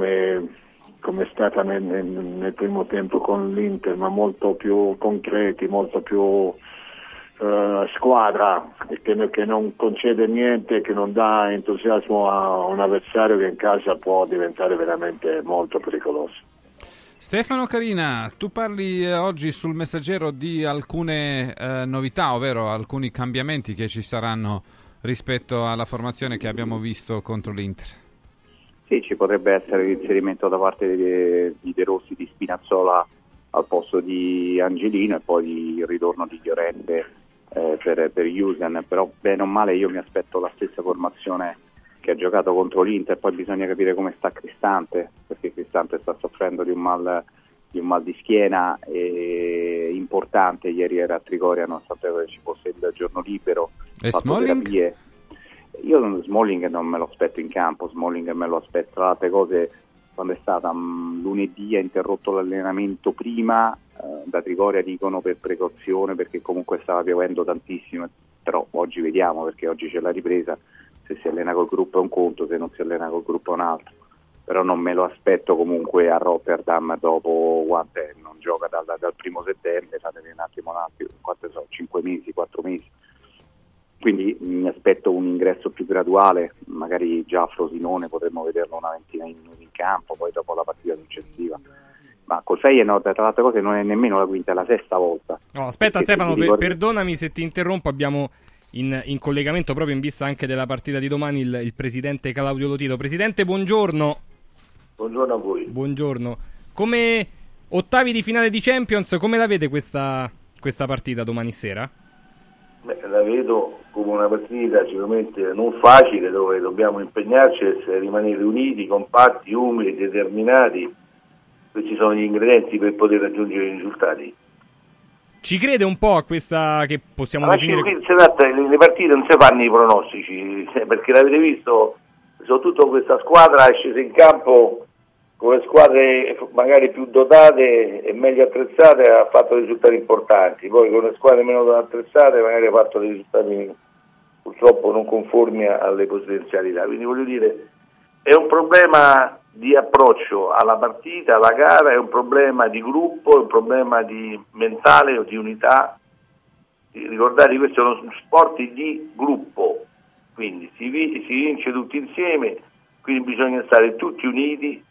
è stata nel primo tempo con l'Inter, ma molto più concreti, molto più squadra, che non concede niente, che non dà entusiasmo a un avversario che in casa può diventare veramente molto pericoloso. Stefano Carina, tu parli oggi sul Messaggero di alcune novità, ovvero alcuni cambiamenti che ci saranno rispetto alla formazione che abbiamo visto contro l'Inter. Sì, ci potrebbe essere l'inserimento da parte di De Rossi di Spinazzola al posto di Angelino, e poi il ritorno di Llorente per Jusen. Però bene o male io mi aspetto la stessa formazione che ha giocato contro l'Inter. Poi bisogna capire come sta Cristante, perché Cristante sta soffrendo di un mal di schiena importante. Ieri era a Trigoria, nonostante che ci fosse il giorno libero, e fatto Smalling? terapie. Io Smalling non me lo aspetto in campo, Smalling me lo aspetto. Tra le altre cose, quando è stata lunedì ha interrotto l'allenamento prima da Trigoria, dicono per precauzione, perché comunque stava piovendo tantissimo, però oggi vediamo, perché oggi c'è la ripresa, se si allena col gruppo è un conto, se non si allena col gruppo è un altro. Però non me lo aspetto comunque a Rotterdam dopo non gioca dal 1 settembre, fatemi un attimo, 5 mesi, 4 mesi. Quindi mi aspetto un ingresso più graduale, magari già a Frosinone potremmo vederlo una ventina di minuti in campo, poi dopo la partita successiva. Ma col Feyenoord, tra le altre cose, non è nemmeno la quinta, è la sesta volta. No, aspetta Stefano, perdonami se ti interrompo, abbiamo in collegamento proprio in vista anche della partita di domani il presidente Claudio Lotito. Presidente, buongiorno. Buongiorno a voi. Buongiorno. Come ottavi di finale di Champions, come la vede questa partita domani sera? La vedo come una partita sicuramente non facile, dove dobbiamo impegnarci e rimanere uniti, compatti, umili, determinati. Questi sono gli ingredienti per poter raggiungere i risultati. Ci crede un po' a questa che possiamo definire... Le partite non si fanno i pronostici, perché l'avete visto, soprattutto questa squadra è scesa in campo con le squadre magari più dotate e meglio attrezzate, ha fatto risultati importanti. Poi con le squadre meno attrezzate magari ha fatto dei risultati purtroppo non conformi alle potenzialità. Quindi voglio dire, è un problema di approccio alla partita, alla gara, è un problema di gruppo, è un problema di mentale o di unità. Ricordate, questi sono sport di gruppo, quindi si vince tutti insieme, quindi bisogna stare tutti uniti,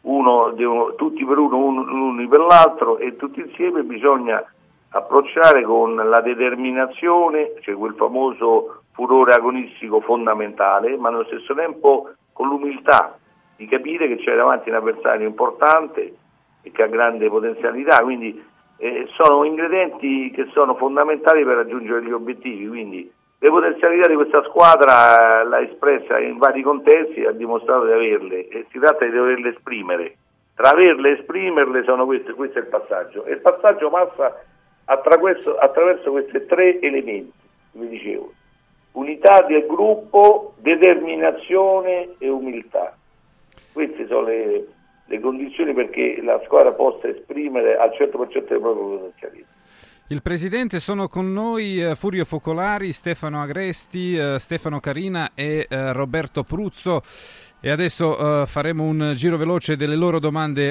tutti per uno, uni per l'altro, e tutti insieme bisogna approcciare con la determinazione, cioè quel famoso furore agonistico fondamentale, ma nello stesso tempo con l'umiltà di capire che c'è davanti un avversario importante e che ha grande potenzialità, quindi sono ingredienti che sono fondamentali per raggiungere gli obiettivi. Quindi le potenzialità di questa squadra l'ha espressa in vari contesti e ha dimostrato di averle, e si tratta di doverle esprimere. Tra averle e esprimerle sono questo è il passaggio, e il passaggio passa attraverso questi tre elementi, come dicevo: unità del gruppo, determinazione e umiltà. Queste sono le condizioni perché la squadra possa esprimere al 100% le proprie potenzialità. Il presidente, sono con noi Furio Focolari, Stefano Agresti, Stefano Carina e Roberto Pruzzo, e adesso faremo un giro veloce delle loro domande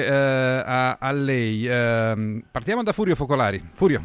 a lei. Partiamo da Furio Focolari. Furio.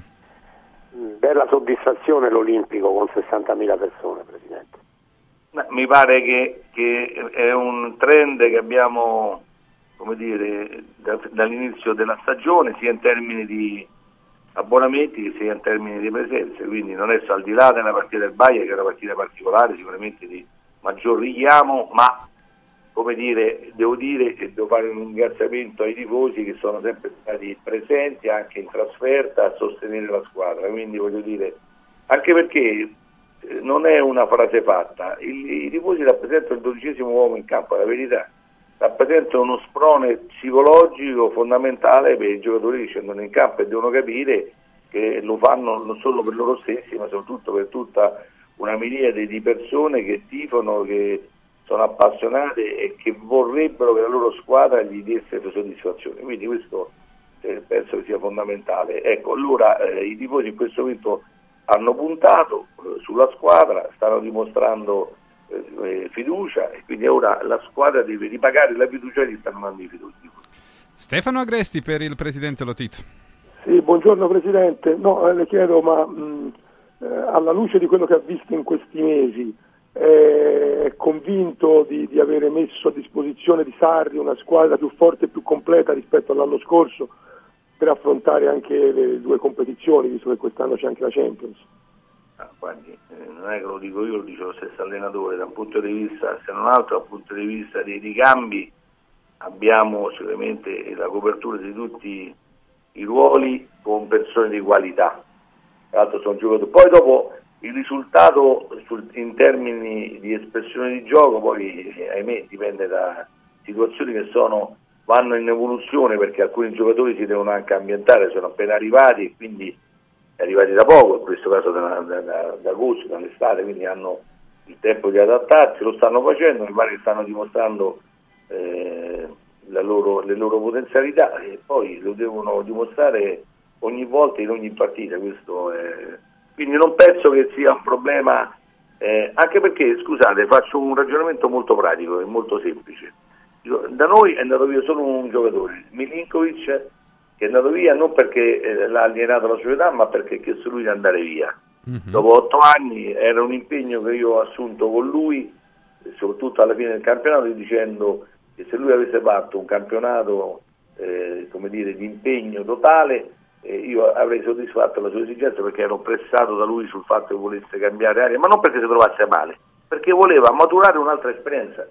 Bella soddisfazione l'Olimpico con 60.000 persone, Presidente. Mi pare che è un trend che abbiamo, come dire, dall'inizio della stagione, sia in termini di abbonamenti che sia in termini di presenze, quindi non è al di là della partita del Bayern, che è una partita particolare, sicuramente di maggior richiamo, ma come dire, devo dire che devo fare un ringraziamento ai tifosi che sono sempre stati presenti anche in trasferta a sostenere la squadra, quindi voglio dire, anche perché non è una frase fatta, i tifosi rappresentano il 12° uomo in campo, la verità, rappresentano uno sprone psicologico fondamentale per i giocatori che scendono in campo, e devono capire che lo fanno non solo per loro stessi, ma soprattutto per tutta una miriade di persone che tifano, che sono appassionate e che vorrebbero che la loro squadra gli desse soddisfazione. Quindi questo penso che sia fondamentale. Ecco, allora i tifosi in questo momento hanno puntato sulla squadra, stanno dimostrando fiducia, e quindi ora la squadra deve ripagare la fiducia che stanno dando i fiducia. Stefano Agresti per il presidente Lotito. Sì, buongiorno Presidente. No, le chiedo, ma alla luce di quello che ha visto in questi mesi, è convinto di avere messo a disposizione di Sarri una squadra più forte e più completa rispetto all'anno scorso per affrontare anche le due competizioni, visto che quest'anno c'è anche la Champions? Guardi, non è che lo dico io, lo dice lo stesso allenatore. Da un punto di vista, se non altro dal punto di vista dei ricambi, abbiamo sicuramente la copertura di tutti i ruoli con persone di qualità. Tra l'altro sono giocatori. Poi dopo il risultato in termini di espressione di gioco, poi ahimè dipende da situazioni che vanno in evoluzione, perché alcuni giocatori si devono anche ambientare, sono appena arrivati e quindi arrivati da poco, in questo caso da agosto, dall'estate, quindi hanno il tempo di adattarsi, lo stanno facendo, mi pare che stanno dimostrando le loro potenzialità, e poi lo devono dimostrare ogni volta in ogni partita. Quindi non penso che sia un problema, anche perché, scusate, faccio un ragionamento molto pratico e molto semplice. Da noi è andato via solo un giocatore, Milinkovic, che è andato via non perché l'ha alienato la società, ma perché ha chiesto lui di andare via. Dopo 8 anni era un impegno che io ho assunto con lui, soprattutto alla fine del campionato, dicendo che se lui avesse fatto un campionato di impegno totale, io avrei soddisfatto la sua esigenza, perché ero pressato da lui sul fatto che volesse cambiare aria, ma non perché si trovasse male, perché voleva maturare un'altra esperienza.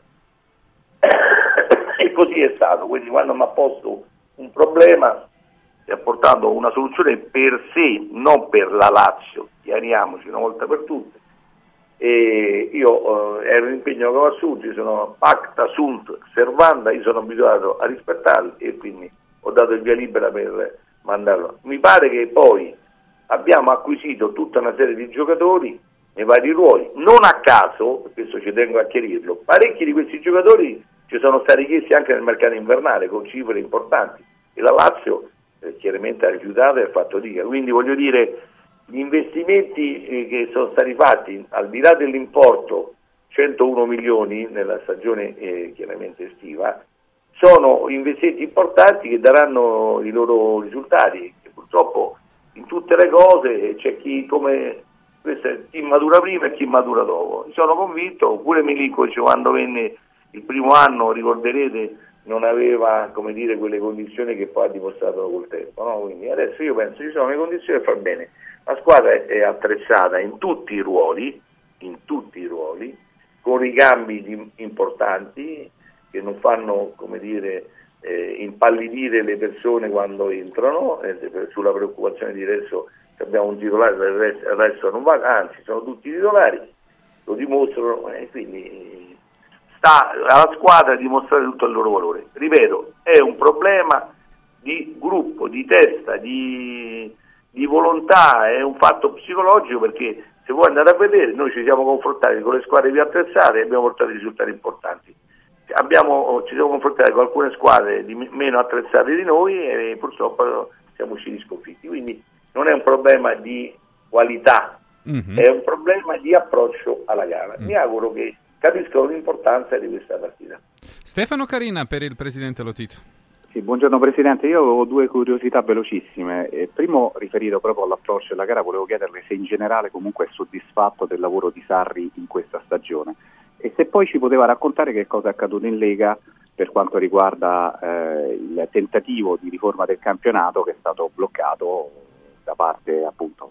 E così è stato. Quindi quando mi ha posto un problema e ha portato una soluzione per sé, non per la Lazio, chiariamoci una volta per tutte, e io ero un impegno che ho assunto, sono pacta sunt servanda, io sono abituato a rispettarli e quindi ho dato il via libera per mandarlo. Mi pare che poi abbiamo acquisito tutta una serie di giocatori nei vari ruoli, non a caso, questo ci tengo a chiarirlo, parecchi di questi giocatori ci sono stati chiesti anche nel mercato invernale con cifre importanti e la Lazio chiaramente ha rifiutato e ha fatto dica. Quindi voglio dire, gli investimenti che sono stati fatti, al di là dell'importo 101 milioni nella stagione chiaramente estiva, sono investimenti importanti che daranno i loro risultati, e purtroppo in tutte le cose c'è chi matura prima e chi matura dopo. Sono convinto, pure Milinkovic quando venne il primo anno, ricorderete, non aveva quelle condizioni che poi ha dimostrato col tempo, no? Quindi adesso io penso ci sono le condizioni per far bene. La squadra è attrezzata in tutti i ruoli, con ricambi importanti che non fanno impallidire le persone quando entrano, sulla preoccupazione di adesso che abbiamo un titolare, il resto non va, anzi sono tutti titolari, lo dimostrano, e quindi sta alla squadra dimostrare tutto il loro valore. Ripeto, è un problema di gruppo, di testa, di volontà, è un fatto psicologico, perché se voi andate a vedere, noi ci siamo confrontati con le squadre più attrezzate e abbiamo portato risultati importanti. Ci siamo confrontati con alcune squadre meno attrezzate di noi e purtroppo siamo usciti sconfitti. Quindi non è un problema di qualità, è un problema di approccio alla gara. Mi auguro che capiscono l'importanza di questa partita. Stefano Carina per il Presidente Lotito. Sì, buongiorno Presidente, io avevo 2 curiosità velocissime. Primo, riferito proprio all'approccio della gara, volevo chiederle se in generale comunque è soddisfatto del lavoro di Sarri in questa stagione, e se poi ci poteva raccontare che cosa è accaduto in Lega per quanto riguarda il tentativo di riforma del campionato che è stato bloccato da parte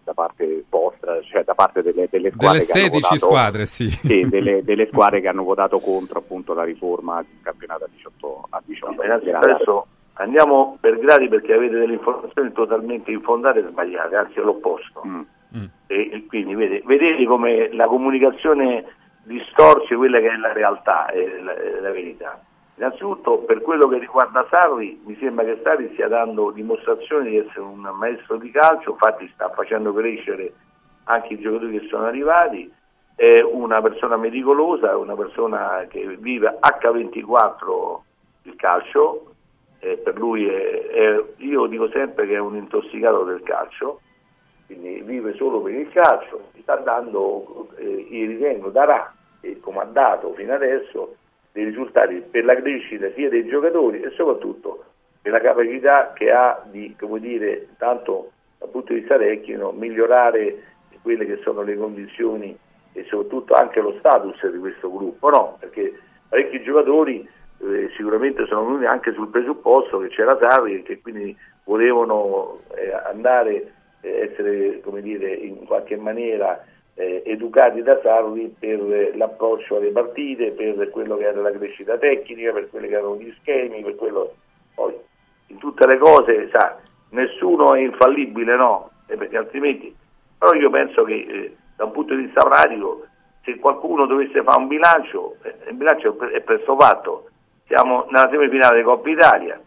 vostra, cioè da parte delle squadre delle che 16 hanno votato, squadre, sì, delle squadre che hanno votato contro appunto la riforma del campionato a 18. Adesso andiamo per gradi, perché avete delle informazioni totalmente infondate e sbagliate, anzi è l'opposto. E quindi vedete come la comunicazione distorce quella che è la realtà e la verità. Innanzitutto, per quello che riguarda Sarri, mi sembra che Sarri stia dando dimostrazione di essere un maestro di calcio, infatti sta facendo crescere anche i giocatori che sono arrivati, è una persona meticolosa, una persona che vive H24 il calcio, per lui io dico sempre che è un intossicato del calcio, quindi vive solo per il calcio, sta dando, ritengo darà, come ha dato fino adesso, dei risultati per la crescita sia dei giocatori e soprattutto per la capacità che ha di, tanto dal punto di vista tecnico, migliorare quelle che sono le condizioni e soprattutto anche lo status di questo gruppo, no? Perché parecchi giocatori sicuramente sono venuti anche sul presupposto che c'era Sarri e che quindi volevano andare, essere in qualche maniera educati da Sarri per l'approccio alle partite, per quello che era la crescita tecnica, per quelli che erano gli schemi, per quello poi in tutte le cose nessuno è infallibile, no? Perché altrimenti, però io penso che da un punto di vista pratico, se qualcuno dovesse fare un bilancio, il bilancio è presto fatto. Siamo nella semifinale di Coppa Italia,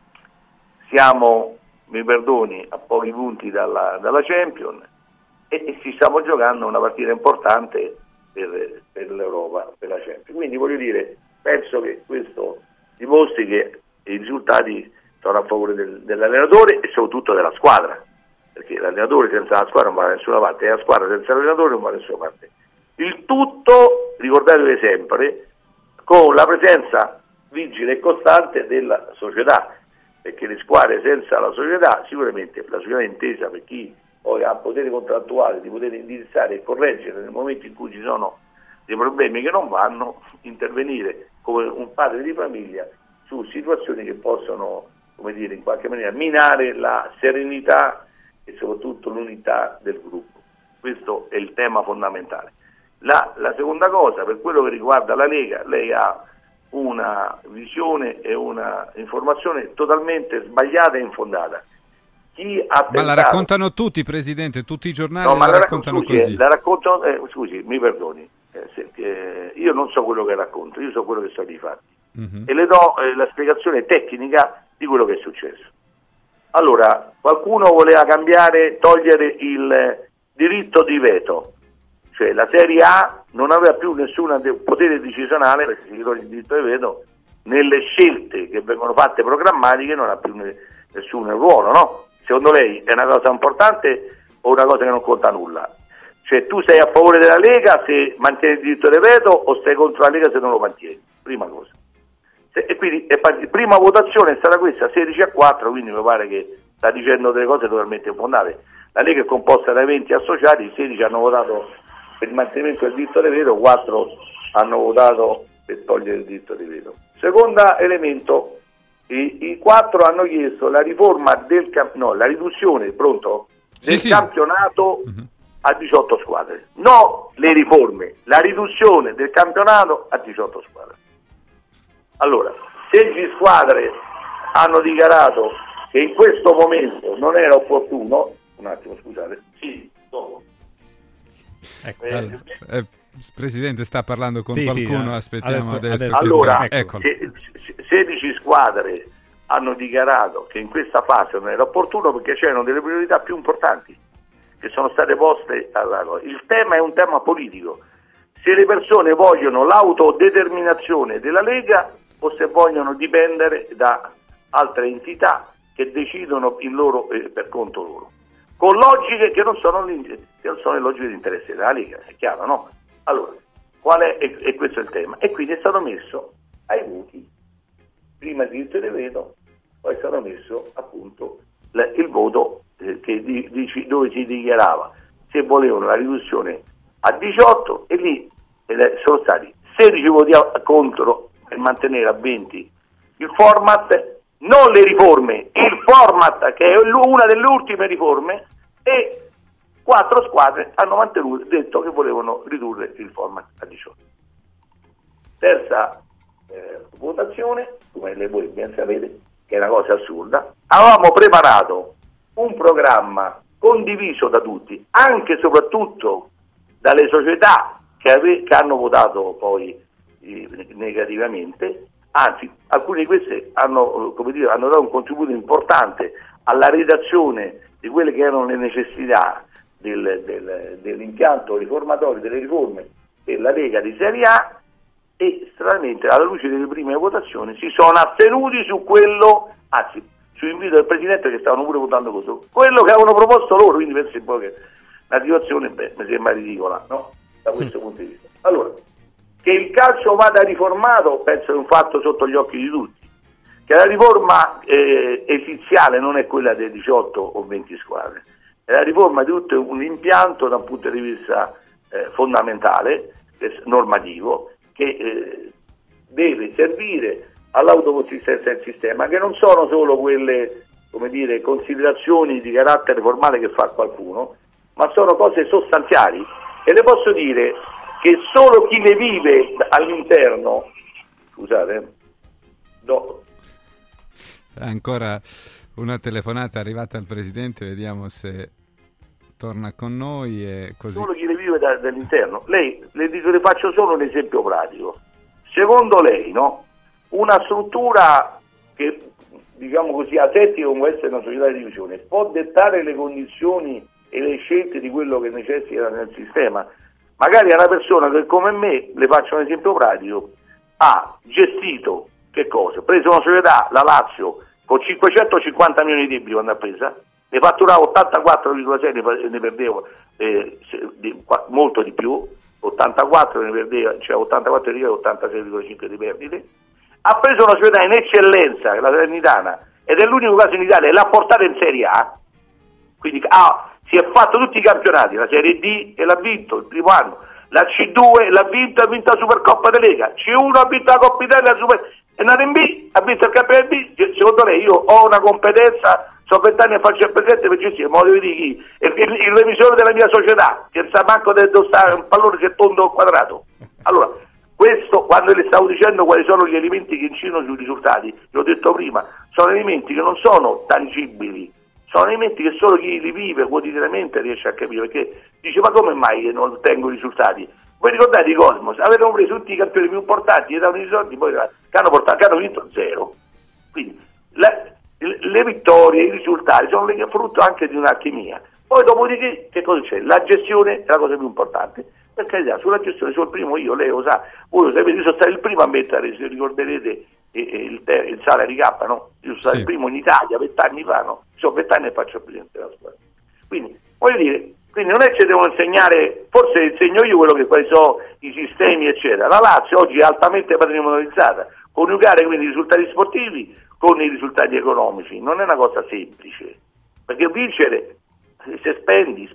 siamo, mi perdoni, a pochi punti dalla Champions e ci stiamo giocando una partita importante per l'Europa, per la Champions. Quindi voglio dire, penso che questo dimostri che i risultati sono a favore dell'allenatore e soprattutto della squadra, perché l'allenatore senza la squadra non va da nessuna parte, e la squadra senza l'allenatore non va da nessuna parte. Il tutto, ricordatevi sempre, con la presenza vigile e costante della società, perché le squadre senza la società, sicuramente la società è intesa per chi poi ha potere contrattuale di poter indirizzare e correggere nel momento in cui ci sono dei problemi che non vanno, intervenire come un padre di famiglia su situazioni che possono, come dire, in qualche maniera minare la serenità e soprattutto l'unità del gruppo. Questo è il tema fondamentale. La seconda cosa, per quello che riguarda la Lega, lei ha una visione e una informazione totalmente sbagliata e infondata. Ma la raccontano tutti, Presidente, tutti i giornali la raccontano così. La raccontano, scusi, mi perdoni, io non so quello che racconto, io so quello che sono i fatti. E le do la spiegazione tecnica di quello che è successo. Allora, qualcuno voleva cambiare, togliere il diritto di veto, cioè la Serie A non aveva più nessun potere decisionale, perché si toglie il diritto di veto, nelle scelte che vengono fatte programmatiche non ha più nessun ruolo, no? Secondo lei è una cosa importante o una cosa che non conta nulla? Cioè tu sei a favore della Lega se mantieni il diritto di veto o sei contro la Lega se non lo mantieni? Prima cosa. E quindi prima votazione è stata questa, 16-4, quindi mi pare che sta dicendo delle cose totalmente infondate. La Lega è composta da 20 associati, 16 hanno votato per il mantenimento del diritto di veto, 4 hanno votato per togliere il diritto di veto. Secondo elemento, i 4 hanno chiesto la riforma la riduzione, del campionato a 18 squadre. No le riforme, la riduzione del campionato a 18 squadre. Allora, 16 squadre hanno dichiarato che in questo momento non era opportuno, un attimo scusate, dopo. Ecco, Presidente sta parlando con qualcuno, aspettiamo adesso. Allora, 16 squadre hanno dichiarato che in questa fase non era opportuno perché c'erano delle priorità più importanti che sono state poste il tema è un tema politico. Se le persone vogliono l'autodeterminazione della Lega o se vogliono dipendere da altre entità che decidono il loro per conto loro, con logiche che non sono le logiche di interesse della Lega, è chiaro, no? Allora, qual è? E questo è il tema. E quindi è stato messo ai voti, prima il diritto di veto, poi è stato messo appunto il voto dove si dichiarava se volevano la riduzione a 18 e lì sono stati 16 voti contro per mantenere a 20 il format, non le riforme, il format che è una delle ultime riforme, e 4 squadre hanno detto che volevano ridurre il format a 18. Terza votazione, come voi ben sapete, che è una cosa assurda, avevamo preparato un programma condiviso da tutti, anche e soprattutto dalle società che hanno votato poi negativamente, anzi alcune di queste hanno dato un contributo importante alla redazione di quelle che erano le necessità dell'impianto riformatorio delle riforme per la Lega di Serie A, e stranamente alla luce delle prime votazioni si sono astenuti su quello, anzi su invito del Presidente, che stavano pure votando così, quello che avevano proposto loro, quindi penso un po' che la situazione mi sembra ridicola, no? Da questo punto di vista. Allora, che il calcio vada riformato penso è un fatto sotto gli occhi di tutti, che la riforma esiziale non è quella delle 18 o 20 squadre, è la riforma di tutto un impianto da un punto di vista fondamentale, normativo, che deve servire all'autoconsistenza del sistema, che non sono solo quelle, come dire, considerazioni di carattere formale che fa qualcuno, ma sono cose sostanziali, e le posso dire che solo chi ne vive all'interno, scusate, ancora Una telefonata arrivata al Presidente, vediamo se torna con noi e così. Uno chi le vive dall'interno. Lei, le faccio solo un esempio pratico. Secondo lei, no? Una struttura che, diciamo così, asettica come essere una società di divisione, può dettare le condizioni e le scelte di quello che necessita nel sistema? Magari a una persona che come me, le faccio un esempio pratico, ha gestito, che cosa? Preso una società, la Lazio, con 550 milioni di debiti quando ha presa, ne fatturava 84,6, ne perdevo molto di più, 84 ne perdeva, cioè 84 di ricavi, 86,5 di perdite. Ha preso una società in eccellenza, la Salernitana, ed è l'unico caso in Italia, e l'ha portata in Serie A, quindi si è fatto tutti i campionati, la Serie D e l'ha vinto il primo anno, la C2 l'ha vinta la Supercoppa della Lega, C1 ha vinto la Coppa Italia, è andato in B, ha vinto il campionato B. Secondo lei io ho una competenza, sono 20 anni a farci il presidente per gestire, ma lo devi dire chi? Il revisore della mia società, che sa manco dove sta un pallone che è tondo o quadrato. Allora, questo, quando le stavo dicendo quali sono gli elementi che incidono sui risultati, l'ho detto prima, sono elementi che non sono tangibili, sono elementi che solo chi li vive quotidianamente riesce a capire, perché dice ma come mai che non ottengo i risultati? Voi ricordate i Cosmos, avevano preso tutti i campioni più importanti e davano i soldi, poi che hanno vinto zero. Quindi le vittorie, i risultati sono frutto anche di un'alchimia. Poi dopodiché che cosa c'è? La gestione è la cosa più importante. Per carità, sulla gestione sono il primo io, lei lo sa, voi lo sapete, io sono stato il primo a mettere, se ricorderete, il salary cap, no? Io sono stato il primo in Italia 20 anni fa, no? Sono 20 anni e faccio il presidente della squadra. Quindi, voglio dire, quindi non è che devono insegnare, forse insegno io quello che quali sono i sistemi, eccetera. La Lazio oggi è altamente patrimonializzata, coniugare quindi i risultati sportivi con i risultati economici non è una cosa semplice, perché vincere, se spendi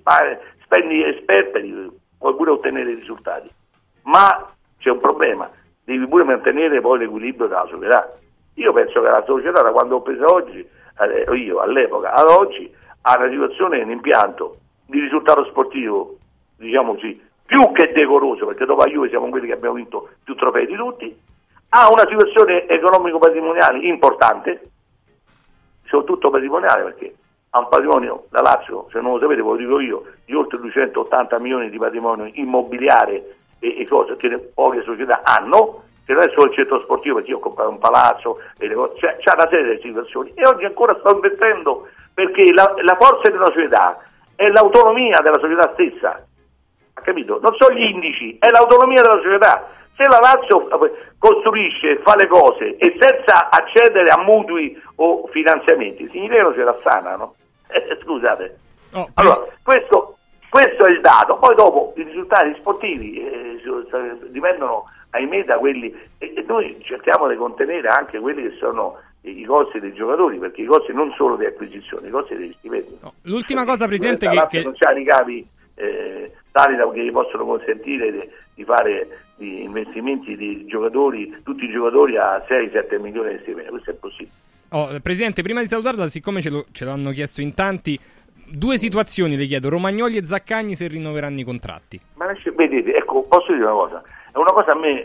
e sperperi, puoi pure ottenere i risultati, ma c'è un problema, devi pure mantenere poi l'equilibrio della società. Io penso che la società, da quando ho preso oggi, io all'epoca ad oggi, ha una situazione, un impianto di risultato sportivo, diciamo così, più che decoroso, perché dopo la Juve siamo quelli che abbiamo vinto più trofei di tutti, ha una situazione economico-patrimoniale importante, soprattutto patrimoniale, perché ha un patrimonio, la Lazio, se non lo sapete ve lo dico io, di oltre 280 milioni di patrimonio immobiliare e cose che poche società hanno, che non è solo il centro sportivo, perché io ho comprato un palazzo e le cose, c'è una serie di situazioni, e oggi ancora sto investendo, perché la forza di una società è l'autonomia della società stessa, ha capito? Non sono gli indici, è l'autonomia della società. Se la Lazio costruisce, fa le cose e senza accedere a mutui o finanziamenti, significa che non ce la sana, no? Scusate. Allora, questo è il dato. Poi dopo i risultati sportivi dipendono, ahimè, da quelli, e noi cerchiamo di contenere anche quelli che sono i costi dei giocatori, perché i costi non solo di acquisizione, i costi degli stipendi. L'ultima cosa, Presidente, che non c'ha ricavi tali da che gli possono consentire di fare di investimenti di giocatori, tutti i giocatori a 6-7 milioni di stipendi, questo è possibile. Presidente, prima di salutarla, siccome ce l'hanno chiesto in tanti, due situazioni le chiedo: Romagnoli e Zaccagni, se rinnoveranno i contratti. Ma vedete, ecco, posso dire una cosa a me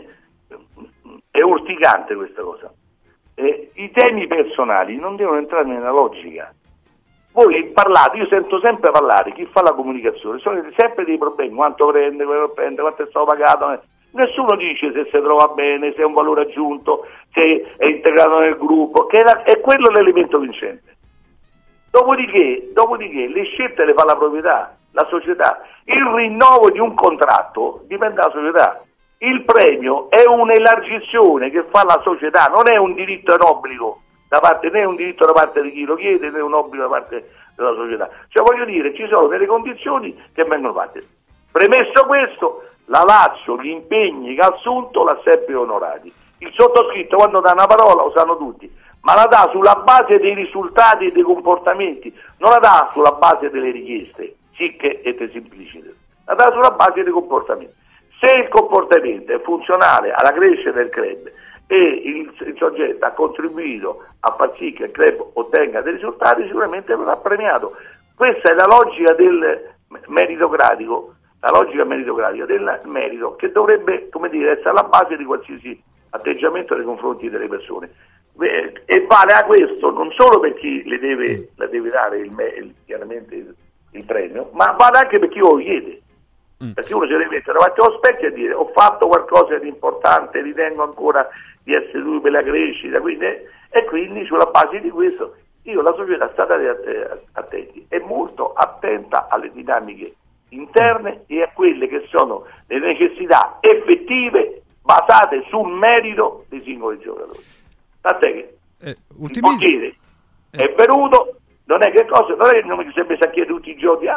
è urticante questa cosa. I temi personali non devono entrare nella logica. Voi parlate, io sento sempre parlare, chi fa la comunicazione, sono sempre dei problemi, quanto prende, quanto è stato pagato, nessuno dice se si trova bene, se è un valore aggiunto, se è integrato nel gruppo, che è quello l'elemento vincente. Dopodiché le scelte le fa la proprietà, la società. Il rinnovo di un contratto dipende dalla società. Il premio è un'elargizione che fa la società, non è un diritto e un obbligo da parte, né un diritto da parte di chi lo chiede, né un obbligo da parte della società. Cioè, voglio dire, ci sono delle condizioni che vengono fatte. Premesso questo, la Lazio, gli impegni che ha assunto l'ha sempre onorati. Il sottoscritto, quando dà una parola, lo sanno tutti, ma la dà sulla base dei risultati e dei comportamenti, non la dà sulla base delle richieste, sicche e semplicite, la dà sulla base dei comportamenti. Se il comportamento è funzionale alla crescita del club e il soggetto ha contribuito a far sì che il club ottenga dei risultati, sicuramente verrà premiato. Questa è la logica del meritocratico, del merito, che dovrebbe, come dire, essere alla base di qualsiasi atteggiamento nei confronti delle persone. e vale a questo non solo per chi la deve dare chiaramente il premio, ma vale anche per chi lo chiede. Perché uno si deve mettere davanti allo specchio e dire: ho fatto qualcosa di importante, ritengo ancora di essere lui per la crescita, quindi sulla base di questo la società sta attenti, è molto attenta alle dinamiche interne e a quelle che sono le necessità effettive basate sul merito dei singoli giocatori. Tant'è che il portiere è venuto, non è che non mi si è messo a chiedere tutti i giorni,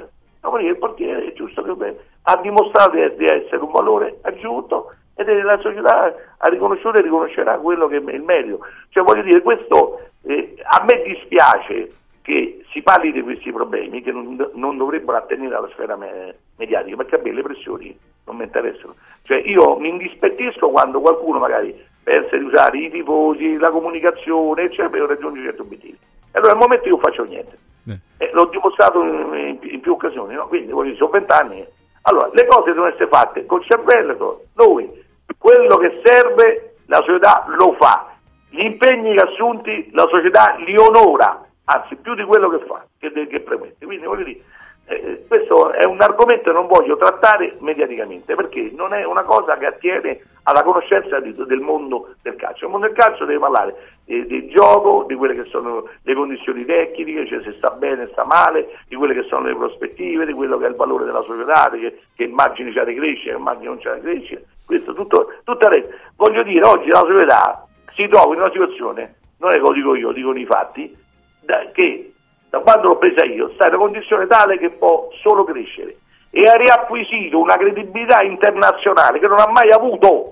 il portiere è giusto che ha dimostrato di essere un valore aggiunto ed la società ha riconosciuto e riconoscerà quello che è il merito. Cioè, voglio dire, questo a me dispiace che si parli di questi problemi che non dovrebbero attenere alla sfera mediatica, perché a me le pressioni non mi interessano. Cioè, io mi indispettisco quando qualcuno magari pensa di usare i tifosi, la comunicazione, eccetera, per raggiungere certi obiettivi. E allora al momento io non faccio niente. L'ho dimostrato in più occasioni, no? Quindi sono 20 anni. Allora, le cose devono essere fatte col cervello. Noi, quello che serve, la società lo fa. Gli impegni assunti, la società li onora, anzi più di quello che fa, che promette. Quindi voglio dire, questo è un argomento che non voglio trattare mediaticamente, perché non è una cosa che attiene alla conoscenza del mondo del calcio. Il mondo del calcio deve parlare del gioco, di quelle che sono le condizioni tecniche, cioè se sta bene, sta male, di quelle che sono le prospettive, di quello che è il valore della società, che immagini c'è da crescere, che immagini non c'è da crescere. Questo tutta voglio dire, oggi la società si trova in una situazione, non è che lo dico io, dicono i fatti, che da quando l'ho presa io sta in una condizione tale che può solo crescere e ha riacquisito una credibilità internazionale che non ha mai avuto.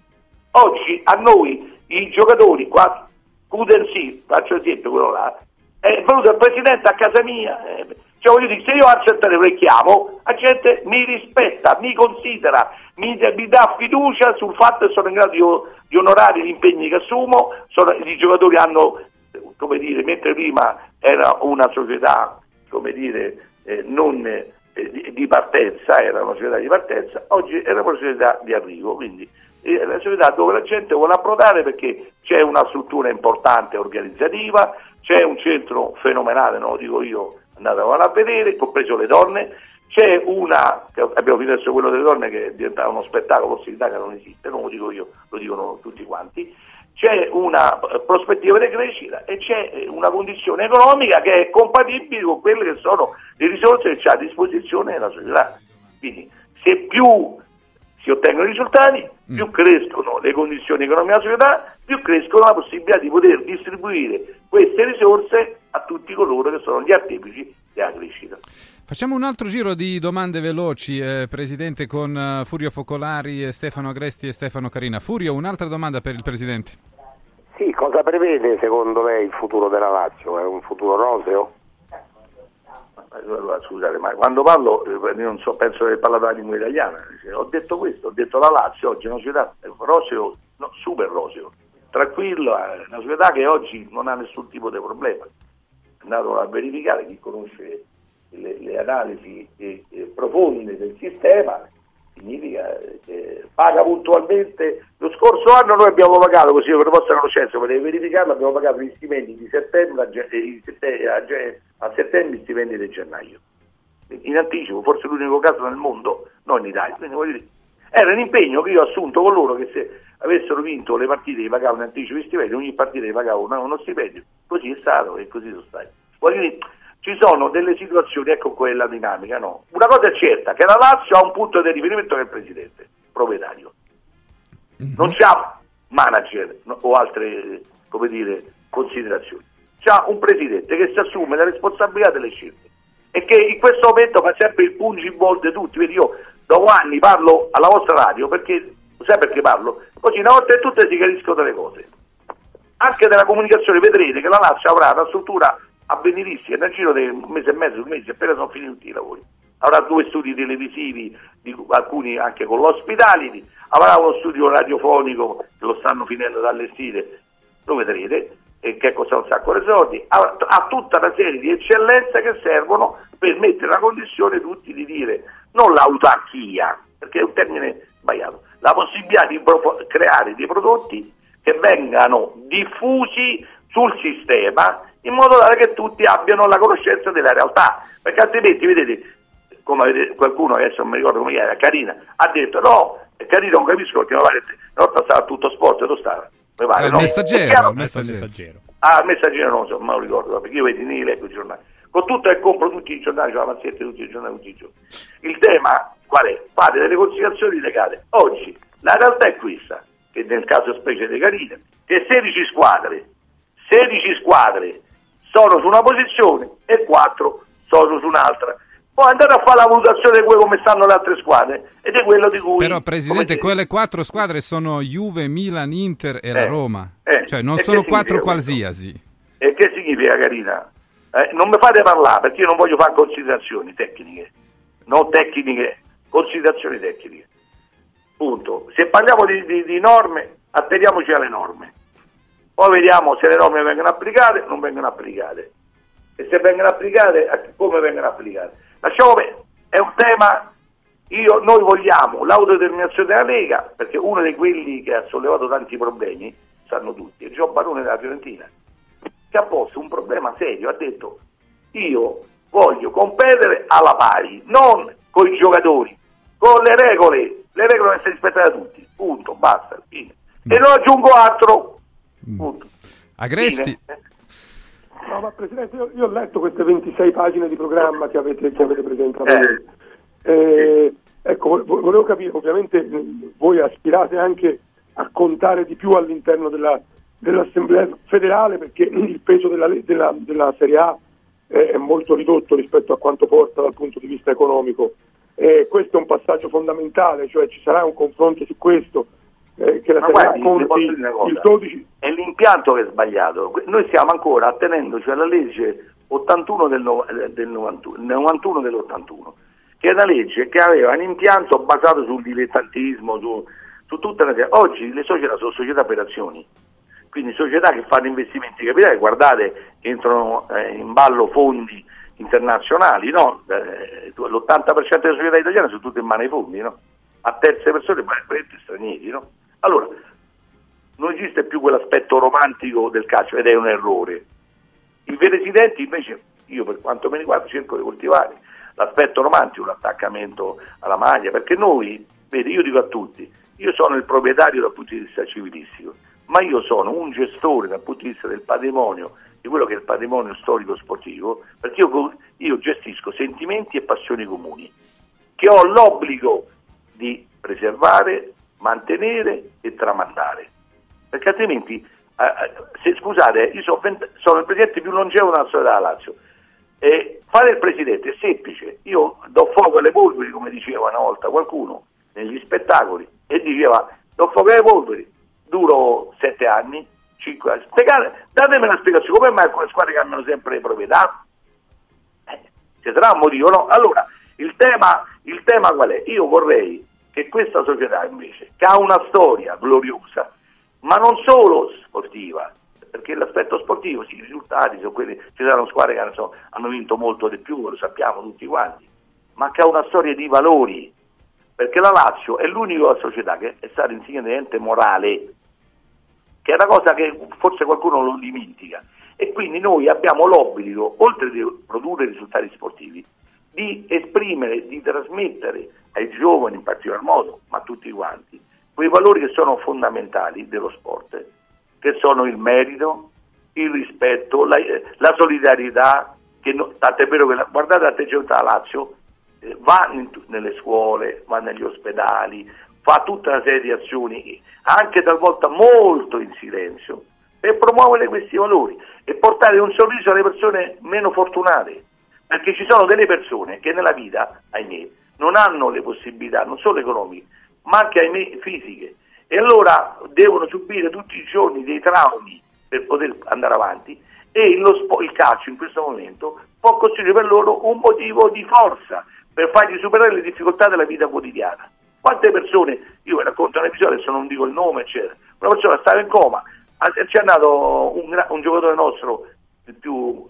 Oggi a noi i giocatori qua, Cudensi, faccio esempio quello là, è venuto il presidente a casa mia, cioè voglio dire, se io al centro chiamo, la gente mi rispetta, mi considera, mi dà fiducia sul fatto che sono in grado di onorare gli impegni che assumo, i giocatori hanno, come dire, mentre prima era una società, come dire, non di partenza, era una società di partenza, oggi è una società di arrivo, quindi è una società dove la gente vuole approdare perché c'è una struttura importante organizzativa, c'è un centro fenomenale, non lo dico io, andatevelo a vedere, compreso le donne, c'è abbiamo finito adesso quello delle donne che diventa uno spettacolo, possibilità che non esiste, non lo dico io, lo dicono tutti quanti. C'è una prospettiva di crescita e c'è una condizione economica che è compatibile con quelle che sono le risorse che c'è a disposizione della società. Quindi se più si ottengono i risultati, più crescono le condizioni economiche della società, più crescono la possibilità di poter distribuire queste risorse a tutti coloro che sono gli artefici della crescita. Facciamo un altro giro di domande veloci, Presidente, con Furio Focolari, Stefano Agresti e Stefano Carina. Furio, un'altra domanda per il Presidente. Sì, cosa prevede secondo lei il futuro della Lazio? È un futuro roseo? Scusate, ma quando parlo, non so, penso che parla la lingua italiana. Ho detto questo, ho detto la Lazio oggi è una società roseo, no, super roseo, tranquillo, è una società che oggi non ha nessun tipo di problema. È andato a verificare, chi conosce le analisi profonde del sistema, significa che paga puntualmente. Lo scorso anno noi abbiamo pagato, così per vostra conoscenza, potete verificarlo, abbiamo pagato gli stipendi di settembre a settembre, gli stipendi di gennaio in anticipo, forse l'unico caso nel mondo, non in Italia. Quindi voglio dire, era un impegno che io ho assunto con loro, che se avessero vinto le partite gli pagavano in anticipo gli stipendi, ogni partita gli pagavano uno stipendio, così è stato e così sono stati. Voglio dire, ci sono delle situazioni, ecco quella dinamica, no? Una cosa è certa, che la Lazio ha un punto di riferimento che è il presidente, proprietario. Non c'ha manager o altre, come dire, considerazioni. C'ha un presidente che si assume la responsabilità delle scelte e che in questo momento fa sempre il pungiball di tutti. Vedi, io dopo anni parlo alla vostra radio perché, sai perché parlo? Così una volta e tutte si chiariscono delle cose. Anche della comunicazione vedrete che la Lazio avrà una struttura avveniristica nel giro di un mese e mezzo, 2 mesi, appena sono finiti tutti i lavori. Avrà 2 studi televisivi, alcuni anche con l'hospitality, avrà uno studio radiofonico che lo stanno finendo da allestire, lo vedrete, e che costa un sacco di soldi, ha tutta una serie di eccellenze che servono per mettere la condizione tutti di dire, non l'autarchia, perché è un termine sbagliato, la possibilità di creare dei prodotti che vengano diffusi sul sistema in modo tale che tutti abbiano la conoscenza della realtà, perché altrimenti, vedete, come avete, qualcuno, adesso non mi ricordo come era, Carina, ha detto no, Carina non capisco perché una volta stava tutto sport, dove stava? Mi pare, il no? Messaggero. Il Messaggero non so, ma lo ricordo, perché io vedi, ne leggo i giornali. Con tutto che compro tutti i giornali, c'ho la mazzetta tutti i giornali, tutti i giorni. Il tema qual è? Fate delle considerazioni legate. Oggi la realtà è questa, che nel caso specie di Carina, che 16 squadre sono su una posizione e 4 sono su un'altra. Poi andate a fare la valutazione di come stanno le altre squadre ed è quello di cui... Però, Presidente, quelle 4 squadre sono Juve, Milan, Inter e la Roma. Cioè non e sono che 4 qualsiasi. E che significa, Carina? Non mi fate parlare, perché io non voglio fare considerazioni tecniche. Non tecniche, considerazioni tecniche. Punto. Se parliamo di norme, atteniamoci alle norme. Poi vediamo se le norme vengono applicate o non vengono applicate. E se vengono applicate, come vengono applicate. Lasciamo bene, è un tema, noi vogliamo l'autodeterminazione della Lega, perché uno di quelli che ha sollevato tanti problemi, sanno tutti, è Gio Barone della Fiorentina, che ha posto un problema serio, ha detto io voglio competere alla pari, non con i giocatori, con le regole devono essere rispettate da tutti, punto, basta, fine. E non aggiungo altro, punto. Agresti. Fine. No, ma Presidente, io ho letto queste 26 pagine di programma che avete presentato. Ecco, volevo capire, ovviamente voi aspirate anche a contare di più all'interno dell'Assemblea federale, perché il peso della Serie A è molto ridotto rispetto a quanto porta dal punto di vista economico. Questo è un passaggio fondamentale, cioè ci sarà un confronto su questo. Che la Serie A conti il 12. È l'impianto che è sbagliato. Noi stiamo ancora attenendoci alla legge 81 del 91 dell'81, che è una legge che aveva un impianto basato sul dilettantismo, su tutta una serie. Oggi le società sono società per azioni, quindi società che fanno investimenti capitali, guardate, entrano in ballo fondi internazionali, no? L'80% delle società italiane sono tutte in mano ai fondi, no? A terze persone, praticamente stranieri, no? Allora, non esiste più quell'aspetto romantico del calcio ed è un errore. I presidenti invece, io per quanto mi riguarda cerco di coltivare l'aspetto romantico, l'attaccamento alla maglia, perché noi, vedi, io dico a tutti, io sono il proprietario dal punto di vista civilistico, ma io sono un gestore dal punto di vista del patrimonio, di quello che è il patrimonio storico sportivo, perché io gestisco sentimenti e passioni comuni, che ho l'obbligo di preservare, mantenere e tramandare, perché altrimenti scusate, io sono il presidente più longevo della storia della Lazio, fare il presidente è semplice, io do fuoco alle polveri, come diceva una volta qualcuno negli spettacoli, e diceva do fuoco alle polveri, duro 7 anni, 5 anni, datemi una spiegazione, come mai alcune squadre cambiano sempre le proprietà? Ci sarà un motivo, no? Allora il tema qual è? Io vorrei che questa società invece, che ha una storia gloriosa, ma non solo sportiva, perché l'aspetto sportivo, sì, i risultati sono quelli, ci saranno squadre che hanno vinto molto di più, lo sappiamo tutti quanti, ma che ha una storia di valori, perché la Lazio è l'unica società che è stata insignita di ente morale, che è una cosa che forse qualcuno lo dimentica, e quindi noi abbiamo l'obbligo, oltre di produrre risultati sportivi, di esprimere, di trasmettere ai giovani in particolar modo, ma a tutti quanti, quei valori che sono fondamentali dello sport, che sono il merito, il rispetto, la solidarietà, tanto è vero che guardate l'atteggiamento della Lazio, va nelle scuole, va negli ospedali, fa tutta una serie di azioni, anche talvolta molto in silenzio, per promuovere questi valori e portare un sorriso alle persone meno fortunate, perché ci sono delle persone che nella vita, ahimè, non hanno le possibilità, non solo economiche, ma anche, ahimè, fisiche, e allora devono subire tutti i giorni dei traumi per poter andare avanti, e il calcio in questo momento può costituire per loro un motivo di forza per fargli superare le difficoltà della vita quotidiana. Quante persone, io vi racconto un episodio, adesso non dico il nome, eccetera, una persona stava in coma, ci è andato un giocatore nostro, il più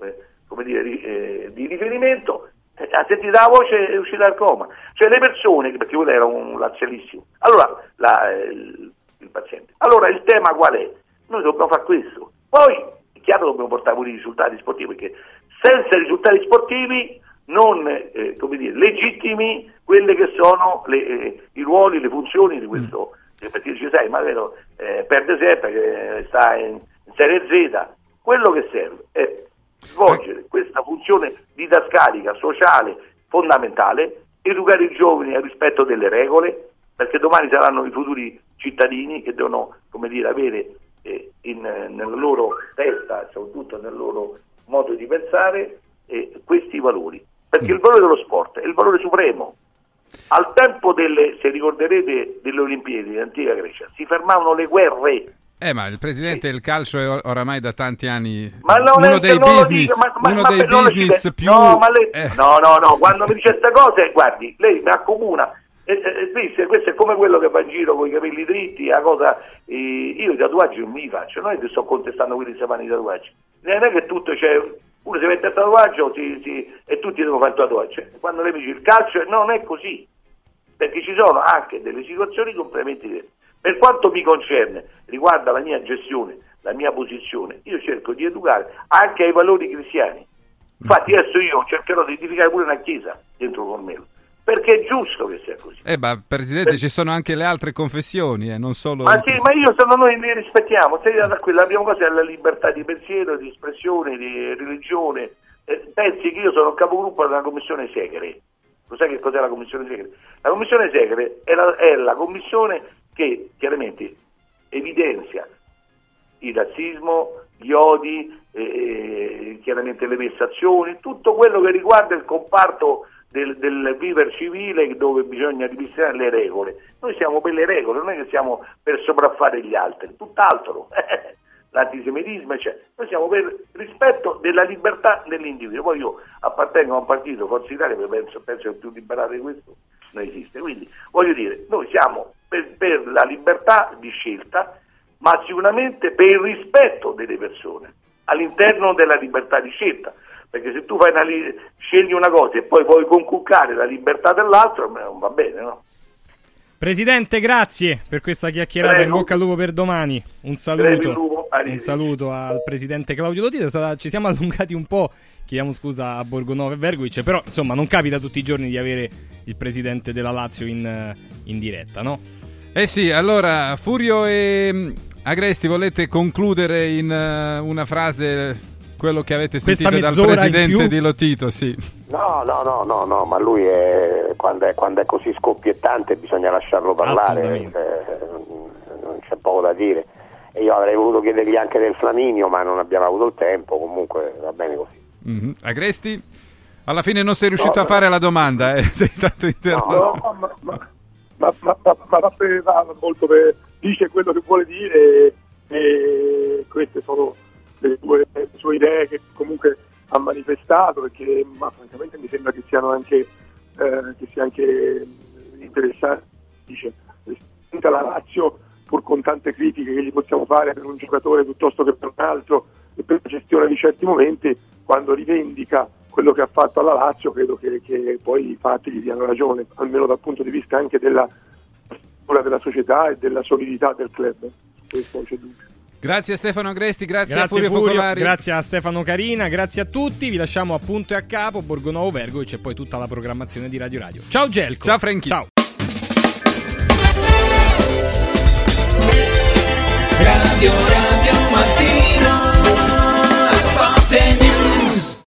di riferimento, ha sentito la voce e è uscita dal coma. Cioè le persone, perché quello era un lazialissimo, allora il paziente. Allora il tema qual è? Noi dobbiamo fare questo. Poi è chiaro dobbiamo portare pure i risultati sportivi, perché senza risultati sportivi non legittimi quelle che sono i ruoli, le funzioni di questo, perché dice sai, ma vero, perde sempre, che sta in Serie Z. Quello che serve è svolgere questa funzione didascalica, sociale, fondamentale, educare i giovani al rispetto delle regole, perché domani saranno i futuri cittadini che devono, avere nella loro testa, soprattutto nel loro modo di pensare, questi valori. Perché il valore dello sport è il valore supremo. Al tempo se ricorderete, delle Olimpiadi in antica Grecia, si fermavano le guerre. Ma il presidente del calcio è oramai da tanti anni uno dei business più... No, quando mi dice queste cose, guardi, lei mi accomuna. Questo è come quello che va in giro con i capelli dritti, la cosa. Io i tatuaggi non mi faccio, non è che sto contestando quelli che si fanno i tatuaggi. Non è che tutto uno si mette il tatuaggio e tutti devono fare il tatuaggio. Quando lei mi dice il calcio, non è così, perché ci sono anche delle situazioni completamente diverse. Per quanto mi concerne, riguarda la mia gestione, la mia posizione, io cerco di educare anche ai valori cristiani. Infatti adesso io cercherò di edificare pure una chiesa dentro Formello, perché è giusto che sia così. Ma Presidente, ci sono anche le altre confessioni, non solo... Ma sì, ma noi li rispettiamo, la prima cosa è la libertà di pensiero, di espressione, di religione. Pensi che io sono capogruppo della Commissione Segre. Lo sai che cos'è la Commissione Segre? La Commissione Segre è la commissione che chiaramente evidenzia il razzismo, gli odi, chiaramente le vessazioni, tutto quello che riguarda il comparto del vivere civile, dove bisogna ripristinare le regole. Noi siamo per le regole, non è che siamo per sopraffare gli altri, tutt'altro. L'antisemitismo, eccetera. Noi siamo per il rispetto della libertà dell'individuo. Poi io appartengo a un partito, Forza Italia, che penso che più liberato di questo non esiste. Quindi voglio dire, noi siamo per la libertà di scelta, ma sicuramente per il rispetto delle persone all'interno della libertà di scelta, perché se tu scegli una cosa e poi puoi conculcare la libertà dell'altro, non va bene, no? Presidente, grazie per questa chiacchierata. Prego. In bocca al lupo per domani. Un saluto al presidente Claudio Lotito. Ci siamo allungati un po', chiediamo scusa a Borgonovo e Vergovic, però insomma non capita tutti i giorni di avere il presidente della Lazio in diretta, no? Sì, allora Furio e Agresti, volete concludere in una frase quello che avete sentito dal presidente di Lotito? Sì. No, ma lui quando è così scoppiettante bisogna lasciarlo parlare, non c'è poco da dire. E io avrei voluto chiedergli anche del Flaminio, ma non abbiamo avuto il tempo, comunque va bene così. Mm-hmm. Agresti? Alla fine non sei riuscito a fare la domanda, sei stato interrotto. Ma va molto bene, dice quello che vuole dire e queste sono le sue idee che comunque ha manifestato, perché francamente mi sembra che siano anche interessanti. Dice la Lazio, pur con tante critiche che gli possiamo fare per un giocatore piuttosto che per un altro e per la gestione di certi momenti, quando rivendica quello che ha fatto alla Lazio, credo che poi i fatti gli diano ragione, almeno dal punto di vista anche della società e della solidità del club. Questo non c'è dubbio. Grazie a Stefano Agresti, grazie a Furio Focolari, grazie a Stefano Carina, grazie a tutti. Vi lasciamo a punto e a capo Borgonovo, Vergovic e poi tutta la programmazione di Radio Radio. Ciao Gelco. Ciao Franchi. Ciao. Radio